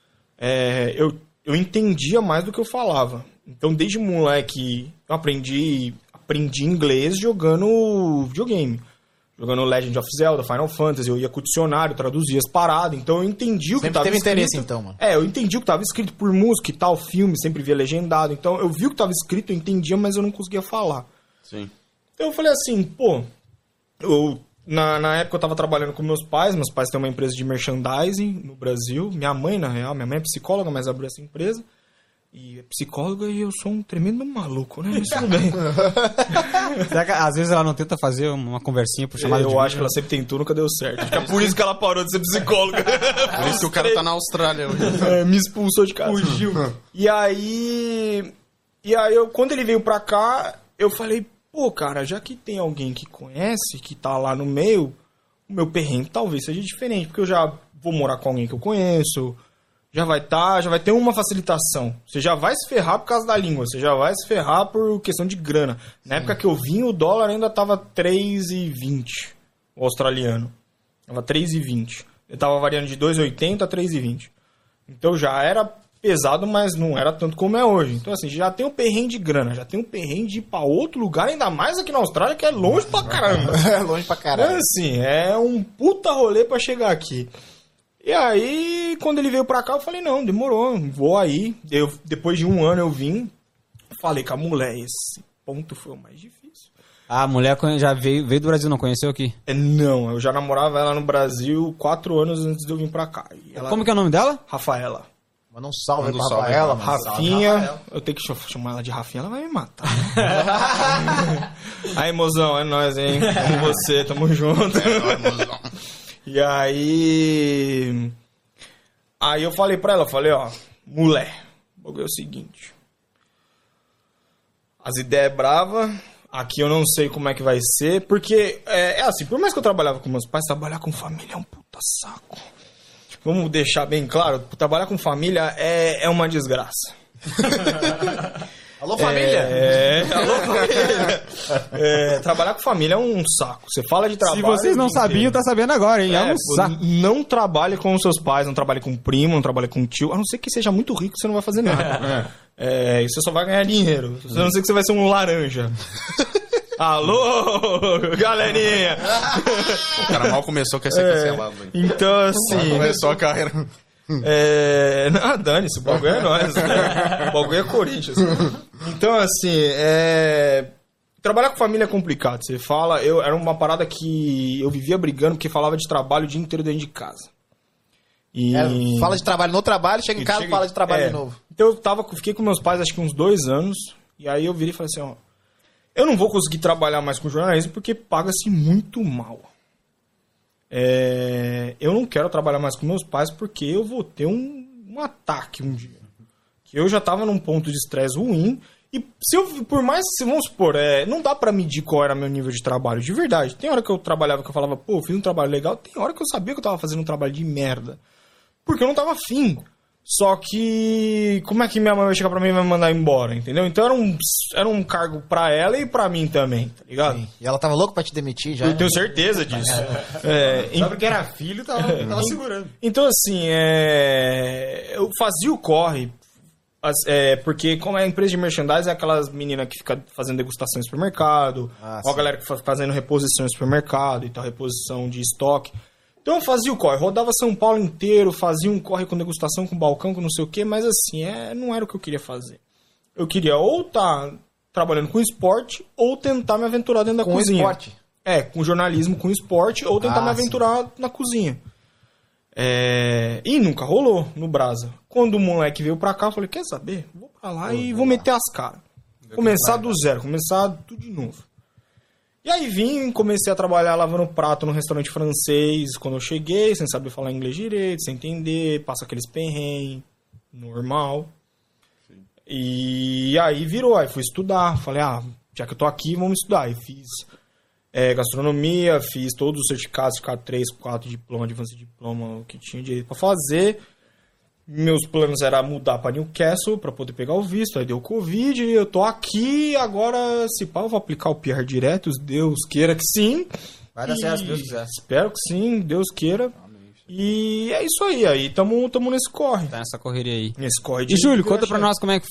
Eu entendia mais do que eu falava. Então, desde moleque, eu aprendi inglês jogando videogame. Jogando Legend of Zelda, Final Fantasy, eu ia com o dicionário, traduzia as paradas, então eu entendi o que tava escrito. Sempre teve interesse, então, mano. Eu entendi o que tava escrito por música e tal, filme, sempre via legendado. Então eu vi o que tava escrito, eu entendia, mas eu não conseguia falar. Sim. Então eu falei assim, na época eu tava trabalhando com meus pais têm uma empresa de merchandising no Brasil. Minha mãe, na real, minha mãe é psicóloga, mas abriu essa empresa. E é psicóloga e eu sou um tremendo maluco, né? Mas tudo bem. Será que às vezes ela não tenta fazer uma conversinha por chamada de Eu acho que ela sempre tentou, nunca deu certo. Acho que é por isso que ela parou de ser psicóloga. Por isso que o cara tá na Austrália hoje. Me expulsou de casa. Fugiu. E aí, quando ele veio pra cá, eu falei, cara, já que tem alguém que conhece, que tá lá no meio, o meu perrengue talvez seja diferente, porque eu já vou morar com alguém que eu conheço, já vai ter uma facilitação. Você já vai se ferrar por causa da língua, você já vai se ferrar por questão de grana. Na época que eu vim, o dólar ainda tava 3,20, o australiano. Tava 3,20. Ele tava variando de 2,80 a 3,20. Então já era pesado, mas não era tanto como é hoje. Então assim, já tem um perrengue de grana, já tem um perrengue de ir pra outro lugar, ainda mais aqui na Austrália, que é longe pra caramba. É longe pra caralho. Então assim, é um puta rolê pra chegar aqui. E aí, quando ele veio pra cá, eu falei, não, demorou, vou aí. Depois de um ano eu vim, falei com a mulher, esse ponto foi o mais difícil. A mulher já veio do Brasil, não conheceu aqui? Não, eu já namorava ela no Brasil 4 anos antes de eu vir pra cá. E ela... Como que é o nome dela? Rafaela. Manda um salve Manda um pra salve Rafaela, pra mano. Rafinha, eu tenho que chamar ela de Rafinha, ela vai me matar. Aí, mozão, é nóis, hein? Com você, tamo junto. E aí eu falei pra ela, mulher, o bagulho é o seguinte, as ideias bravas, aqui eu não sei como é que vai ser, porque assim, por mais que eu trabalhava com meus pais, trabalhar com família é um puta saco. Vamos deixar bem claro, trabalhar com família é uma desgraça. Alô, família! Alô, família! Trabalhar com família é um saco. Você fala de trabalho... Se vocês não sabiam, tá sabendo agora, hein? É um saco. Não trabalhe com os seus pais, não trabalhe com primo, não trabalhe com tio. A não ser que seja muito rico, você não vai fazer nada. E você só vai ganhar dinheiro. A não ser que você vai ser um laranja. Alô, galerinha! O cara mal começou a ser cancelado, velho. Então, assim... Começou a carreira... Não, dane-se, o bagulho é nóis, né? O bagulho é Corinthians. Então, assim, trabalhar com família é complicado. Você fala, era uma parada que eu vivia brigando porque falava de trabalho o dia inteiro dentro de casa. Fala de trabalho no trabalho, chega em casa e fala de trabalho de novo. Então eu fiquei com meus pais acho que uns 2 anos, e aí eu virei e falei assim, ó, eu não vou conseguir trabalhar mais com jornalismo porque paga-se muito mal. Eu não quero trabalhar mais com meus pais porque eu vou ter um ataque um dia. Que eu já tava num ponto de estresse ruim. E por mais que, vamos supor, não dá pra medir qual era meu nível de trabalho, de verdade. Tem hora que eu trabalhava que eu falava, pô, eu fiz um trabalho legal. Tem hora que eu sabia que eu tava fazendo um trabalho de merda. Porque eu não tava afim. Só que, como é que minha mãe vai chegar pra mim e vai me mandar embora, entendeu? Então era um cargo pra ela e pra mim também, tá ligado? Sim. E ela tava louca pra te demitir já? Eu tenho certeza disso. Só porque era filho, tava segurando. Então, assim, eu fazia o corre, porque como é empresa de merchandising, é aquelas meninas que ficam fazendo degustação em supermercado, ou a galera que fica fazendo reposição em supermercado e tal, reposição de estoque. Então eu fazia o corre, rodava São Paulo inteiro, fazia um corre com degustação, com balcão, com não sei o quê, mas assim, não era o que eu queria fazer. Eu queria ou estar trabalhando com esporte, ou tentar me aventurar dentro da cozinha. Com esporte? Com jornalismo, com esporte, ou tentar me aventurar na cozinha. E nunca rolou no Brasa. Quando o moleque veio pra cá, eu falei, quer saber? Vou pra lá e vou meter as caras. Começar do zero, começar tudo de novo. E aí comecei a trabalhar lavando prato num restaurante francês quando eu cheguei, sem saber falar inglês direito, sem entender, passa aqueles perrengues, normal. Sim. E aí aí fui estudar, falei, já que eu tô aqui, vamos estudar. E fiz gastronomia, fiz todos os certificados, 3, 4 diploma, advance diploma, o que tinha direito pra fazer. Meus planos era mudar pra Newcastle pra poder pegar o visto, aí deu Covid, eu tô aqui, agora se pá, eu vou aplicar o PR direto, Deus queira que sim. Vai dar certo, se Deus quiser. Espero que sim, Deus queira. E é isso aí tamo nesse corre. Tá nessa correria aí. Nesse corre E Júlio, conta pra nós como é que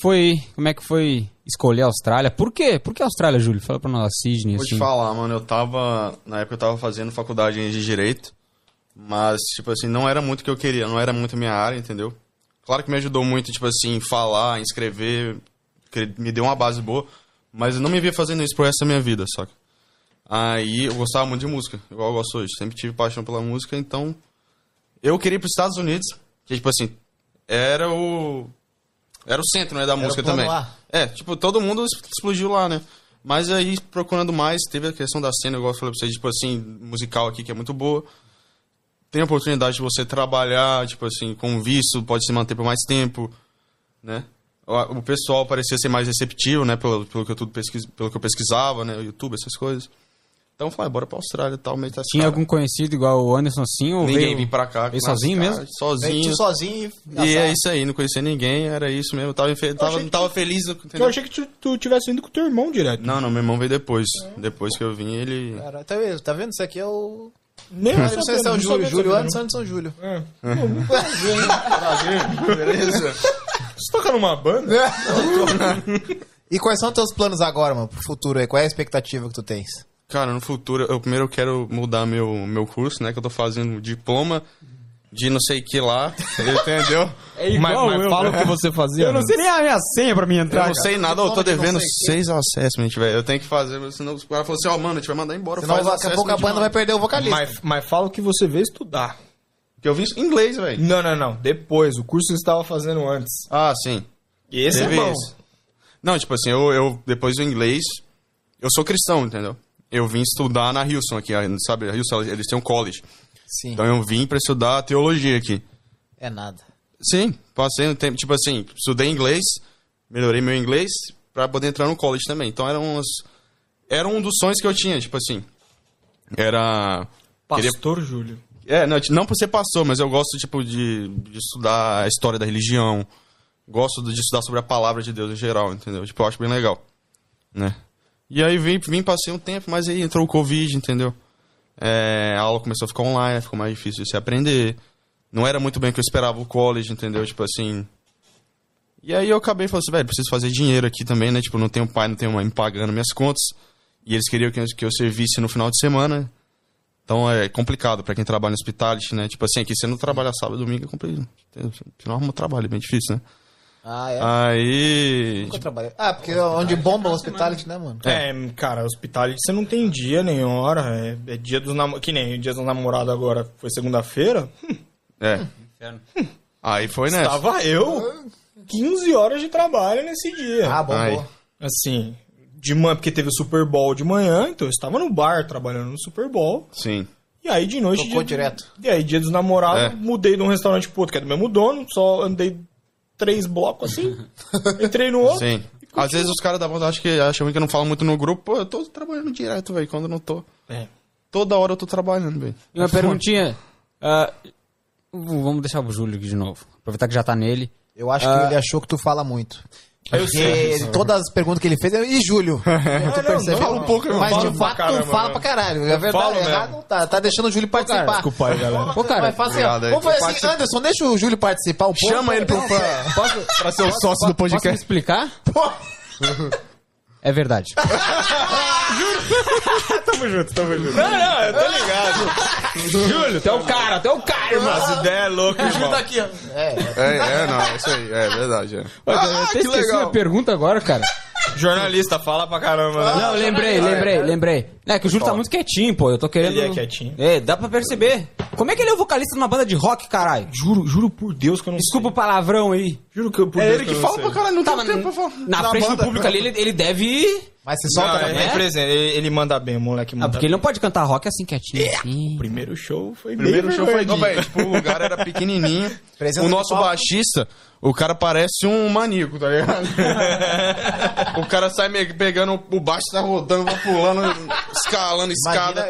foi escolher a Austrália. Por quê? Por que a Austrália, Júlio? Fala pra nós, Sydney, Vou te falar, mano, na época eu tava fazendo faculdade de Direito, mas, tipo assim, não era muito o que eu queria, não era muito a minha área, entendeu? Claro que me ajudou muito, tipo assim, falar, escrever, me deu uma base boa, mas eu não me via fazendo isso pro resto da minha vida, saca? Aí eu gostava muito de música, igual eu gosto hoje, sempre tive paixão pela música, então eu queria ir pros Estados Unidos, que, tipo assim, era o centro, né, da música também. Lá. Tipo, todo mundo explodiu lá, né? Mas aí, procurando mais, teve a questão da cena, igual eu falei pra vocês, tipo assim, musical aqui, que é muito boa. Tem a oportunidade de você trabalhar, tipo assim, com visto, pode se manter por mais tempo, né? O pessoal parecia ser mais receptivo, né? Pelo que eu pesquisava, né? O YouTube, essas coisas. Então eu falei, bora pra Austrália e tal, meio tá. Tinha algum conhecido igual o Anderson assim? Ou ninguém veio pra cá. Veio sozinho mesmo? Sozinho. Sozinho. E é isso aí, não conhecia ninguém, era isso mesmo. Não tava feliz. Eu achei que tu tivesse indo com o teu irmão direto. Não, meu irmão veio depois. Depois que eu vim, ele... Cara, tá vendo? Isso aqui é o... Nem não sei se é o Júlio Anderson São Júlio. Prazer. Beleza. Você toca numa banda? E quais são os teus planos agora, mano, pro futuro aí? Qual é a expectativa que tu tens? Cara, no futuro, eu quero mudar meu curso, né? Que eu tô fazendo diploma de não sei o que lá, entendeu? Mas fala o que você fazia. Eu não sei nem a minha senha pra mim entrar. Eu não sei nada, eu tô devendo 6 acessos, velho. Eu tenho que fazer, senão os caras falam assim, mano, a gente vai mandar embora. Senão daqui a pouco a banda vai perder o vocalista. Mas fala o que você veio estudar. Porque eu vim em inglês, velho. Não. Depois, o curso que você estava fazendo antes. Ah, sim. E esse é bom. Não, tipo assim, eu depois do inglês, eu sou cristão, entendeu? Eu vim estudar na Houston aqui, sabe? A Houston, eles têm um college. Sim. Então eu vim pra estudar teologia aqui. É nada. Sim, passei um tempo, tipo assim, estudei inglês, melhorei meu inglês pra poder entrar no college também. Então era um dos sonhos que eu tinha, tipo assim. Era... Pastor Júlio. Não por ser pastor, mas eu gosto, tipo, de estudar a história da religião, gosto de estudar sobre a palavra de Deus em geral, entendeu? Tipo, eu acho bem legal, né? E aí vim, passei um tempo, mas aí entrou o Covid, entendeu? A aula começou a ficar online, ficou mais difícil de se aprender. Não era muito bem o que eu esperava o college, entendeu? Tipo assim... E aí eu acabei falando assim, velho, preciso fazer dinheiro aqui também, né? Tipo, não tenho pai, não tenho mãe me pagando minhas contas. E eles queriam que eu servisse no final de semana. Então é complicado pra quem trabalha no hospitality, né? Tipo assim, aqui você não trabalha sábado e domingo, é complicado. Você não arruma trabalho, é bem difícil, né? Ah, é? Aí... Nunca trabalhei. Ah, porque onde bomba o hospitality, né, mano? Cara, hospitality você não tem dia nem hora. É dia dos namorados. Que nem o dia dos namorados agora foi segunda-feira. Inferno. Aí foi, né? Estava eu 15 horas de trabalho nesse dia. Ah, bombou. Aí. Assim, de manhã, porque teve o Super Bowl de manhã, então eu estava no bar trabalhando no Super Bowl. Sim. E aí de noite... Tocou direto. E aí, dia dos namorados, mudei de um restaurante pro outro, que é do mesmo dono, só andei 3 blocos assim, entrei no outro. Sim. Às vezes os caras da banda acham que eu não falo muito no grupo. Pô, eu tô trabalhando direto, velho, quando eu não tô. Toda hora eu tô trabalhando, velho. E uma perguntinha. Vamos deixar o Júlio aqui de novo. Aproveitar que já tá nele. Eu acho que ele achou que tu fala muito. Porque todas as perguntas que ele fez... E Júlio? Tu percebe? Fala um pouco, mas falo de pra fato caramba, tu fala né? pra caralho. É verdade, falo errado mesmo. não tá. Tá deixando o Júlio participar. Desculpa aí, galera. Pô, cara, Mas faz assim, obrigado aí. vamos fazer assim, Participa. Anderson, deixa o Júlio participar um pouco. Chama ele pra ser o sócio do posso me podcast. explicar? É verdade. Tamo junto. Não, eu tô ligado. Júlio, tu é o cara, irmão. As ideias é louca, irmão. Tá aqui, ó. Não, é isso aí. É verdade, é. Eu até esqueci a pergunta agora, cara. Jornalista, fala pra caramba, né? Não, lembrei. É que o Júlio tá muito quietinho, pô. Eu tô querendo... Ele é quietinho. Dá pra perceber. Como é que ele é o vocalista de uma banda de rock, caralho? Juro por Deus que eu não Desculpa o palavrão aí. sei. Juro que eu por É Deus ele que eu não fala sei. pra caralho, não Tá, tem tempo pra falar. na frente do público ali, ele deve ir. Mas se Não, solta, ele né? é presente, ele manda bem, o moleque manda Porque ele bem. não pode cantar rock assim, quietinho. Assim. O primeiro show foi Primeiro bem show foi vergonha. velho. Tipo, o lugar era pequenininho. Presença O de nosso palco. baixista, o cara parece um maníaco, tá ligado? O cara sai pegando o baixo, tá rodando, vai pulando, escalando escada.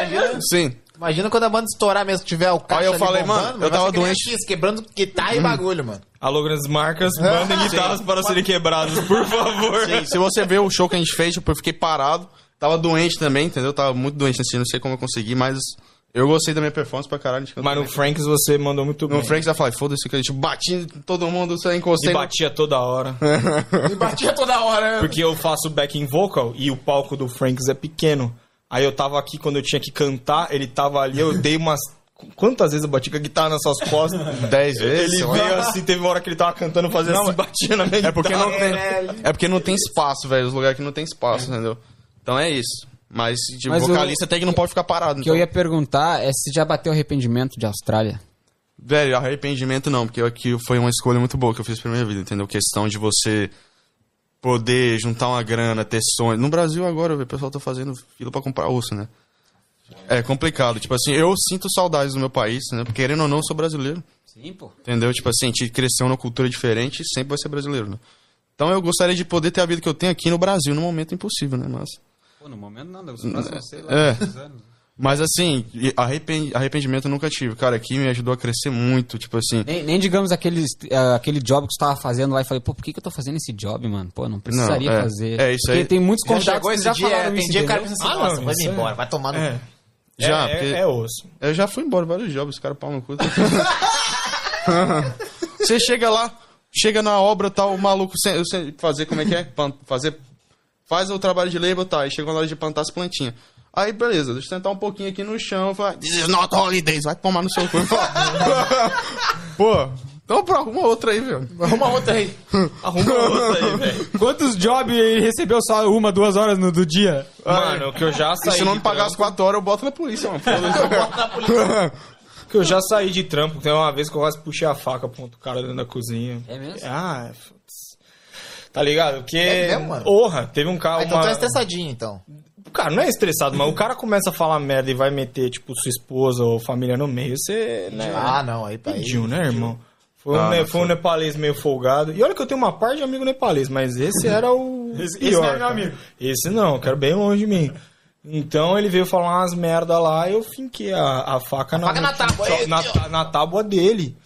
Sim. Quando a banda estourar mesmo, que tiver o caixa Aí eu ali falei, bombando, mano, eu vai tava ser que nem doente. X, quebrando guitarra e bagulho, mano. Alô, grandes marcas, mandem guitarras para serem quebradas, por favor. Sim, se você ver o show que a gente fez, tipo, eu fiquei parado. Tava doente também, entendeu? Tava muito doente assim, não sei como eu consegui, mas eu gostei da minha performance pra caralho. Mas no Franks você mandou muito bem. No Franks eu falei, foda-se, que a gente bati em todo mundo, você E encostei. batia toda hora. E batia toda hora. Porque eu faço backing vocal e o palco do Franks é pequeno. Aí eu tava aqui quando eu tinha que cantar, ele tava ali, eu dei umas... Quantas vezes eu bati com a guitarra nas suas costas? 10 vezes. Ele veio assim, teve uma hora que ele tava cantando, fazia assim, batia na minha É porque não guitarra. tem, é porque não tem espaço, velho. Os lugares que não tem espaço, entendeu? Então é isso. Mas, tipo, Mas vocalista até que não pode ficar parado. O que eu ia perguntar é se já bateu arrependimento de Austrália. Velho, arrependimento não, porque aqui foi uma escolha muito boa que eu fiz pra minha vida, entendeu? Questão de você poder juntar uma grana, ter sonho. No Brasil agora, velho, o pessoal tá fazendo fila pra comprar osso, né? É complicado. Tipo assim, eu sinto saudades do meu país, né? Porque querendo ou não, eu sou brasileiro. Sim, pô. Entendeu? Tipo assim, a gente cresceu numa cultura diferente e sempre vai ser brasileiro, né? Então eu gostaria de poder ter a vida que eu tenho aqui no Brasil, num momento impossível, né? Mas... Pô, no momento não, os próximos sei lá, É. 10 anos. Mas assim, arrependimento eu nunca tive. Cara, aqui me ajudou a crescer muito, tipo assim... Nem digamos aquele job que você tava fazendo lá e falei, pô, por que eu tô fazendo esse job, mano? Pô, não precisaria Não, fazer. é isso Porque aí. tem muitos Já contatos chegou que esse já dia, falaram tem isso, dia que o cara entendeu? pensa assim, nossa, vai me embora, vai tomar no... Já, É osso. Eu já fui embora vários jobs, os caras pau no cu. Você chega lá, chega na obra, tá, o maluco fazer como é que é? Faz o trabalho de label, tá, e chegou na hora de plantar as plantinhas. Aí, beleza, deixa eu sentar um pouquinho aqui no chão, fala, this is not holidays, vai tomar no seu cu. Pô, então arruma outra aí, velho. Arruma outra aí. Arruma outra aí, velho. Quantos jobs ele recebeu só 1, 2 horas do dia? Mano, que eu já E saí se não de me pagar as trampo, 4 horas, eu boto na polícia, mano. que eu já saí de trampo. Tem uma vez que eu quase puxei a faca pro outro cara dentro da cozinha. É mesmo? Ah, tá ligado? Porque... É mesmo, mano? Porra, teve um cara... Então tu é estressadinho, então. O cara não é estressado, mas o cara começa a falar merda e vai meter, tipo, sua esposa ou família no meio, você... Né, Ah, não, aí tá aí. pediu, né, irmão? Foi Não, um nepalês meio folgado. E olha que eu tenho uma parte de amigo nepalês, mas esse era o pior, não é meu cara. amigo. Esse não, eu quero bem longe de mim. Então ele veio falar umas merda lá e eu finquei a faca, faca na tábua. na tábua dele.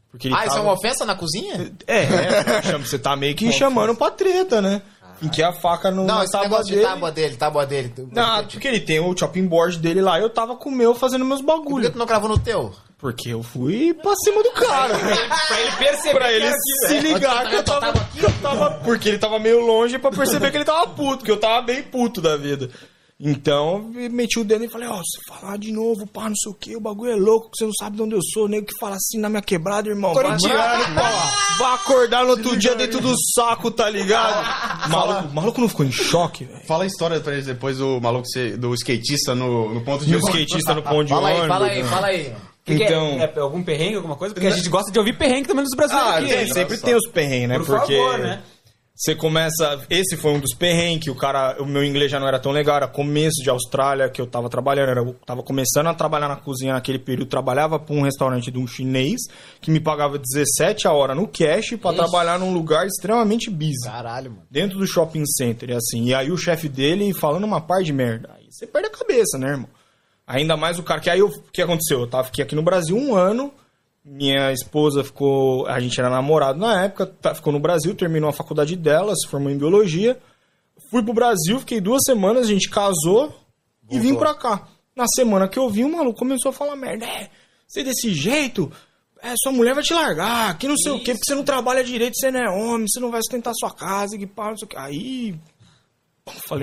Porque ele Isso é uma ofensa na cozinha? Você tá meio que chamando pra treta, né? Enquia a faca Não, na esse tábua negócio dele. de tábua dele. Não, porque ele tem o chopping board dele lá e eu tava com o meu fazendo meus Por que bagulhos. tu não gravou no teu? Porque eu fui pra cima do cara. Pra ele perceber. Pra ele se ligar que eu tava. Porque ele tava meio longe pra perceber que ele tava puto, que eu tava bem puto da vida. Então, eu meti o dedo e falei, se falar de novo, pá, não sei o que, o bagulho é louco, que você não sabe de onde eu sou, nego que fala assim na minha quebrada, irmão. Corintiano, Vai acordar no outro dia dentro do saco, tá ligado? O maluco não ficou em choque, velho. Fala a história pra eles depois do maluco do skatista no ponto de E o skatista no pão de Fala ônibus. aí. Então... É algum perrengue, alguma coisa? Porque a gente gosta de ouvir perrengue também dos brasileiros aqui. Sempre tem os perrengues, né? Por Porque favor, né? você começa... Esse foi um dos perrengues, que o meu inglês já não era tão legal, era começo de Austrália, que eu tava trabalhando, eu tava começando a trabalhar na cozinha naquele período, trabalhava pra um restaurante de um chinês, que me pagava 17 a hora no cash, pra trabalhar num lugar extremamente busy. Caralho, mano. Dentro do shopping center, e assim. E aí o chefe dele falando uma par de merda. Aí você perde a cabeça, né, irmão? Ainda mais o cara... O que aconteceu? Eu fiquei aqui no Brasil 1 ano... Minha esposa ficou... A gente era namorado na época, ficou no Brasil, terminou a faculdade dela, se formou em biologia. Fui pro Brasil, fiquei 2 semanas, a gente casou e vim pra cá. Na semana que eu vim, o maluco começou a falar merda. Você desse jeito, sua mulher vai te largar, que não sei o quê, porque você não trabalha direito, você não é homem, você não vai sustentar sua casa, que pá, não sei o quê. Aí... Falei,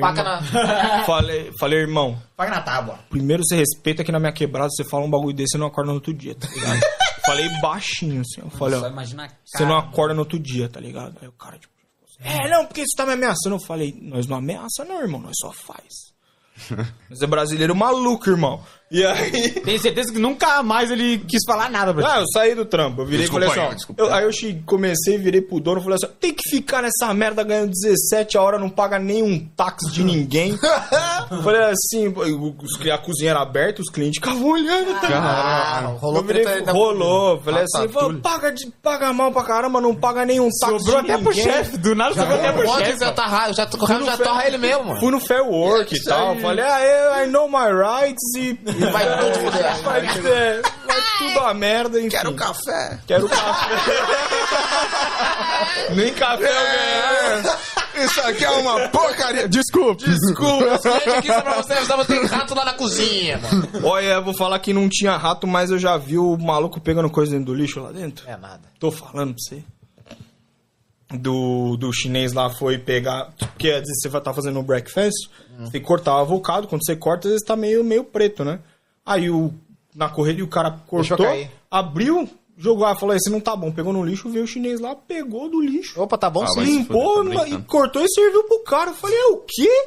falei, irmão... Paga na tábua. Primeiro você respeita que na minha quebrada você fala um bagulho desse e não acorda no outro dia, tá ligado? Falei baixinho, assim. Eu falei, você não acorda no outro dia, tá ligado? Aí o cara, tipo, não, porque você tá me ameaçando. Eu falei, nós não ameaça não, irmão, nós só faz. Mas é brasileiro maluco, irmão. E aí... Tenho certeza que nunca mais ele quis falar nada pra ti. Eu saí do trampo. Eu virei e falei assim, aí eu comecei e virei pro dono e falei assim, tem que ficar nessa merda ganhando 17 a hora, não paga nenhum táxi de ninguém. Falei assim, a cozinha era aberta, os clientes ficavam olhando. Rolou. Falei assim, paga mal pra caramba, não paga nenhum táxi Sobrou de até pro ninguém. chefe, do nada sobrou até pro chefe. Já torra ele mesmo, mano. Fui no Fair Work e tal. Falei, I know my rights e Vai tudo fuder. vai tudo a merda, enfim. Quero café. Nem café eu ganhei. Isso aqui é uma porcaria. Desculpa. Gente, aqui só pra você avisar, tem rato lá na cozinha, mano. Olha, eu vou falar que não tinha rato, mas eu já vi o maluco pegando coisa dentro do lixo lá dentro. É nada. Tô falando pra você. Do chinês lá foi pegar... Porque às vezes você vai estar fazendo um breakfast, você tem que cortar o avocado. Quando você corta, às vezes tá meio preto, né? Aí na correria o cara cortou, abriu, jogou, falou, esse não tá bom. Pegou no lixo, veio o chinês lá, pegou do lixo. Opa, tá bom sim. Limpou e cortou e serviu pro cara. Eu falei, o quê?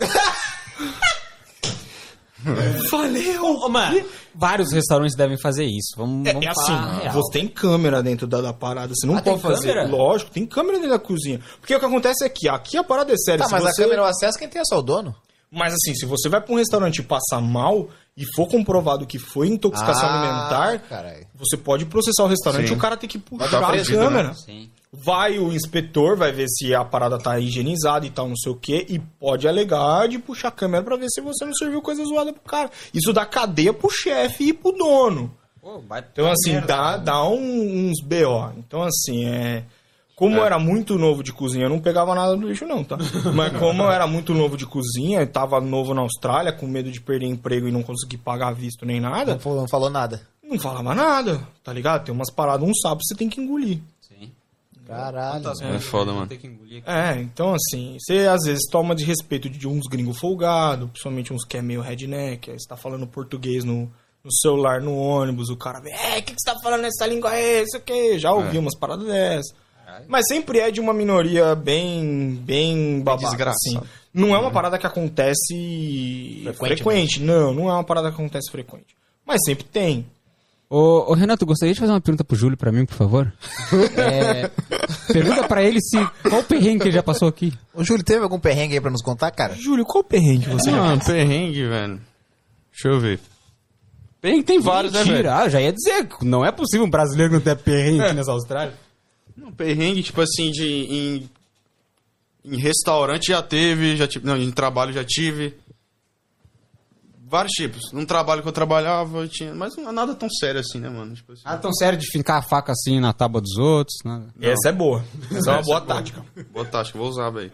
Falei, Mano, vários restaurantes devem fazer isso. Vamos é falar assim, real. você tem câmera dentro da parada, você não tem pode fazer. câmera? Lógico, tem câmera dentro da cozinha. Porque o que acontece é que aqui a parada é séria. Tá, mas você... a câmera, o acesso, quem tem é só o dono? Mas assim, se você vai pra um restaurante e passar mal e for comprovado que foi intoxicação alimentar, carai. você pode processar o restaurante e o cara tem que puxar a preso, câmera. Né? Sim. Vai o inspetor, vai ver se a parada tá higienizada e tal, não sei o quê, e pode alegar de puxar a câmera pra ver se você não serviu coisa zoada pro cara. Isso dá cadeia pro chefe e pro dono. Então, assim, dá uns BO. Então, assim, Como eu era muito novo de cozinha, eu não pegava nada do lixo não, tá? Mas como eu era muito novo de cozinha, tava novo na Austrália, com medo de perder emprego e não conseguir pagar visto nem nada... Não falou nada. Não falava nada, tá ligado? Tem umas paradas, um sapo você tem que engolir. Sim. Caralho. É foda, mano. Então assim, você às vezes toma de respeito de uns gringos folgados, principalmente uns que é meio redneck, aí você tá falando português no celular, no ônibus, o cara vem, o que você tá falando nessa língua aí, isso aqui? Já ouvi umas paradas dessas. Mas sempre é de uma minoria bem babaca, desgraçada. assim. Não é uma parada que acontece frequente. Não é uma parada que acontece frequente. Mas sempre tem. Ô Renato, gostaria de fazer uma pergunta pro Júlio pra mim, por favor? Pergunta pra ele qual perrengue que ele já passou aqui. O Júlio, teve algum perrengue aí pra nos contar, cara? Júlio, qual perrengue você já Mano, perrengue, velho. Deixa eu ver. Perrengue tem vários, né, velho? Mentira, eu já ia dizer, não é possível um brasileiro não ter perrengue aqui nessa Austrália. Não, perrengue, tipo assim, em restaurante já teve, não, em trabalho já tive. Vários tipos. Num trabalho que eu trabalhava, tinha... Mas não é nada tão sério assim, né, mano? Tipo assim. Nada tão sério de ficar a faca assim na tábua dos outros, nada. Essa é boa. Essa é uma boa tática. Boa tática, vou usar, velho.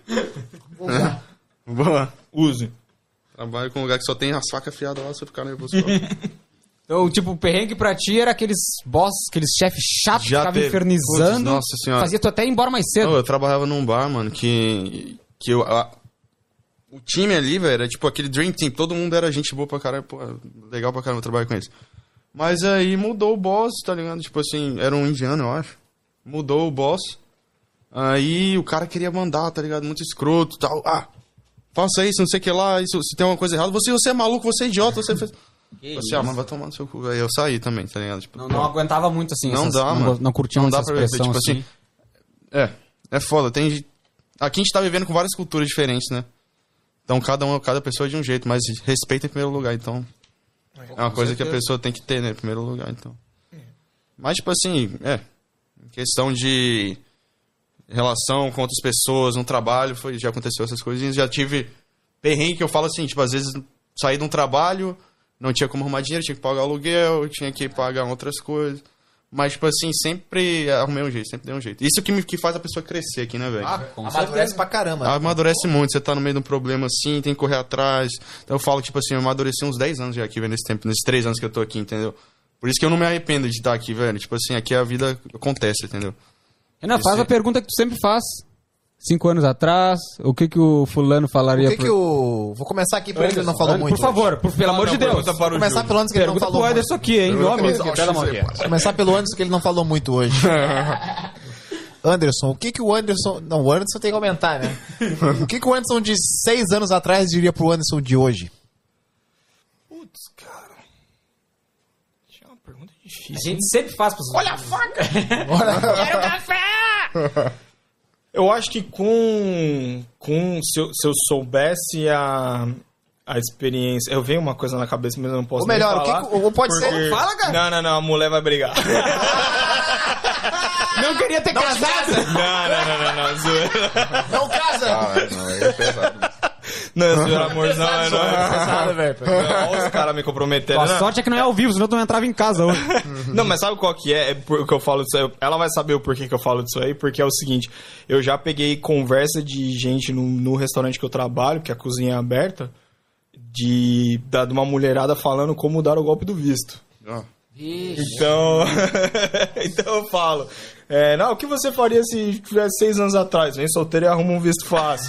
Boa. Use. Trabalho com um lugar que só tem as facas afiadas lá, você ficar nervoso. Então, tipo, o perrengue pra ti era aqueles boss, aqueles chefes chatos que Já ficavam teve. infernizando. Putz, nossa senhora. Fazia tu até ir embora mais cedo. Eu trabalhava num bar, mano, o time ali, velho, era tipo aquele Dream Team. Todo mundo era gente boa pra caralho. Pô, legal pra caramba trabalhar com eles. Mas aí mudou o boss, tá ligado? Tipo assim, era um indiano, eu acho. Mudou o boss. Aí o cara queria mandar, tá ligado? Muito escroto e tal. Ah, faça isso, não sei o que lá. Isso, se tem alguma coisa errada. Você é maluco, você é idiota, você fez... Você, mano, vai tomar no seu cu. Aí eu saí também, tá ligado? Tipo, Não aguentava muito assim. Não dá, mano. Não curtia Não muito dá essa pra ver, expressão tipo assim. É foda. Aqui a gente tá vivendo com várias culturas diferentes, né? Então cada pessoa é de um jeito, mas respeita em primeiro lugar, então. É uma coisa que a pessoa tem que ter, né? Em primeiro lugar, então. Mas, tipo assim, questão de relação com outras pessoas, no trabalho, já aconteceu essas coisinhas. Já tive perrengue que eu falo assim, tipo, às vezes saí de um trabalho, não tinha como arrumar dinheiro, tinha que pagar aluguel, tinha que pagar outras coisas. Mas, tipo assim, sempre arrumei um jeito, sempre dei um jeito. Isso que faz a pessoa crescer aqui, né, velho? Amadurece pra caramba. Amadurece muito, você tá no meio de um problema assim, tem que correr atrás. Então eu falo, tipo assim, eu amadureci uns 10 anos já aqui, velho, nesse tempo, nesses 3 anos que eu tô aqui, entendeu? Por isso que eu não me arrependo de estar aqui, velho. Tipo assim, aqui a vida acontece, entendeu? Renan, faz a pergunta que tu sempre faz. 5 anos atrás, o que o fulano falaria Vou começar aqui porque ele não falou muito. Por favor, pelo amor de Deus. Vou começar pelo Anderson que ele não Pergunta falou pro muito. Ederson aqui, hein? Meu amigo. Pega a mão aqui. Vou começar pelo Anderson que ele não falou muito hoje. Anderson, o que o Anderson... Não, o Anderson tem que aumentar, né? O que o Anderson de 6 anos atrás diria pro Anderson de hoje? Putz, cara. Isso é uma pergunta A difícil. gente sempre faz pros... Olha a faca! Quero café! Eu acho que se eu soubesse a experiência... Eu venho uma coisa na cabeça, mas eu não posso Ou melhor, nem falar. ou pode porque... ser... Fala, cara! Não, a mulher vai brigar. Não queria ter casado! Não, zoeira. Não casa! Não, é pesado. Não, zoeira, amorzão, não. Nada, velho. Olha os caras me comprometendo. A sorte é que não é ao vivo, senão tu não entrava em casa hoje. Não, mas sabe qual que é? É porque eu falo disso aí. Ela vai saber o porquê que eu falo disso aí, porque é o seguinte, eu já peguei conversa de gente no restaurante que eu trabalho, que a cozinha é aberta, de uma mulherada falando como dar o golpe do visto. Então, então eu falo, não, o que você faria se tivesse 6 anos atrás? Vem solteiro e arruma um visto fácil.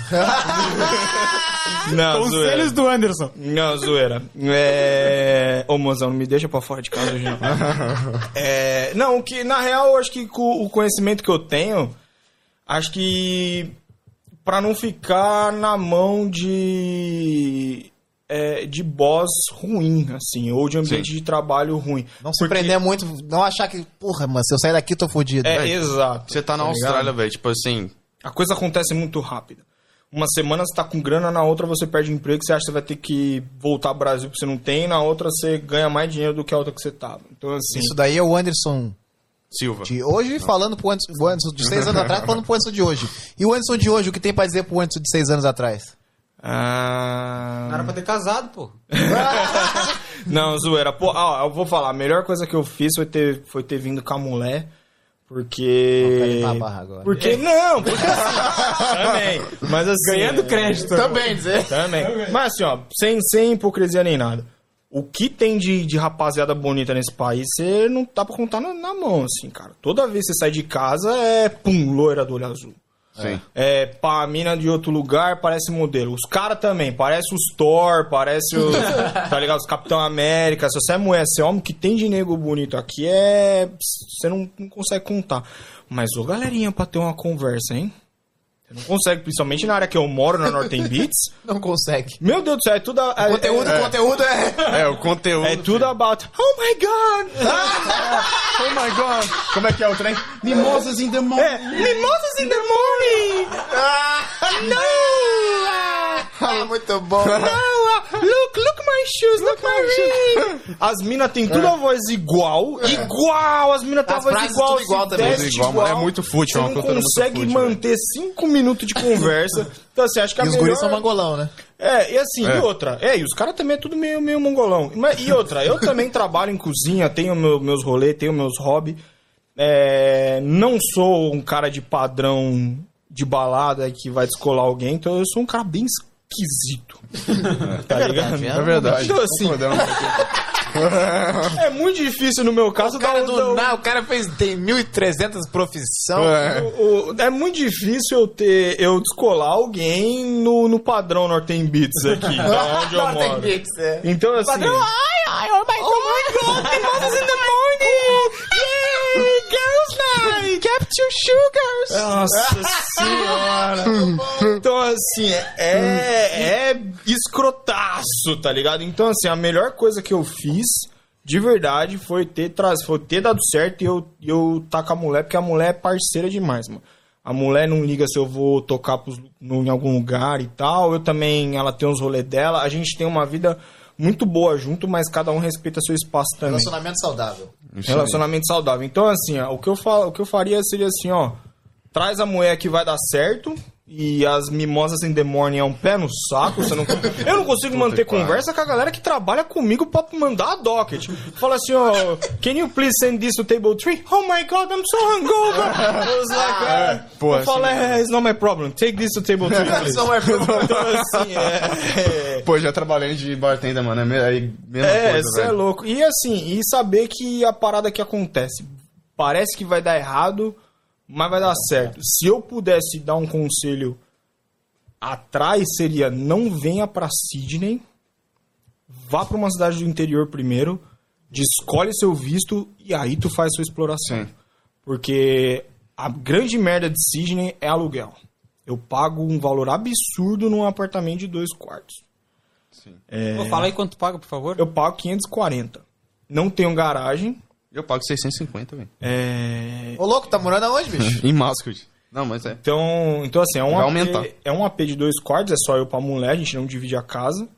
Não, Conselhos do Anderson. Não, zoeira. Ô, mozão, não me deixa pra fora de casa hoje, não. Não, que na real, eu acho que com o conhecimento que eu tenho, acho que pra não ficar na mão de boss ruim, assim, ou de ambiente de trabalho ruim. Não se prender muito, não achar que, porra, mano, se eu sair daqui eu tô fodido. Exato. Você tá na Austrália, velho, tipo assim... A coisa acontece muito rápido. Uma semana você tá com grana, na outra você perde emprego, você acha que você vai ter que voltar ao Brasil porque você não tem, na outra você ganha mais dinheiro do que a outra que você tava. Então, assim... Isso daí é o Anderson Silva. de hoje falando pro Anderson, o Anderson de 6 anos atrás falando pro Anderson de hoje. E o Anderson de hoje, o que tem pra dizer pro Anderson de 6 anos atrás? Não era pra ter casado, pô. Não, zoeira. Pô, eu vou falar, a melhor coisa que eu fiz foi ter vindo com a mulher, porque... Não, barra agora. Porque não, porque assim, também. Mas assim... Ganhando crédito. Também, dizer. Também. Mas assim, ó, sem hipocrisia nem nada. O que tem de rapaziada bonita nesse país, você não dá pra contar na mão, assim, cara. Toda vez que você sai de casa, loira do olho azul. Sim. Pá, mina de outro lugar, parece modelo. Os caras também, parece os Thor, parece os... tá ligado? Os Capitão América. Se você é mulher, se é homem, que tem de nego bonito aqui você não consegue contar. Mas, ô galerinha, pra ter uma conversa, hein? Você não consegue, principalmente na área que eu moro, na Northern Beats. Não consegue. Meu Deus do céu, é tudo... Conteúdo é... O conteúdo... É tudo about... Oh my God! Oh my God! Como é que é o trem? Mimosas in the morning! Mimosas in the morning! Ah, muito bom. No! Look my shoes, look my ring. As minas têm tudo a voz igual. As minas têm a As voz frases igual. tudo igual se também. veste Tudo igual, é muito fútil, Você é uma não cultura muito consegue fútil, manter 5 minutos de conversa. Então, assim, acho que a E os melhor... guris são mangolão, né? E assim, e outra. E os caras também é tudo meio mongolão. E outra, eu também trabalho em cozinha, tenho meus rolês, tenho meus hobbies. Não sou um cara de padrão de balada que vai descolar alguém, então eu sou um cara bem esquisito. Tá ligado? É verdade. Então, assim, Concordamos aqui. é muito difícil no meu caso. O cara tem 1.300 profissão. É muito difícil eu descolar alguém no padrão Northern Beats aqui, da onde eu Northern moro. Beats, é. Então, assim... Oh my God, Moses in the morning! Yay! Girls night! Capture sugars! Nossa senhora! Então, assim, é escrotaço, tá ligado? Então, assim, a melhor coisa que eu fiz, de verdade, foi ter dado certo e eu tá com a mulher, porque a mulher é parceira demais, mano. A mulher não liga se eu vou tocar em algum lugar e tal. Eu também, ela tem os rolês dela. A gente tem uma vida muito boa junto, mas cada um respeita seu espaço também. Relacionamento saudável. Relacionamento saudável. Então, assim, ó, o que eu faria seria assim, ó. Traz a mulher que vai dar certo. E as mimosas in the morning é um pé no saco. Eu não consigo manter conversa com a galera que trabalha comigo pra mandar a docket. Fala assim, ó, can you please send this to table 3? Oh my God, I'm so hungover. Eu falo, it's not my problem. Take this to table 3, please. It's not my problem. Então, assim, Pô, já trabalhei de bartender, mano. Aí, mesma coisa, você é louco. E assim, saber que a parada que acontece parece que vai dar errado, mas vai dar certo. Se eu pudesse dar um conselho atrás, seria: não venha pra Sydney, vá pra uma cidade do interior primeiro, escolhe seu visto e aí tu faz sua exploração. Sim. Porque a grande merda de Sydney é aluguel. Eu pago um valor absurdo num apartamento de 2 quartos. Fala aí quanto tu paga, por favor. Eu pago 540. Não tenho garagem. Eu pago 650, velho. Ô, louco, tá morando aonde, bicho? Em Mascot. Não, mas é. Então assim, Vai aumentar. É um AP de 2 quartos, é só eu pra mulher, a gente não divide a casa.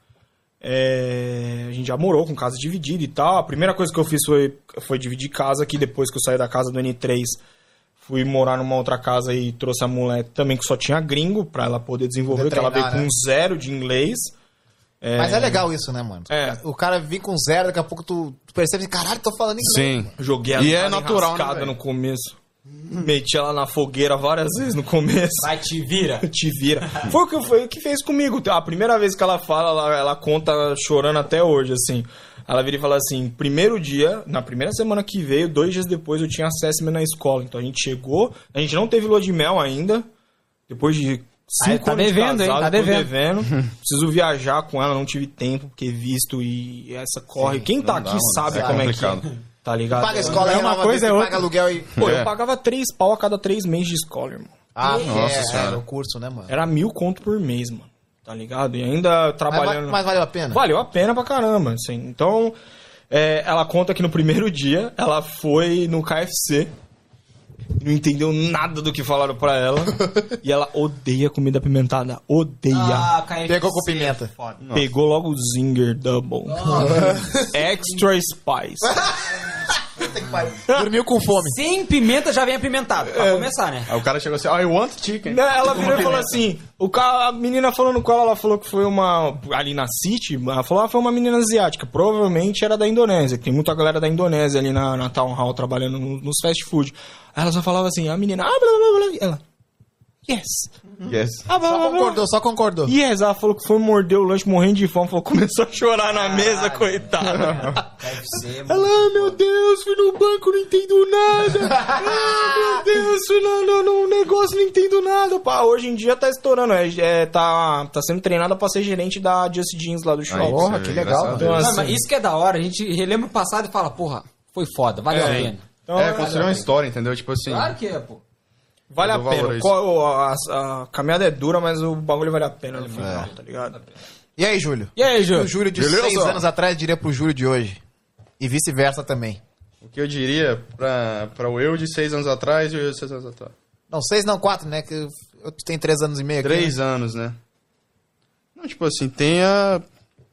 A gente já morou com casa dividida e tal. A primeira coisa que eu fiz foi dividir casa aqui, depois que eu saí da casa do N3. Fui morar numa outra casa e trouxe a mulher também que só tinha gringo pra ela poder desenvolver, porque ela veio com 0 de inglês. Mas é legal isso, né, mano? É. O cara vir com 0, daqui a pouco tu percebe, caralho, tô falando inglês. Sim. Joguei ela E é natural, né, enrascada velho? no começo. Meti ela na fogueira várias vezes no começo. Vai, te vira. Te vira. Foi o que fez comigo. A primeira vez que ela fala, ela conta chorando até hoje, assim. Ela vira e fala assim: primeiro dia, na primeira semana que veio, 2 dias depois eu tinha assessment na escola. Então a gente chegou, a gente não teve lua de mel ainda. Depois de 5 tá anos devendo, de hein? casado, Tá tô devendo. Preciso viajar com ela, não tive tempo, porque visto e essa corre. Sim, quem tá não aqui dá, mano. sabe É como complicado. é que é. Tá ligado? Paga a escola, É uma coisa, é outra. paga aluguel e... Pô, eu pagava 3 pau a cada 3 meses de escola, irmão. Nossa senhora. Era o curso, né, mano? Era 1.000 conto por mês, mano. Tá ligado? E ainda trabalhando... Mas valeu a pena? Valeu a pena pra caramba, assim. Então, ela conta que no primeiro dia, ela foi no KFC, não entendeu nada do que falaram pra ela, e ela odeia comida apimentada. Odeia. KFC, Pegou com pimenta. Foda. Pegou logo o Zinger Double. Extra Spice. Dormiu com fome. Sem pimenta já vem apimentado, pra começar, né? Aí o cara chegou assim, I want chicken. Ela virou e falou assim, a menina falando com ela falou que foi uma, ali na City, ela falou, foi uma menina asiática, provavelmente era da Indonésia, que tem muita galera da Indonésia ali na Town Hall trabalhando nos fast food. Aí ela só falava assim, a menina, blá, blá, blá, ela, yes. Yes. Só concordou. Yes, ela falou que foi morder o lanche morrendo de fome, falou, começou a chorar na mesa, coitada. KFC, Ela, meu Deus, fui no banco, não entendo nada. Meu Deus, fui no negócio, não entendo nada. Pá, hoje em dia tá estourando, tá sendo treinada pra ser gerente da Just Jeans lá do shopping. Porra, que legal, mano. Então, Não, assim, mas isso que é da hora, a gente relembra o passado e fala, porra, foi foda, valeu a pena. então, Construir uma história, entendeu? Tipo assim. Claro que é, pô. vale a eu dou valor pena. a isso. A caminhada é dura, mas o bagulho vale a pena no final, tá ligado? E aí, Júlio? E aí, Júlio? O Júlio de Beleza? 6 anos atrás diria pro Júlio de hoje. E vice-versa também. O que eu diria pra o eu de 6 anos atrás e o eu de 6 anos atrás? Não, 6 não, 4, né? Que eu tenho 3 anos e meio aqui. 3 anos, né? Não, tipo assim, tenha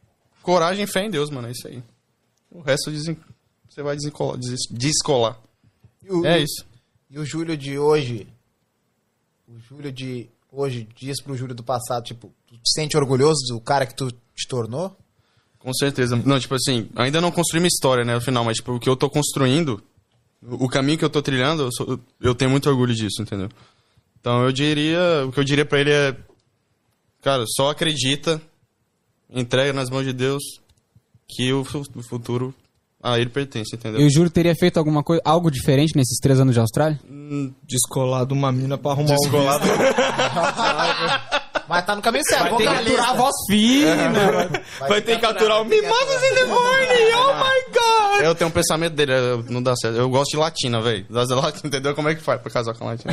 coragem e fé em Deus, mano. É isso aí. O resto você vai descolar. É isso. E o Júlio de hoje? O Júlio de hoje diz pro Júlio do passado, tipo, tu te sente orgulhoso do cara que tu te tornou? Com certeza. Não, tipo assim, ainda não construí minha história, né, no final, mas tipo, o que eu tô construindo, o caminho que eu tô trilhando, eu tenho muito orgulho disso, entendeu? Então o que eu diria pra ele é, cara, só acredita, entrega nas mãos de Deus, que o futuro a ele pertence, entendeu? E o Júlio teria feito algo diferente nesses 3 anos de Austrália? Descolado uma mina pra arrumar Descolado. um visto. Mas tá no caminho certo, Vai ter que aturar a voz fina. Vai ter que aturar o Mimosas in the morning, oh my god! Eu tenho um pensamento dele, não dá certo. Eu gosto de latina, velho. Entendeu como é que faz pra casar com latina?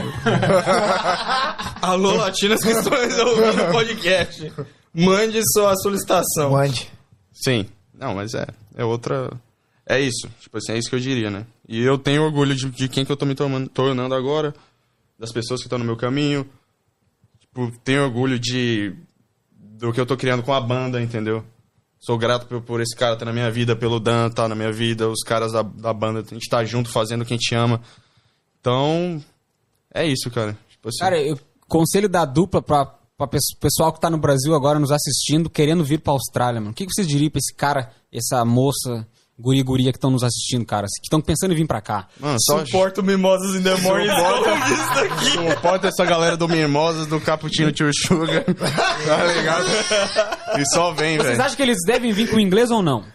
Alô, latinas que estão ouvindo o podcast. Mande sua solicitação. Mande. Sim. Não, mas é outra... É isso. Tipo assim, é isso que eu diria, né? E eu tenho orgulho de quem que eu tô me tornando agora, das pessoas que estão no meu caminho. Tipo, tenho orgulho do que eu tô criando com a banda, entendeu? Sou grato por esse cara estar na minha vida, pelo Dan estar na minha vida, os caras da banda, a gente tá junto fazendo o que a gente ama. Então, é isso, cara. Tipo assim, Cara, conselho da dupla pra pessoal que tá no Brasil agora nos assistindo, querendo vir pra Austrália, mano. O que vocês diriam pra esse cara, essa moça, guria que estão nos assistindo, cara? Que estão pensando em vir pra cá? mano, só Suporto Mimosas in the morning. suporta essa galera do Mimosas, do Cappuccino Tio Sugar, tá ligado? E só vem, Vocês velho. acham que eles devem vir com inglês ou não?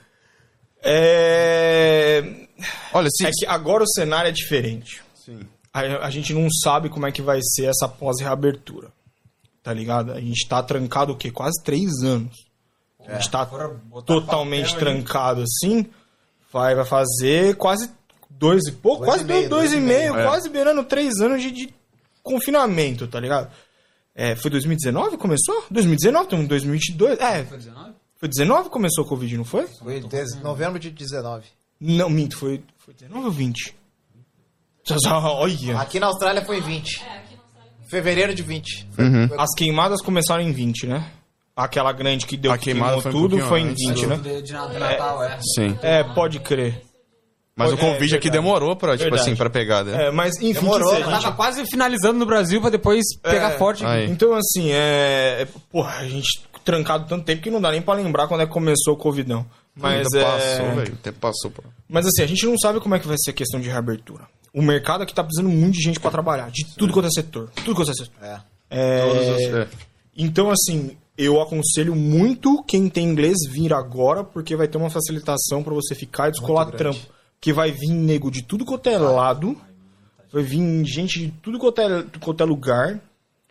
Olha, se... É que agora o cenário é diferente. Sim. A gente não sabe como é que vai ser essa pós-reabertura. Tá ligado? A gente tá trancado o quê? Quase 3 anos. A gente tá totalmente trancado assim. Vai fazer quase 2 e pouco, quase 2,5, quase beirando 3 anos de confinamento, tá ligado? Foi 2019 que começou? 2019, estamos em 2022. Foi 19? Foi 19 que começou o Covid, não foi? Foi novembro de 19. Não, minto, foi 19 ou 20? Olha. Aqui na Austrália foi 20. Fevereiro de 20. As queimadas começaram em 20, né? Aquela grande que deu A queimada foi um tudo pouquinho foi em antes, 20, né? De Natal, Sim. Pode crer. Mas o Covid aqui demorou pra, tipo Verdade. assim, pra pegar, né? Mas enfim, Demorou, que seja, Tava quase finalizando no Brasil pra depois pegar forte aqui. Aí. Então, assim, porra, a gente trancado tanto tempo que não dá nem pra lembrar quando é que começou o Covidão. Mas O tempo passou, velho. O tempo passou, pô. Mas assim, a gente não sabe como é que vai ser a questão de reabertura. O mercado aqui tá precisando muito de gente pra trabalhar, de tudo quanto é setor. Tudo quanto é setor. Então, assim, eu aconselho muito quem tem inglês vir agora, porque vai ter uma facilitação pra você ficar e descolar trampo. Porque vai vir nego de tudo quanto é lado, vai vir gente de tudo quanto é lugar,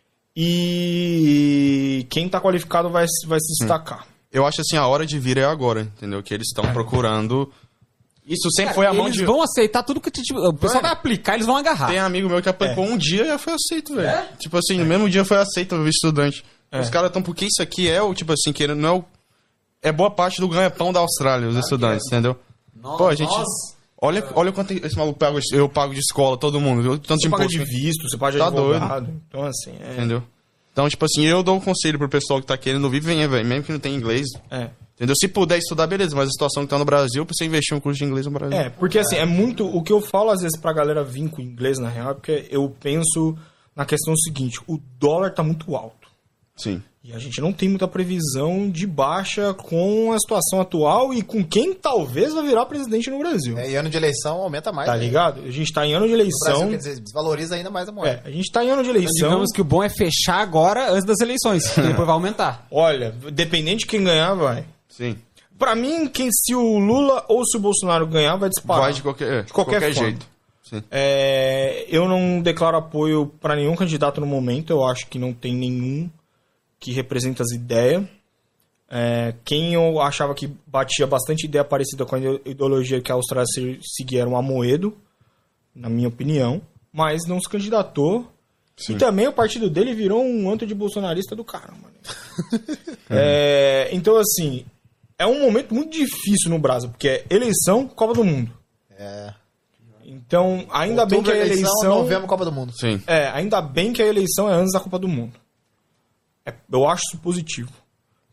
e quem tá qualificado vai se destacar. Eu acho assim, a hora de vir é agora, entendeu? Que eles estão procurando. Isso sempre foi a mão Eles de. vão aceitar tudo que o pessoal vai aplicar, eles vão agarrar. Tem amigo meu que aplicou um dia e já foi aceito, velho. Tipo assim, no mesmo dia foi aceito o estudante. Os caras estão, porque isso aqui é o, tipo assim, que não é o. É boa parte do ganha-pão da Austrália, os estudantes, entendeu? Pô, a gente. Olha quanto esse maluco paga, eu pago de escola, todo mundo. Tanto Você de paga imposto. de visto, você paga de Tá advogado. Então, assim, Entendeu? Então, tipo assim, eu dou um conselho pro pessoal que tá querendo vir, venha, velho. Mesmo que não tenha inglês. Entendeu? Se puder estudar, beleza. Mas a situação que tá no Brasil, pra você investir um curso de inglês no Brasil. Porque assim, é muito. O que eu falo às vezes pra galera vir com inglês, na real, é porque eu penso na questão seguinte: o dólar tá muito alto. Sim. E a gente não tem muita previsão de baixa com a situação atual e com quem talvez vai virar presidente no Brasil. E ano de eleição aumenta mais. Tá né? ligado? A gente tá em ano de No Brasil, eleição. quer dizer, desvaloriza ainda mais a moeda. A gente tá em ano de Então, eleição. digamos que o bom é fechar agora antes das eleições, que depois vai aumentar. Olha, dependente de quem ganhar, vai. Sim. Pra mim, se o Lula ou se o Bolsonaro ganhar, vai disparar. Vai de qualquer qualquer forma. jeito. Sim. Eu não declaro apoio pra nenhum candidato no momento. Eu acho que não tem nenhum que representa as ideias. Quem eu achava que batia bastante ideia parecida com a ideologia que a Austrália seguia era um Amoedo, na minha opinião, mas não se candidatou. Sim. E também o partido dele virou um anti-bolsonarista do cara, mano. Então, assim, é um momento muito difícil no Brasil, porque é eleição, Copa do Mundo. Então, ainda bem que a eleição... Novembro, Copa do Mundo. ainda bem que a eleição é antes da Copa do Mundo. Eu acho isso positivo.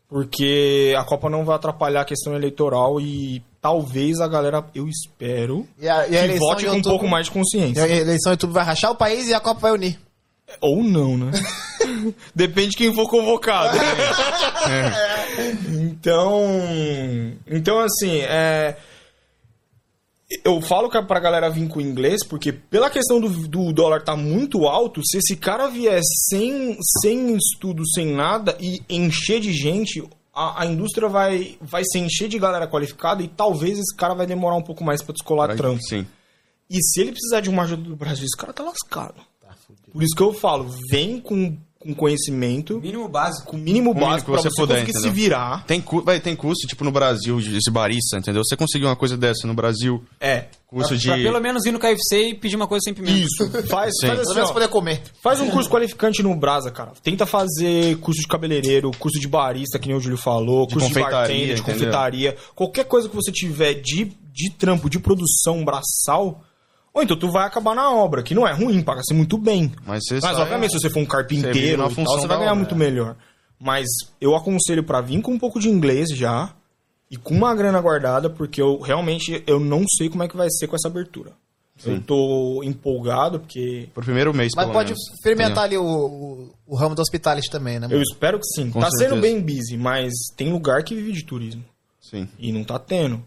Porque a Copa não vai atrapalhar a questão eleitoral e talvez a galera, eu espero, E a que eleição vote de com um outubro- pouco mais de E consciência. a eleição do YouTube vai rachar o país e a Copa vai unir. Ou não, né? Depende de quem for convocado. Então assim, eu falo que é pra galera vir com o inglês, porque pela questão do dólar tá muito alto, se esse cara vier sem estudo, sem nada, e encher de gente, a indústria vai se encher de galera qualificada e talvez esse cara vai demorar um pouco mais pra descolar trampo. Sim. E se ele precisar de uma ajuda do Brasil, esse cara tá lascado. Por isso que eu falo, vem com conhecimento, Mínimo básico. com o mínimo básico pra que você você puder, conseguir se entendeu? virar. Tem curso, tipo, no Brasil, de esse barista, entendeu? Você conseguir uma coisa dessa no Brasil, curso de... Pra pelo menos ir no KFC e pedir uma coisa sem pimenta. Isso, faz Sim. assim, Pelo menos ó, poder comer. faz um curso qualificante no Brasa, cara. Tenta fazer curso de cabeleireiro, curso de barista, que nem o Júlio falou, curso de confeitaria, bartender, de entendeu? confeitaria. Qualquer coisa que você tiver de trampo, de produção braçal, ou então tu vai acabar na obra, que não é ruim, paga-se muito bem. Mas você Mas sai- obviamente, se você for um você vive carpinteiro na e tal, função você vai da ganhar obra, muito melhor. Mas eu aconselho pra vir com um pouco de inglês já e com uma grana guardada, porque eu realmente não sei como é que vai ser com essa abertura. Eu tô empolgado, porque Pro primeiro mês, Mas pelo pode menos. fermentar ali o ramo do hospitality também, né? eu espero que sim. Com Tá certeza. sendo bem busy, mas tem lugar que vive de turismo. Sim. E não tá tendo.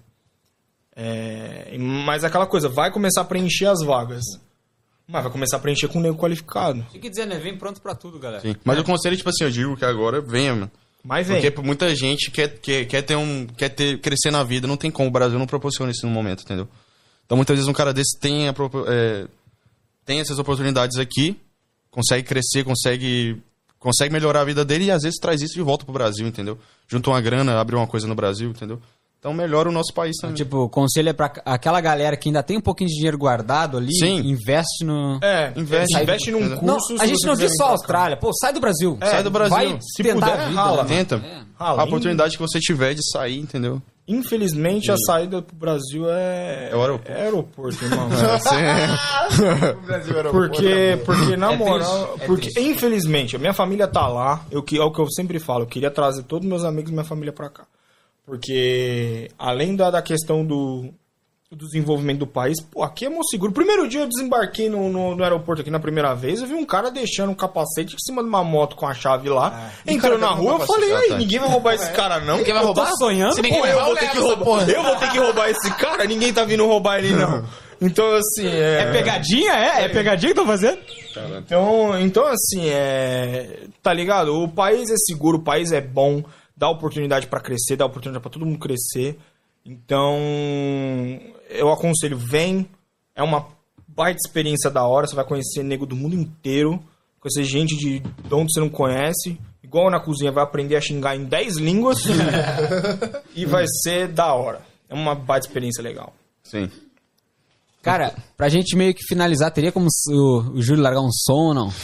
Mas aquela coisa, vai começar a preencher as vagas. Mas vai começar a preencher com um nego qualificado. Tem que dizer, né? Vem pronto pra tudo, galera. Sim. Mas o conselho, tipo assim, eu digo que agora venha, mano. Mas vem. Porque muita gente quer crescer na vida, não tem como, o Brasil não proporciona isso no momento, entendeu? Então muitas vezes um cara desse tem essas oportunidades aqui, consegue crescer, consegue melhorar a vida dele e às vezes traz isso de volta pro Brasil, entendeu? Junta uma grana, abre uma coisa no Brasil, entendeu? Então melhora o nosso país também. Tipo, o conselho é pra aquela galera que ainda tem um pouquinho de dinheiro guardado ali, Sim. investe no... Investe num Entendeu? curso. Não, se a gente você não quiser diz só vir pra Austrália. Pô, sai do Brasil. Sai do Brasil. Vai Se tentar puder, a vida, rala. né? Tenta. Rala. A oportunidade que você tiver de sair, entendeu? Infelizmente, a saída pro Brasil é o aeroporto. É aeroporto, irmão. O Brasil era Porque na moral, triste, é porque triste. infelizmente a minha família tá lá, é o que eu sempre falo, eu queria trazer todos meus amigos e minha família pra cá. Porque além da questão do desenvolvimento do país, pô, aqui é mó seguro. Primeiro dia eu desembarquei no aeroporto aqui na primeira vez, eu vi um cara deixando um capacete em cima de uma moto com a chave lá. Entrou na rua, eu falei, aí, ninguém vai roubar esse cara não? Ninguém vai roubar? Tô sonhando, Se ninguém Pô, vai eu vou roubar, ter que leva essa roubar. porra. Eu vou ter que roubar esse cara? Ninguém tá vindo roubar ele, não. Então, assim, É pegadinha, é? É pegadinha que estão fazendo? Então assim, tá ligado? O país é seguro, o país é bom, dá oportunidade pra crescer, dá oportunidade pra todo mundo crescer. Então, eu aconselho, vem, é uma baita experiência da hora, você vai conhecer nego do mundo inteiro, conhecer gente de onde você não conhece, igual na cozinha, vai aprender a xingar em 10 línguas e vai ser da hora. É uma baita experiência legal. Sim. Cara, pra gente meio que finalizar, teria como o Júlio largar um som ou não?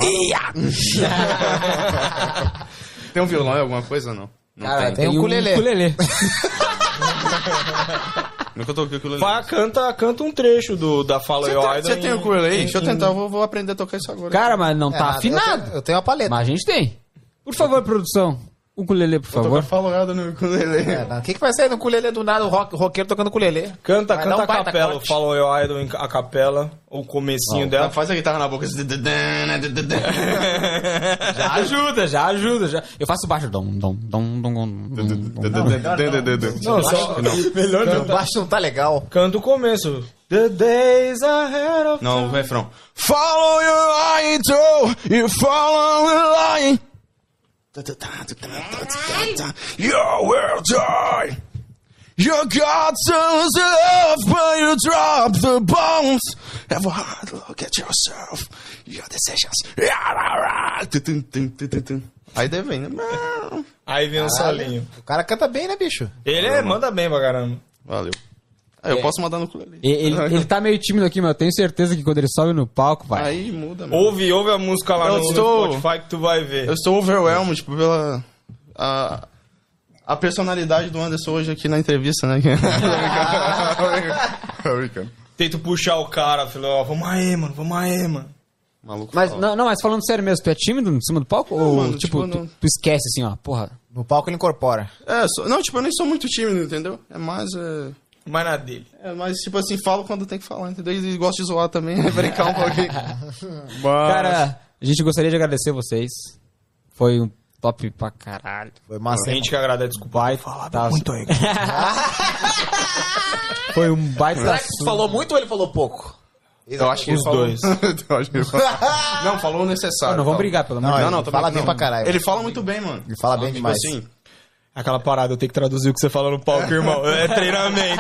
Tem um violão, alguma coisa ou não? Não Cara, tem um ukulele. Nunca toquei ukulele. Canta um trecho da Fala Eu Idol. Você tem o ukulele aí? Deixa eu tentar, eu vou aprender a tocar isso agora. Cara, mas não tá afinado. Eu tenho uma paleta. Mas a gente tem. Por favor, produção. Ukulele, por favor. Falando no ukulele. O que vai sair no ukulele do nada? O roqueiro tocando ukulele. Canta Vai dar um a baita capela, corte. Follow Your Idol a capela, o comecinho dela. Faz a guitarra na boca. Já ajuda. Eu faço baixo. Dom. Não, só melhor O baixo não tá legal. canta o começo. The days ahead of Não, o refrão. Follow your idol, you follow your line. You will die. You got to love, but you drop the bombs. Have a hard look at yourself. Your decisions. Aí vem, né? Aí vem o solinho. O cara canta bem, né, bicho? Ele manda bem pra caramba. Valeu. Eu posso mandar no ukulele. Ele tá meio tímido aqui, mas eu tenho certeza que quando ele sobe no palco, vai. Aí muda, mano. Ouve a música lá Eu no estou- Spotify que tu vai ver. Eu estou overwhelmed pela a personalidade do Anderson hoje aqui na entrevista, né? Tô brincando. Tento puxar o cara, falei, ó, vamos aí, mano. Maluco Mas, fala. não, mas falando sério mesmo, tu é tímido em cima do palco? Ou, mano, tipo, tipo, não. tu esquece assim, ó, porra. No palco ele incorpora. Não, tipo, eu nem sou muito tímido, entendeu? É mais, Mas na dele. tipo assim, falo quando tem que falar, entendeu? E gosto de zoar também, brincar um pouquinho. Cara, a gente gostaria de agradecer vocês. Foi um top pra caralho. Foi massa. A gente que agradece, desculpa. Vai, tá muito aí. Foi um baita Será que tu falou muito ou ele falou pouco? Eu acho que Os ele falou- dois. Eu acho que ele falou- Não, falou o necessário. Não vamos tal. brigar, pelo amor Não, de ele Deus. também fala não. bem pra caralho. Ele fala muito bem, mano. Ele fala bem Tipo demais. assim, Aquela parada, eu tenho que traduzir o que você fala no palco, irmão. É treinamento.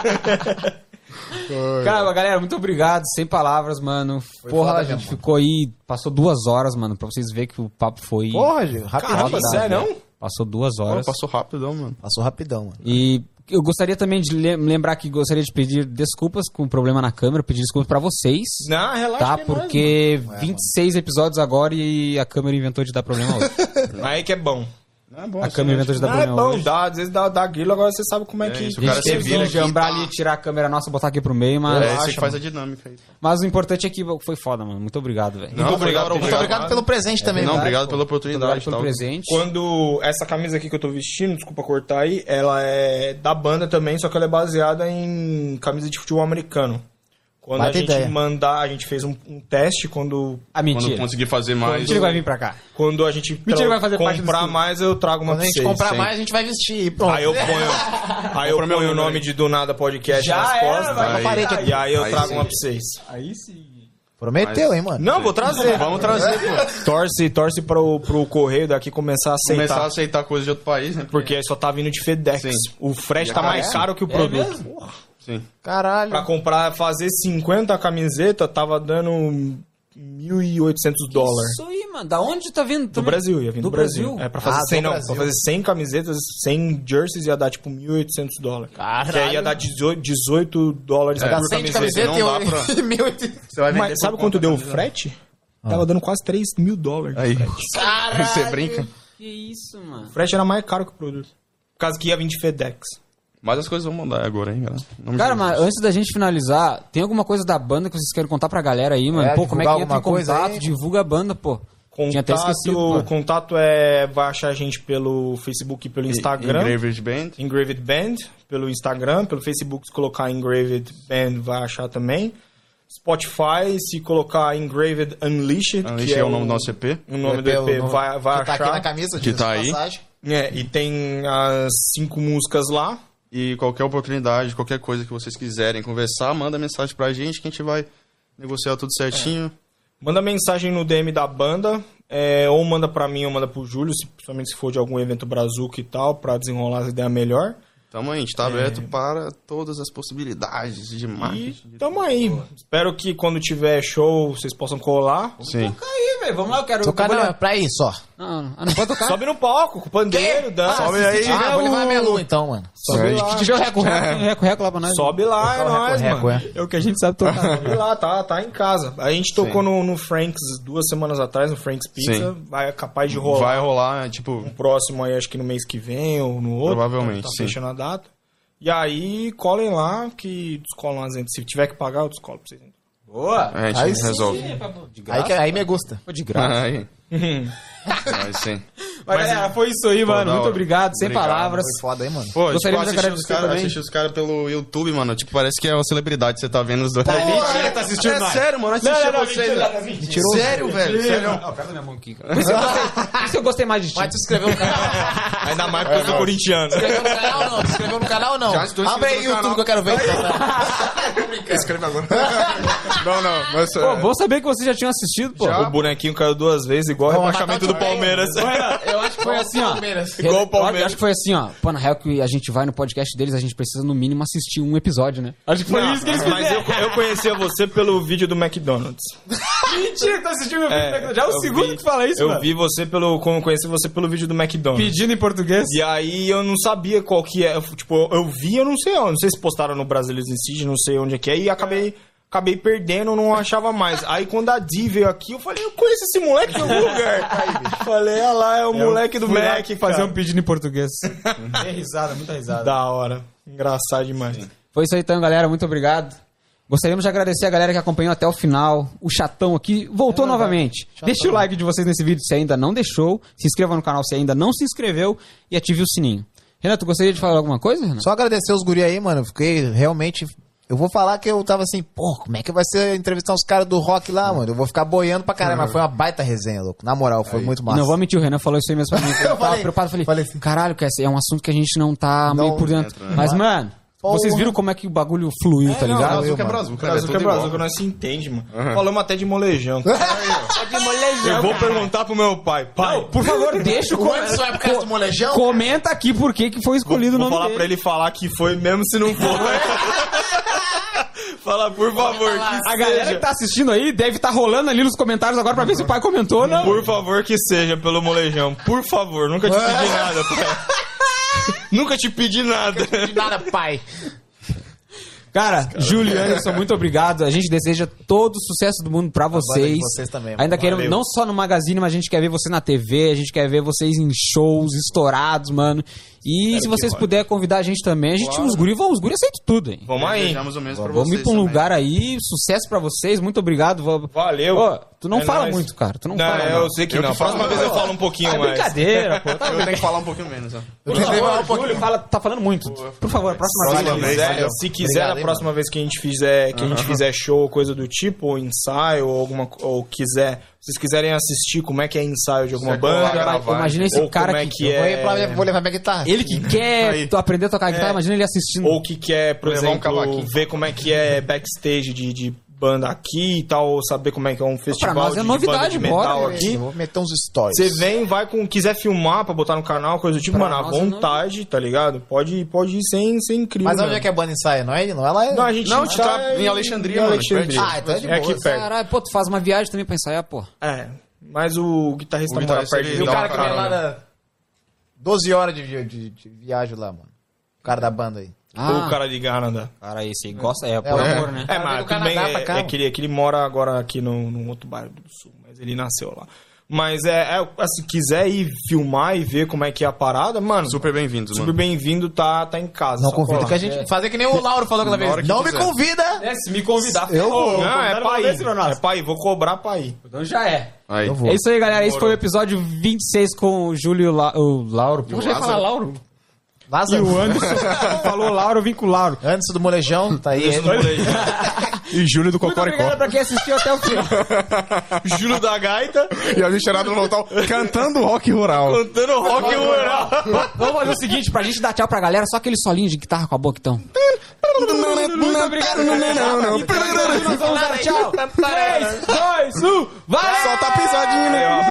Cara, galera, muito obrigado. Sem palavras, mano. Porra, foda a gente mesmo, ficou aí, passou 2 horas, mano, pra vocês verem que o papo foi... Porra, Gil, rapidão. Caramba, sério, não? Passou 2 pô, horas. passou rapidão, mano. Passou rapidão, mano. E eu gostaria também de lembrar que gostaria de pedir desculpas com o problema na câmera, pedir desculpas pra vocês. Não, relaxa. Tá, que é nóis, porque 26 episódios agora e a câmera inventou de dar problema hoje. mano. Aí que é bom. Não é bom, A assim, câmera né? inventou de dar Não, é problema bom, hoje. às vezes dá grilo, agora você sabe como é que... isso, A o cara gente se teve vira que aqui, jambrar tá. ali, tirar a câmera nossa, botar aqui pro meio, mas... É, esse Relaxa, que faz a mano. dinâmica aí. Mas o importante é que foi foda, mano. Muito obrigado, velho. Não, Muito obrigado, Muito obrigado pelo presente também. Não, cara. obrigado pela Muito oportunidade. obrigado pelo tal. presente. Quando essa camisa aqui que eu tô vestindo, desculpa cortar aí, ela é da banda também, só que ela é baseada em camisa de futebol americano. Quando Baita a gente ideia. mandar, a gente fez um teste quando Ah, Quando mentira. eu conseguir fazer mais... Mentira vai vir pra cá. a gente Mentira, vai fazer parte do comprar estúdio. mais, eu trago uma Quando a gente pra vocês. comprar sim. mais, a gente vai vestir. E pronto. Aí eu ponho Compra meu o número nome aí. de Do Nada Podcast Já nas era, costas. vai pra Aí- parede aqui. E aí eu Aí trago sim. uma pra vocês. Aí sim. Prometeu, hein, mano? Não, vou trazer. Vamos trazer, pô. Torce pro correio daqui começar a aceitar. Começar a aceitar coisas de outro país, né? Porque aí só tá vindo de FedEx. Sim. O frete E tá é mais caro. caro que o produto. Sim. Caralho. Pra comprar, fazer 50 camisetas, tava dando $1.800. Isso aí, mano. Da onde tá vindo? Do Brasil, ia vir do Brasil. É pra fazer Ah, 100, do não. Brasil. Pra fazer 100 camisetas, 100 jerseys ia dar tipo $1.800. Caralho. Que aí ia dar $18 Vai dar por 100 de camiseta. camiseta não dá pra- e 1.800. Você vai vender Mas sabe por quanto conta deu o da camisa. frete? Tava dando quase $3.000 de Aí. frete. Caralho. Você brinca? Que isso, mano. O frete era mais caro que o produto. Por causa que ia vir de FedEx. Mas as coisas vão mudar agora, hein, galera? Em nome Cara, de mas Jesus. antes da gente finalizar, tem alguma coisa da banda que vocês querem contar pra galera aí, mano? É, Pô, como é que divulgar entra em alguma coisa contato? aí? Divulga a banda, pô. Tinha até esquecido, pô. Contato vai achar a gente pelo Facebook e pelo Instagram. Engraved Band. Engraved Band, pelo Instagram, pelo Facebook, se colocar Engraved Band vai achar também. Spotify, se colocar Engraved Unleashed, Unleashed que é o nome do nosso EP. O nome do EP vai que tá achar. aqui na camisa. Que diga-se tá de aí. passagem. E tem as 5 músicas lá. E qualquer oportunidade, qualquer coisa que vocês quiserem conversar, manda mensagem pra gente que a gente vai negociar tudo certinho. Manda mensagem no DM da banda, ou manda pra mim ou manda pro Júlio, principalmente se for de algum evento brazuca e tal, pra desenrolar as ideias melhor. Tamo aí, a gente tá aberto para todas as possibilidades de E marketing. tamo aí. Espero que quando tiver show vocês possam colar. Sim. Aí, velho, vamos lá, eu quero... Tocar eu vou- pra ir só. Não pode tocar. Sobe no palco, com o pandeiro, dança. Sobe aí. Vou levar a minha lua então, mano. Sobe lá. Se tiver o reco lá pra nós. Sobe lá, é nóis, Reco, mano. É o que a gente sabe tocar. Sobe lá, tá em casa. A gente tocou no Frank's 2 semanas atrás, no Frank's Pizza. Sim. Vai capaz de rolar. Vai rolar, tipo, Um próximo aí, acho que no mês que vem ou no outro. Provavelmente, Tá sim. fechando a data. E aí, colem lá, que descolam as entradas. Se tiver que pagar, eu descolo pra vocês. Boa. a gente Aí sim. resolve. De graça. Aí me gusta. Pô, de graça. Aí. Aí sim. Mas, galera, foi isso aí, mano. da Muito hora. obrigado. Sem Obrigado, palavras. Foi foda aí, mano. Pô, Gostaríamos de tipo, agradecer também. assistir os caras pelo YouTube, mano. Tipo, parece que é uma celebridade, você tá vendo os dois. mentira, tá assistindo É nós. sério, mano. Assistir vocês. Mentiroso. Sério, velho. Sério. Não, pega minha mão aqui, cara. Por isso eu gostei mais de ti. Mas tu se inscreveu no canal? Ainda mais porque eu sou corintiano. Se inscreveu no canal ou não? Se inscreveu no canal ou não? Já estou Abre aí o inscrito no YouTube que eu quero ver. Escreve agora. Não, mas... Pô, bom saber que você já tinha assistido, pô. O bonequinho caiu 2 vezes, igual o Vamos rebaixamento matar do o Palmeiras. Palmeiras. Eu acho que foi assim, ó. Igual o Palmeiras. Eu acho que foi assim, ó. Pô, na real que a gente vai no podcast deles, a gente precisa no mínimo assistir um episódio, né? Acho que foi Não, isso que eles mas fizeram. eu conhecia você pelo vídeo do McDonald's. Mentira que tu assistiu meu vídeo. Já é o eu segundo vi- que fala isso, Eu mano. vi você conheci você pelo vídeo do McDonald's. Pedindo em português. E aí eu não sabia qual que é. Tipo, eu vi, eu não sei onde. Não sei se postaram no Brasileiros Incide, não sei onde é que é. E acabei perdendo, não achava mais. Aí quando a Di veio aqui, eu falei, eu conheço esse moleque de algum lugar. Falei, olha lá, é o moleque do Fui lá Mac. fazer cara. um pedido em português. É risada, muita risada. Da hora. Engraçado demais. Foi isso aí então, galera. Muito obrigado. Gostaríamos de agradecer a galera que acompanhou até o final. O chatão aqui voltou novamente. Deixe o like de vocês nesse vídeo se ainda não deixou. Se inscreva no canal se ainda não se inscreveu. E ative o sininho. Renato, gostaria de falar alguma coisa, Renato? Só agradecer os guri aí, mano. Eu fiquei realmente... Eu vou falar que eu tava assim, pô, como é que vai ser entrevistar os caras do rock lá, mano? Eu vou ficar boiando pra caralho, mas foi uma baita resenha, louco. Na moral, foi muito massa. Não vou mentir, o Renan falou isso aí mesmo pra mim. Eu tava preocupado, falei assim, caralho, é um assunto que a gente não tá meio por dentro. Mas, mano, vocês viram como é que o bagulho fluiu, tá ligado? Brazuca é Brazuca. Brazuca é Brazuca, nós se entende, mano. Falamos até de molejão. Eu vou perguntar pro meu pai. Pai, Por favor, deixa o Isso é por causa do molejão? comenta aqui por que foi escolhido o vou nome falar dele. pra ele falar que foi mesmo se não for. Fala, por favor, que A galera seja. que tá assistindo aí deve estar rolando ali nos comentários agora pra ver se o pai comentou ou não. Por favor, que seja pelo molejão. Por favor, nunca te pedi nada, pai. Nunca te pedi nada. De nada, pai. Cara, Júlio e Anderson, muito obrigado. A gente deseja todo o sucesso do mundo pra vocês. de vocês também, mano. Ainda queremos, Valeu. não só no Magazine, mas a gente quer ver você na TV, a gente quer ver vocês em shows estourados, mano. E se vocês puderem convidar a gente também, a gente, os guri aceitam tudo, hein? Vamos aí. Desejamos o mesmo pra Vamos vocês ir pra um também. lugar aí, sucesso pra vocês, muito obrigado. Valeu. Ô, tu não É fala nóis. muito, cara. Tu não Não, fala. eu sei que Eu não. que Próxima falo. vez eu falo um pouquinho É mais. brincadeira, pô. Eu tenho que falar um pouquinho menos, ó. Por favor, Júlio, tá falando muito. Por favor, a próxima Se vez. quiser, Valeu. se quiser Obrigado, na hein, próxima vez que a gente fizer show, coisa do tipo, ou ensaio, ou vocês quiserem assistir como é que é ensaio de alguma Você colar, banda, gravar. Imagina esse ou cara como é que... que Vou levar minha guitarra. Ele que quer Aí. aprender a tocar guitarra, imagina ele assistindo. ou que quer, por Levar um exemplo, cavaquinho. ver como é que é backstage de banda aqui e tal, ou saber como é que é um festival nós é de novidade, banda de metal bora, aqui. Eu vou meter uns stories. Você vem, quiser filmar pra botar no canal, coisa do tipo, Pra mano, à nós é vontade, tá ligado? Pode ir sem incrível. Mas onde mesmo. é que a banda ensaia? Não é? Não, ela é... Não, a gente Não, a gente tá em Alexandria, mano, pertinho. Ah, então é de É aqui boa. perto. Caralho, pô, tu faz uma viagem também pra ensaiar, pô. É, mas o guitarrista O mora guitarrista, perto ele de E o dá cara uma que vem lá carona. da 12 horas de viagem lá, mano. O cara da banda aí. Ou o cara de Canadá. Cara, esse aí gosta, por o- amor, né? É, Cara, mas do tudo bem, Canadá pra cá, é que ele mora agora aqui num outro bairro do sul, mas ele nasceu lá. Mas se quiser ir filmar e ver como é que é a parada, mano, Super bem-vindos, super mano. bem-vindo, tá em casa. Não só convida colar. que a gente... Fazer que nem o Lauro falou aquela Na hora vez. que Não me quiser. convida! Se me convidar, Eu vou. Não, é pra ir. É pra ir, vou cobrar pra ir. Então já é. Aí. Eu vou. É isso aí, galera. Esse foi o episódio 26 com o Júlio e o Lauro. Pô, já ia falar Lázaro. Lauro. E Lázaro. o Anderson falou Lauro, eu vim com o Lauro. Anderson do Molejão, tá aí. E Júlio do Muito Cocoricó. obrigado pra quem assistiu até o final. Júlio da Gaita, E a misturada no voltal cantando rock rural. cantando rock rural. Vamos fazer o seguinte, pra gente dar tchau pra galera, só aquele solinho de guitarra com a boca, então. Muito obrigado. Nós vamos dar tchau. 3, 2, 1, vai! Solta a pisadinha, né?